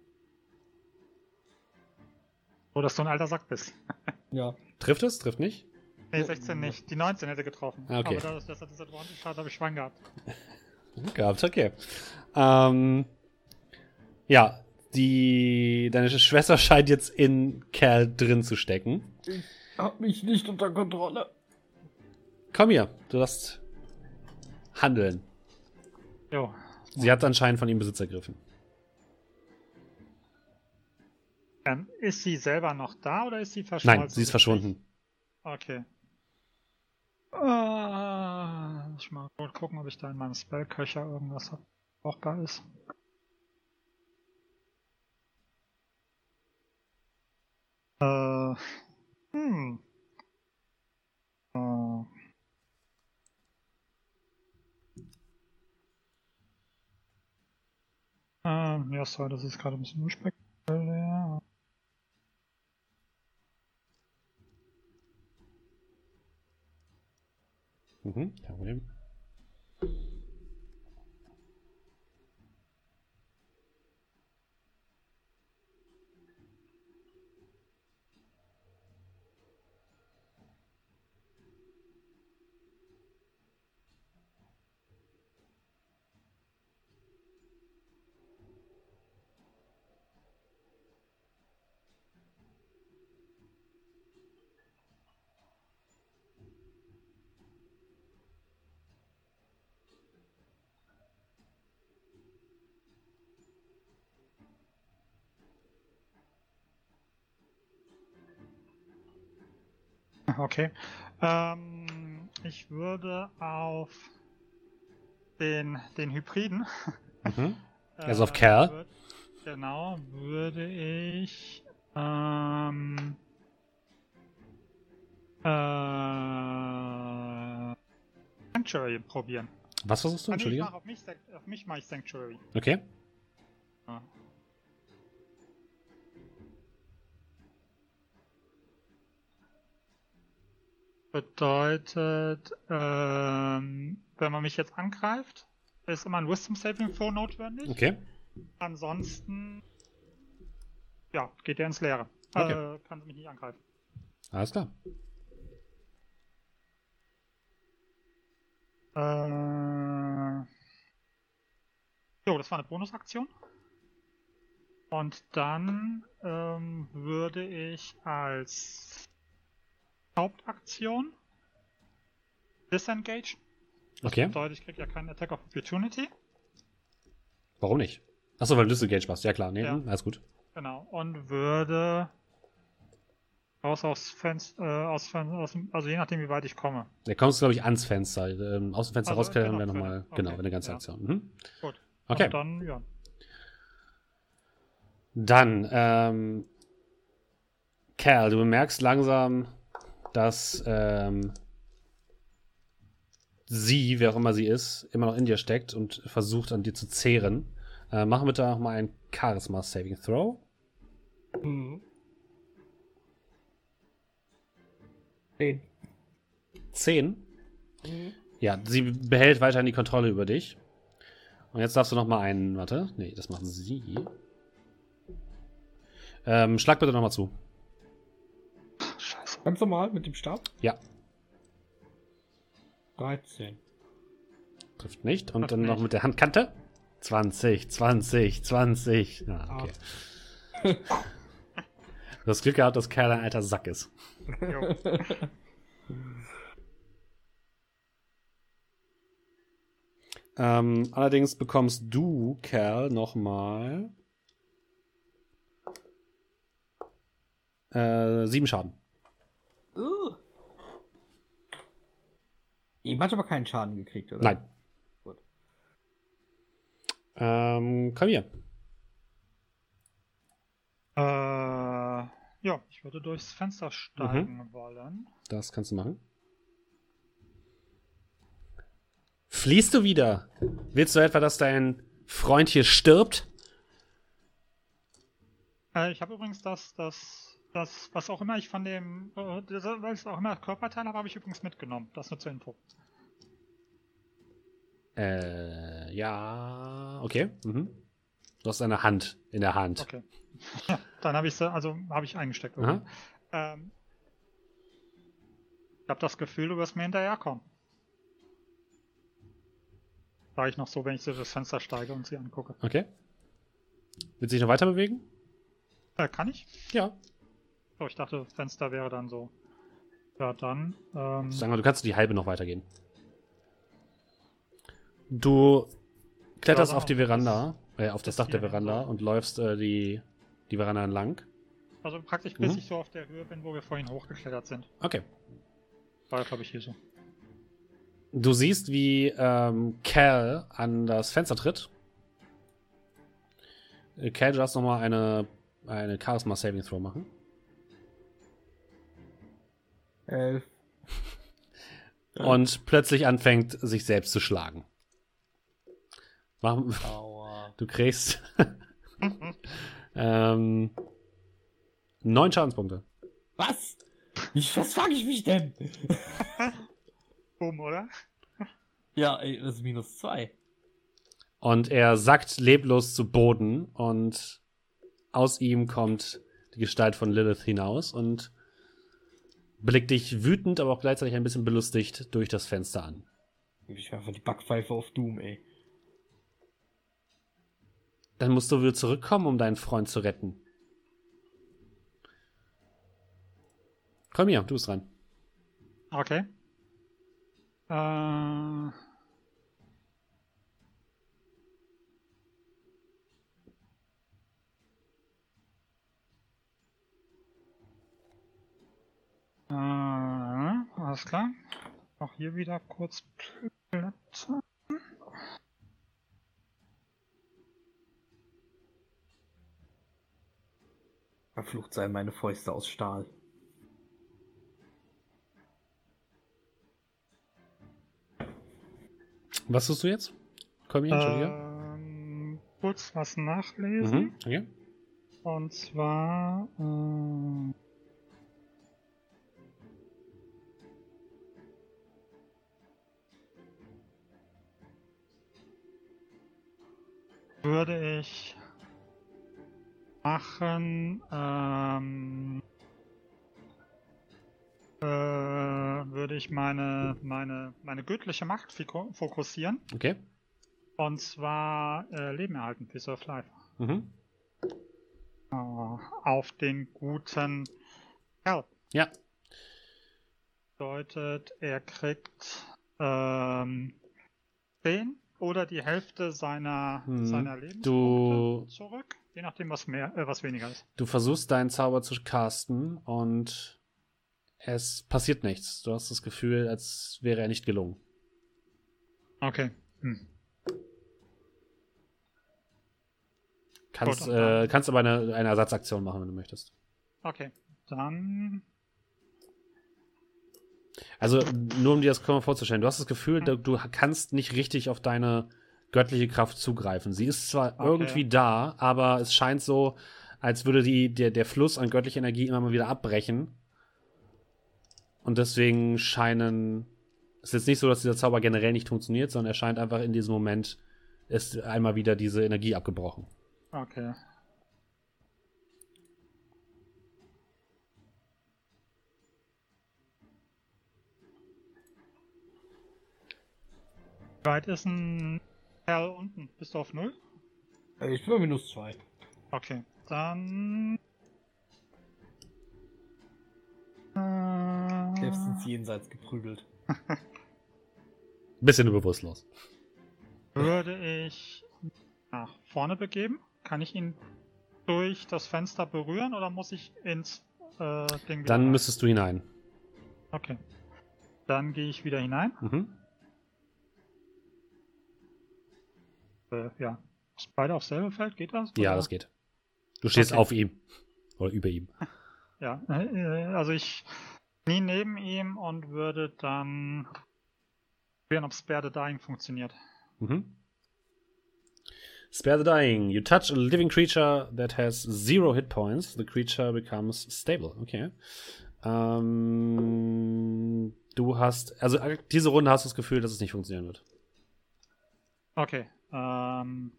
So, dass du ein alter Sack bist. Ja. Trifft es? Trifft nicht? Nee, sechzehn nicht. Die neunzehn hätte getroffen. Ah, okay. Aber dadurch, dass er das Advantage hat, habe ich Schwein gehabt. Gehabt, okay. Ähm, ja, die, deine Schwester scheint jetzt in Cal drin zu stecken. Ich hab mich nicht unter Kontrolle. Komm hier, du darfst handeln. Jo. Sie hat anscheinend von ihm Besitz ergriffen. Ähm, ist sie selber noch da oder ist sie verschwunden? Nein, sie ist verschwunden. Okay. Äh, ich mal kurz gucken, ob ich da in meinem Spellköcher irgendwas brauchbar ist. Äh, hm. Äh. Ähm, ja, sorry, das ist gerade ein bisschen unspektakulär. Mhm, kein Problem. Okay. Ähm, ich würde auf den, den Hybriden. Mhm. Also auf Kerl. Würd, genau, würde ich ähm, äh, Sanctuary probieren. Was versuchst du? Ah, nee, ich Entschuldige. mach auf mich, auf mich mache ich Sanctuary. Okay. Ja. Bedeutet, ähm, wenn man mich jetzt angreift, ist immer ein Wisdom Saving Throw notwendig. Okay. Ansonsten, ja, geht der ins Leere. Okay. Äh, kann sie mich nicht angreifen. Alles klar. Äh, jo, das war eine Bonusaktion. Und dann ähm, würde ich als Hauptaktion disengage. Das Okay. bedeutet, ich kriege ja keinen Attack of Opportunity. Warum nicht? Achso, weil du Disengage machst. Ja klar, nee, Ja. hm, alles gut. Genau. Und würde raus aus Fenster, äh, aus, Fen aus also je nachdem, wie weit ich komme. Der kommst, glaube ich, ans Fenster. Ähm, aus dem Fenster Also, rausklettern genau, wäre nochmal, okay. genau, eine ganze Ja. Aktion. Mhm. Gut. Okay. Und dann, ja. Dann, ähm, Kerl, du bemerkst langsam, dass ähm, sie, wer auch immer sie ist, immer noch in dir steckt und versucht, an dir zu zehren. Äh, machen wir da nochmal ein Charisma Saving Throw. Mhm. Zehn. Zehn. Mhm. Ja, sie behält weiterhin die Kontrolle über dich. Und jetzt darfst du nochmal einen, warte, nee, das macht sie. Ähm, schlag bitte nochmal zu. Scheiße. Ganz normal mit dem Stab? Ja, dreizehn. trifft nicht. Und Trifft dann noch nicht. mit der Handkante. zwanzig, zwanzig, zwanzig. Ah, okay. Du hast Glück gehabt, dass Kerl ein alter Sack ist. Jo. Ähm, allerdings bekommst du, Kerl, nochmal äh, sieben Schaden. Uh. Ihm hat aber keinen Schaden gekriegt, oder? Nein. Gut. Ähm, komm hier. Äh, ja, ich würde durchs Fenster steigen wollen. Das kannst du machen. Fliehst du wieder? Willst du etwa, dass dein Freund hier stirbt? Äh, ich habe übrigens das, das, das, was auch immer ich von dem, äh, das, was auch immer Körperteil habe, habe ich übrigens mitgenommen. Das nur zur Info. Äh, ja, okay. Mhm. Du hast eine Hand in der Hand. Okay. Ja, dann habe ich sie, also habe ich eingesteckt. Aha. Ähm, ich habe das Gefühl, du wirst mir hinterherkommen. Sage ich noch so, wenn ich so das Fenster steige und sie angucke. Okay. Willst du dich noch weiter bewegen? Äh, kann ich? Ja. So, ich dachte, Fenster wäre dann so. Ja, dann. Ähm, Sagen wir, du kannst die halbe noch weitergehen. Du kletterst Ja, auf die dann Veranda, äh, auf das bis Dach der hierhin Veranda so. und läufst äh, die, die Veranda entlang. also praktisch bis Mhm. ich so auf der Höhe bin, wo wir vorhin hochgeklettert sind. Okay. War, glaube ich, hier so. Du siehst, wie ähm, Cal an das Fenster tritt. Äh, Cal, du darfst nochmal eine, eine Charisma Saving Throw machen. Elf. Und plötzlich anfängt, sich selbst zu schlagen. Mach, Aua. du kriegst ähm, neun Schadenspunkte. Was? Wie, was frage ich mich denn? Boom, oder? Ja, ey, das ist minus zwei. Und er sackt leblos zu Boden und aus ihm kommt die Gestalt von Lilith hinaus und blickt dich wütend, aber auch gleichzeitig ein bisschen belustigt durch das Fenster an. Ich werfe die Backpfeife auf Doom, ey. Dann musst du wieder zurückkommen, um deinen Freund zu retten. Komm hier, du bist dran. Okay. Äh... Äh, alles klar. Auch hier wieder kurz Plätze. Verflucht seien meine Fäuste aus Stahl. Was tust du jetzt? Komm hier, Entschuldige. Ähm, kurz was nachlesen. Mhm, okay. Und zwar... Äh, würde ich machen, ähm, äh, würde ich meine, meine, meine göttliche Macht fiko- fokussieren. Okay. Und zwar äh, Leben erhalten, Piece of Life. Mhm. Äh, auf den guten Kerl. Ja. Bedeutet, er kriegt ähm, zehn oder die Hälfte seiner, Mhm. seiner Lebenspunkte Du- zurück, je nachdem, was mehr, äh, was weniger ist. Du versuchst deinen Zauber zu casten und es passiert nichts. Du hast das Gefühl, als wäre er nicht gelungen. Okay. Hm. Kannst, Gut, und dann- äh, kannst aber eine, eine Ersatzaktion machen, wenn du möchtest. Okay, dann. Also, nur um dir das mal vorzustellen, du hast das Gefühl, du, du kannst nicht richtig auf deine göttliche Kraft zugreifen. Sie ist zwar Okay. irgendwie da, aber es scheint so, als würde die, der, der Fluss an göttlicher Energie immer mal wieder abbrechen. Und deswegen scheinen. Es ist jetzt nicht so, dass dieser Zauber generell nicht funktioniert, sondern er scheint einfach in diesem Moment, ist einmal wieder diese Energie abgebrochen. Okay. Wie weit ist ein Kerl unten? Bist du auf null? Äh, Ich bin bei minus zwei. Okay, dann. Selbst Äh, ins Jenseits geprügelt. Bisschen bewusstlos. würde ich nach vorne begeben? Kann ich ihn durch das Fenster berühren oder muss ich ins äh, Ding wieder Dann rein? müsstest du hinein. Okay. Dann gehe ich wieder hinein. Mhm. Äh, ja. Ist beide aufs selbe Feld? Geht das? Ja, Oder? das geht. Du stehst Okay. auf ihm. Oder über ihm. Ja, äh, also ich knie neben ihm und würde dann probieren, ob Spare the Dying funktioniert. Mhm. Spare the dying. You touch a living creature that has zero hit points. The creature becomes stable. Okay. Ähm, du hast, also diese Runde hast du das Gefühl, dass es nicht funktionieren wird. Okay. Ähm,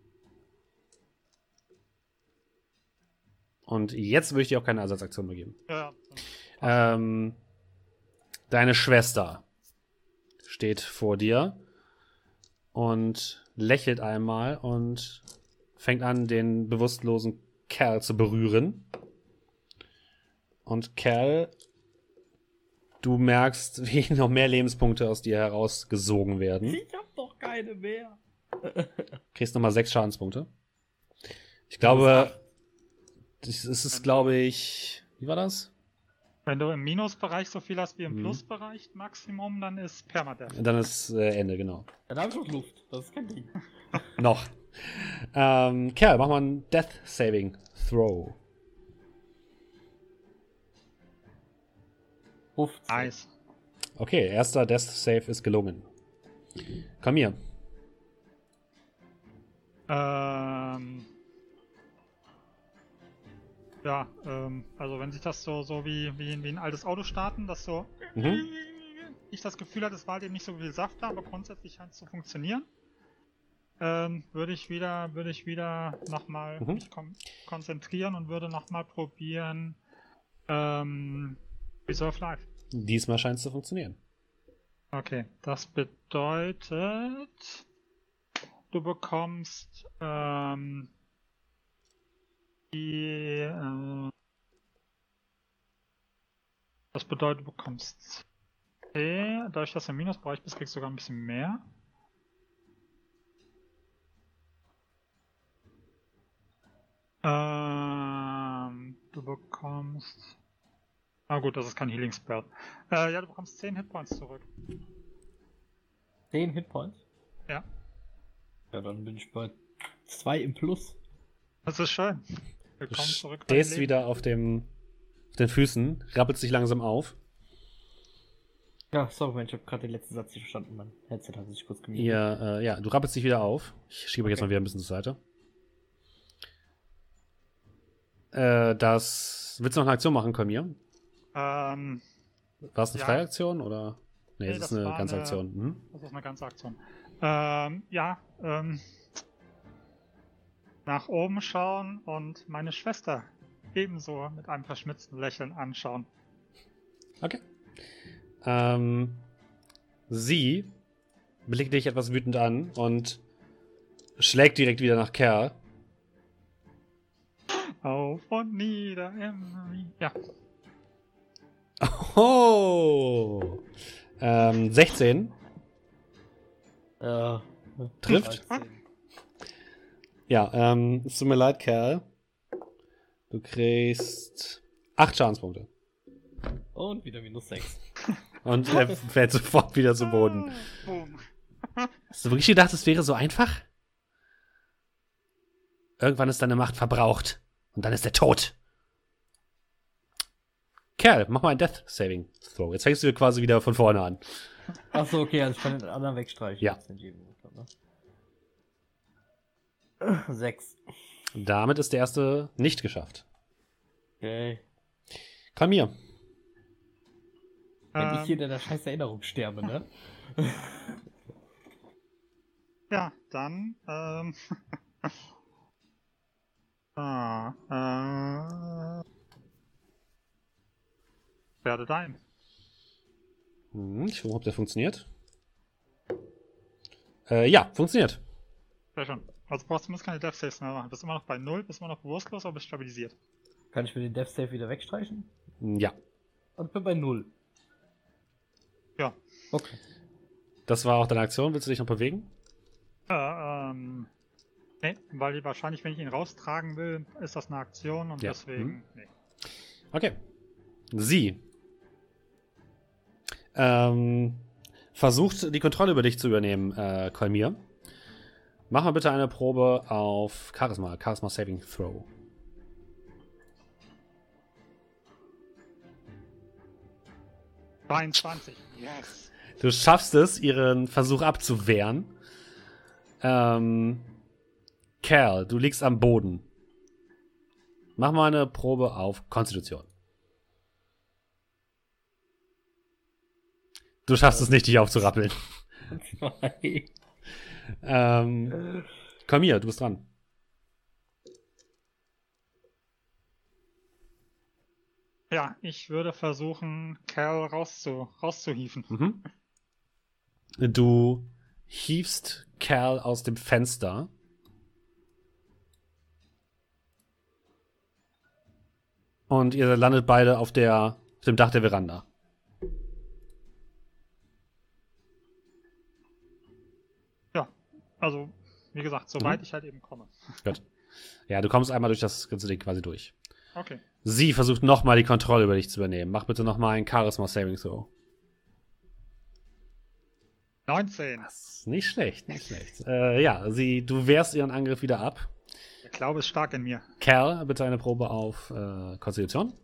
Und jetzt würde ich dir auch keine Ersatzaktion mehr geben. ja, Ähm, deine Schwester steht vor dir und lächelt einmal und fängt an, den bewusstlosen Kerl zu berühren. Und Kerl, du merkst, wie noch mehr Lebenspunkte aus dir herausgesogen werden. Ich hab doch keine mehr. Kriegst nochmal sechs Schadenspunkte. Ich glaube, das ist es, glaube ich, wie war das? wenn du im Minusbereich so viel hast wie im Mhm. Plusbereich Maximum, dann ist Permadeath. Dann ist äh, Ende, genau. Dann hab ich noch Luft. Das ist kein Ding. Noch. Ähm, Kerl, mach mal einen Death Saving Throw. fünfzehn. Nice. Okay, erster Death Save ist gelungen. Komm hier. Ähm, Ja, ähm, also wenn sich das so, so wie, wie, wie ein altes Auto starten, das so Mhm. ich das Gefühl hatte, es war halt eben nicht so viel Saft da, aber grundsätzlich scheint es zu funktionieren. Ähm, würde ich wieder, würde ich wieder nochmal Mhm. mich kon konzentrieren und würde nochmal probieren, ähm, Resolve Life. Diesmal scheint es zu funktionieren. Okay, das bedeutet, du bekommst ähm, die, äh, das bedeutet, du bekommst C, dadurch, dass du im Minusbereich bist, kriegst du sogar ein bisschen mehr. Ähm, du bekommst, ah gut, das ist kein Healing Spell. Äh, ja, du bekommst zehn Hitpoints zurück. zehn Hitpoints? Ja. Ja, dann bin ich bei zwei im Plus. Das ist schön. Du Willkommen zurück bei stehst Leben. wieder auf, dem, auf den Füßen, rappelst dich langsam auf. Ja, sorry, Mensch, ich habe gerade den letzten Satz nicht verstanden. Mein Headset hat sich kurz gemutet. Ihr, äh, ja, du rappelst dich wieder auf. Ich schiebe euch jetzt Okay. mal wieder ein bisschen zur Seite. Äh, das. Willst du noch eine Aktion machen, Kolmir? Ähm, War es eine Ja. freie Aktion oder? Nee, Nee, das ist das eine war ganze eine- Aktion. Mhm. das ist eine ganze Aktion. Ähm, ja, ähm, nach oben schauen und meine Schwester ebenso mit einem verschmitzten Lächeln anschauen. Okay. Ähm, sie blickt dich etwas wütend an und schlägt direkt wieder nach Kerl. Auf und nieder, Emily. Ja, Oh! Ähm, sechzehn. Äh, Trifft? dreizehn. Ja, ähm, es tut mir leid, Kerl. Du kriegst acht Schadenspunkte. Und wieder minus sechs. Und er fällt sofort wieder zu Boden. Boom. Hast du wirklich gedacht, es wäre so einfach? Irgendwann ist deine Macht verbraucht. Und dann ist er tot. Kerl, mach mal ein Death Saving Throw. Jetzt fängst du quasi wieder von vorne an. Achso, okay, also ich kann den anderen wegstreichen. Ja. Ne? Sechs. Damit ist der erste nicht geschafft. Okay. Komm mir. Wenn ich hier Ähm, in der scheiß Erinnerung sterbe, ne? ja, dann, ähm, ah, äh, werde dein. Hm, ich gucke, ob der funktioniert. Äh, ja, funktioniert. Sehr schön. Also brauchst du musst keine Death Saves mehr machen. Bist immer noch bei null, bist immer noch bewusstlos, aber bist stabilisiert. Kann ich mir den Death Save wieder wegstreichen? Ja. Und bin bei null. Ja. Okay. Das war auch deine Aktion. Willst du dich noch bewegen? Äh, ähm, nee, weil die wahrscheinlich, wenn ich ihn raustragen will, ist das eine Aktion und Ja. deswegen, Mhm. nee. Okay. Sie ähm, versucht, die Kontrolle über dich zu übernehmen, äh, Kolmir. Mach mal bitte eine Probe auf Charisma. Charisma Saving Throw. dreiundzwanzig. Yes. Du schaffst es, ihren Versuch abzuwehren. Ähm, Kerl, du liegst am Boden. Mach mal eine Probe auf Konstitution. Du schaffst es nicht, dich aufzurappeln. Zwei. Ähm, komm hier, du bist dran. Ja, ich würde versuchen, Cal rauszu rauszuhieven. Mhm. Du hiefst Kerl aus dem Fenster. Und ihr landet beide auf, der, auf dem Dach der Veranda. Ja, also, wie gesagt, soweit ich halt eben komme. Gut. Ja, du kommst einmal durch das ganze Ding quasi durch. Okay. Sie versucht nochmal die Kontrolle über dich zu übernehmen. Mach bitte nochmal ein Charisma Saving Throw. neunzehn. Nicht schlecht, nicht schlecht. Äh, ja, sie, du wehrst ihren Angriff wieder ab. Der Glaube ist stark in mir. Kerl, bitte eine Probe auf äh, Konstitution.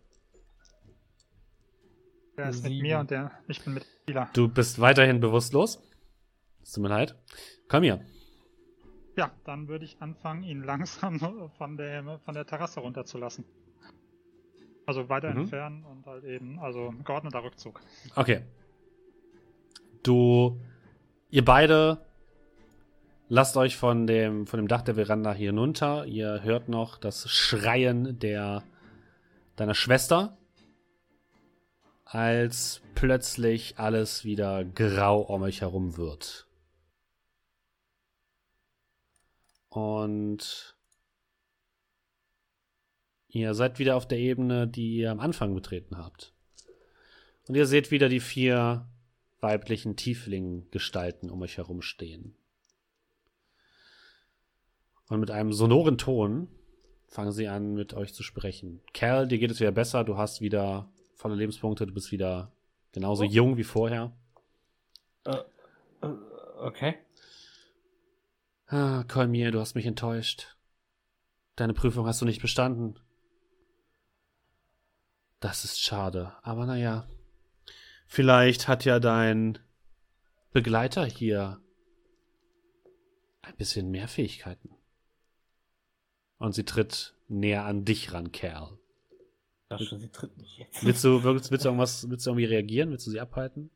Der ist mit Sieben. mir und der, ich bin mit Spieler. Du bist weiterhin bewusstlos. Es tut mir leid. Komm hier. Ja, dann würde ich anfangen, ihn langsam von der, von der Terrasse runterzulassen. Also weiter Mhm. entfernen und halt eben, also geordneter Rückzug. Okay. Du, ihr beide lasst euch von dem, von dem Dach der Veranda hier hinunter. Ihr hört noch das Schreien der, deiner Schwester, als plötzlich alles wieder grau um euch herum wird. Und ihr seid wieder auf der Ebene, die ihr am Anfang betreten habt. Und ihr seht wieder die vier weiblichen Tiefling-Gestalten um euch herum stehen. Und mit einem sonoren Ton fangen sie an, mit euch zu sprechen. Cal, dir geht es wieder besser, du hast wieder volle Lebenspunkte, du bist wieder genauso Oh. jung wie vorher. Äh, äh, okay. Ah, Kolmir, du hast mich enttäuscht. Deine Prüfung hast du nicht bestanden. Das ist schade, aber naja. Vielleicht hat ja dein Begleiter hier ein bisschen mehr Fähigkeiten. Und sie tritt näher an dich ran, Kerl. Das schon, sie tritt mich jetzt. Willst du, willst, willst du irgendwas, willst du irgendwie reagieren? Willst du sie abhalten?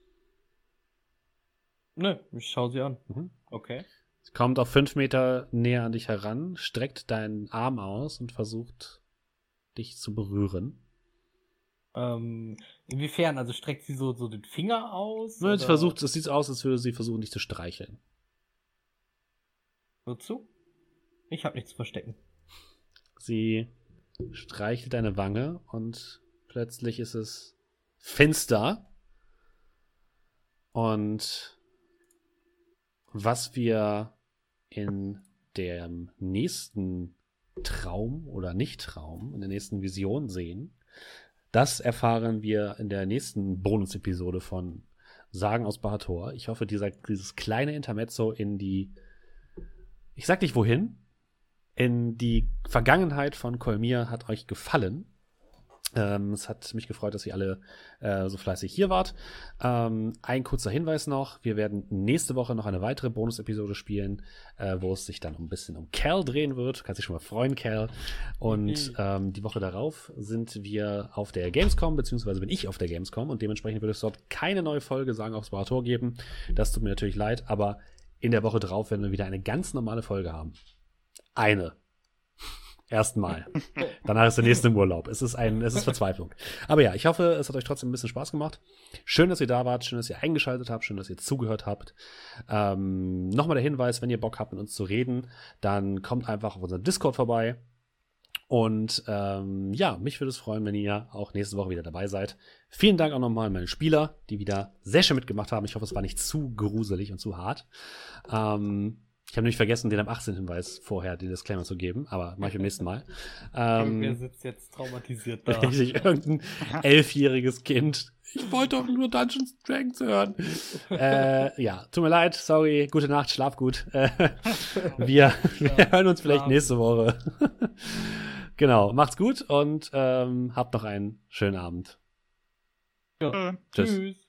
Nö, ich schau sie an. Mhm. Okay. Sie kommt auf fünf Meter näher an dich heran, streckt deinen Arm aus und versucht, dich zu berühren. Ähm, inwiefern? Also streckt sie so, so den Finger aus? Nö, sie oder versucht, es sieht aus, als würde sie versuchen, dich zu streicheln. Wozu? Ich hab nichts zu verstecken. Sie streichelt deine Wange und plötzlich ist es finster. Und was wir in dem nächsten Traum oder Nicht-Traum, in der nächsten Vision sehen, das erfahren wir in der nächsten Bonus-Episode von Sagen aus Bahator. Ich hoffe, dieser, dieses kleine Intermezzo in die, ich sag nicht wohin, in die Vergangenheit von Kolmir hat euch gefallen. Ähm, es hat mich gefreut, dass ihr alle äh, so fleißig hier wart. Ähm, ein kurzer Hinweis noch. Wir werden nächste Woche noch eine weitere Bonus-Episode spielen, äh, wo es sich dann ein bisschen um Cal drehen wird. Du kannst dich schon mal freuen, Cal. Und Mhm. ähm, die Woche darauf sind wir auf der Gamescom, beziehungsweise bin ich auf der Gamescom und dementsprechend wird es dort keine neue Folge Sagen aufs Bahator geben. Das tut mir natürlich leid, aber in der Woche drauf werden wir wieder eine ganz normale Folge haben. Eine. Erstmal. Danach ist der nächste im Urlaub. Es ist ein, es ist Verzweiflung. Aber ja, ich hoffe, es hat euch trotzdem ein bisschen Spaß gemacht. Schön, dass ihr da wart. Schön, dass ihr eingeschaltet habt. Schön, dass ihr zugehört habt. Ähm, Nochmal der Hinweis, wenn ihr Bock habt, mit uns zu reden, dann kommt einfach auf unseren Discord vorbei. Und ähm, ja, mich würde es freuen, wenn ihr auch nächste Woche wieder dabei seid. Vielen Dank auch nochmal an meine Spieler, die wieder sehr schön mitgemacht haben. Ich hoffe, es war nicht zu gruselig und zu hart. Ähm, Ich habe nämlich vergessen, den am achtzehnten Hinweis vorher den Disclaimer zu geben, aber mache ich beim nächsten Mal. Irgendwer Ähm, sitzt jetzt traumatisiert da. richtig, irgendein elfjähriges Kind. Ich wollte doch nur Dungeons and Dragons hören. äh, ja, tut mir leid, sorry, gute Nacht, schlaf gut. Äh, wir, wir hören uns vielleicht nächste Woche. Genau, macht's gut und ähm, habt noch einen schönen Abend. Ja. Äh, Tschüss. Tschüss.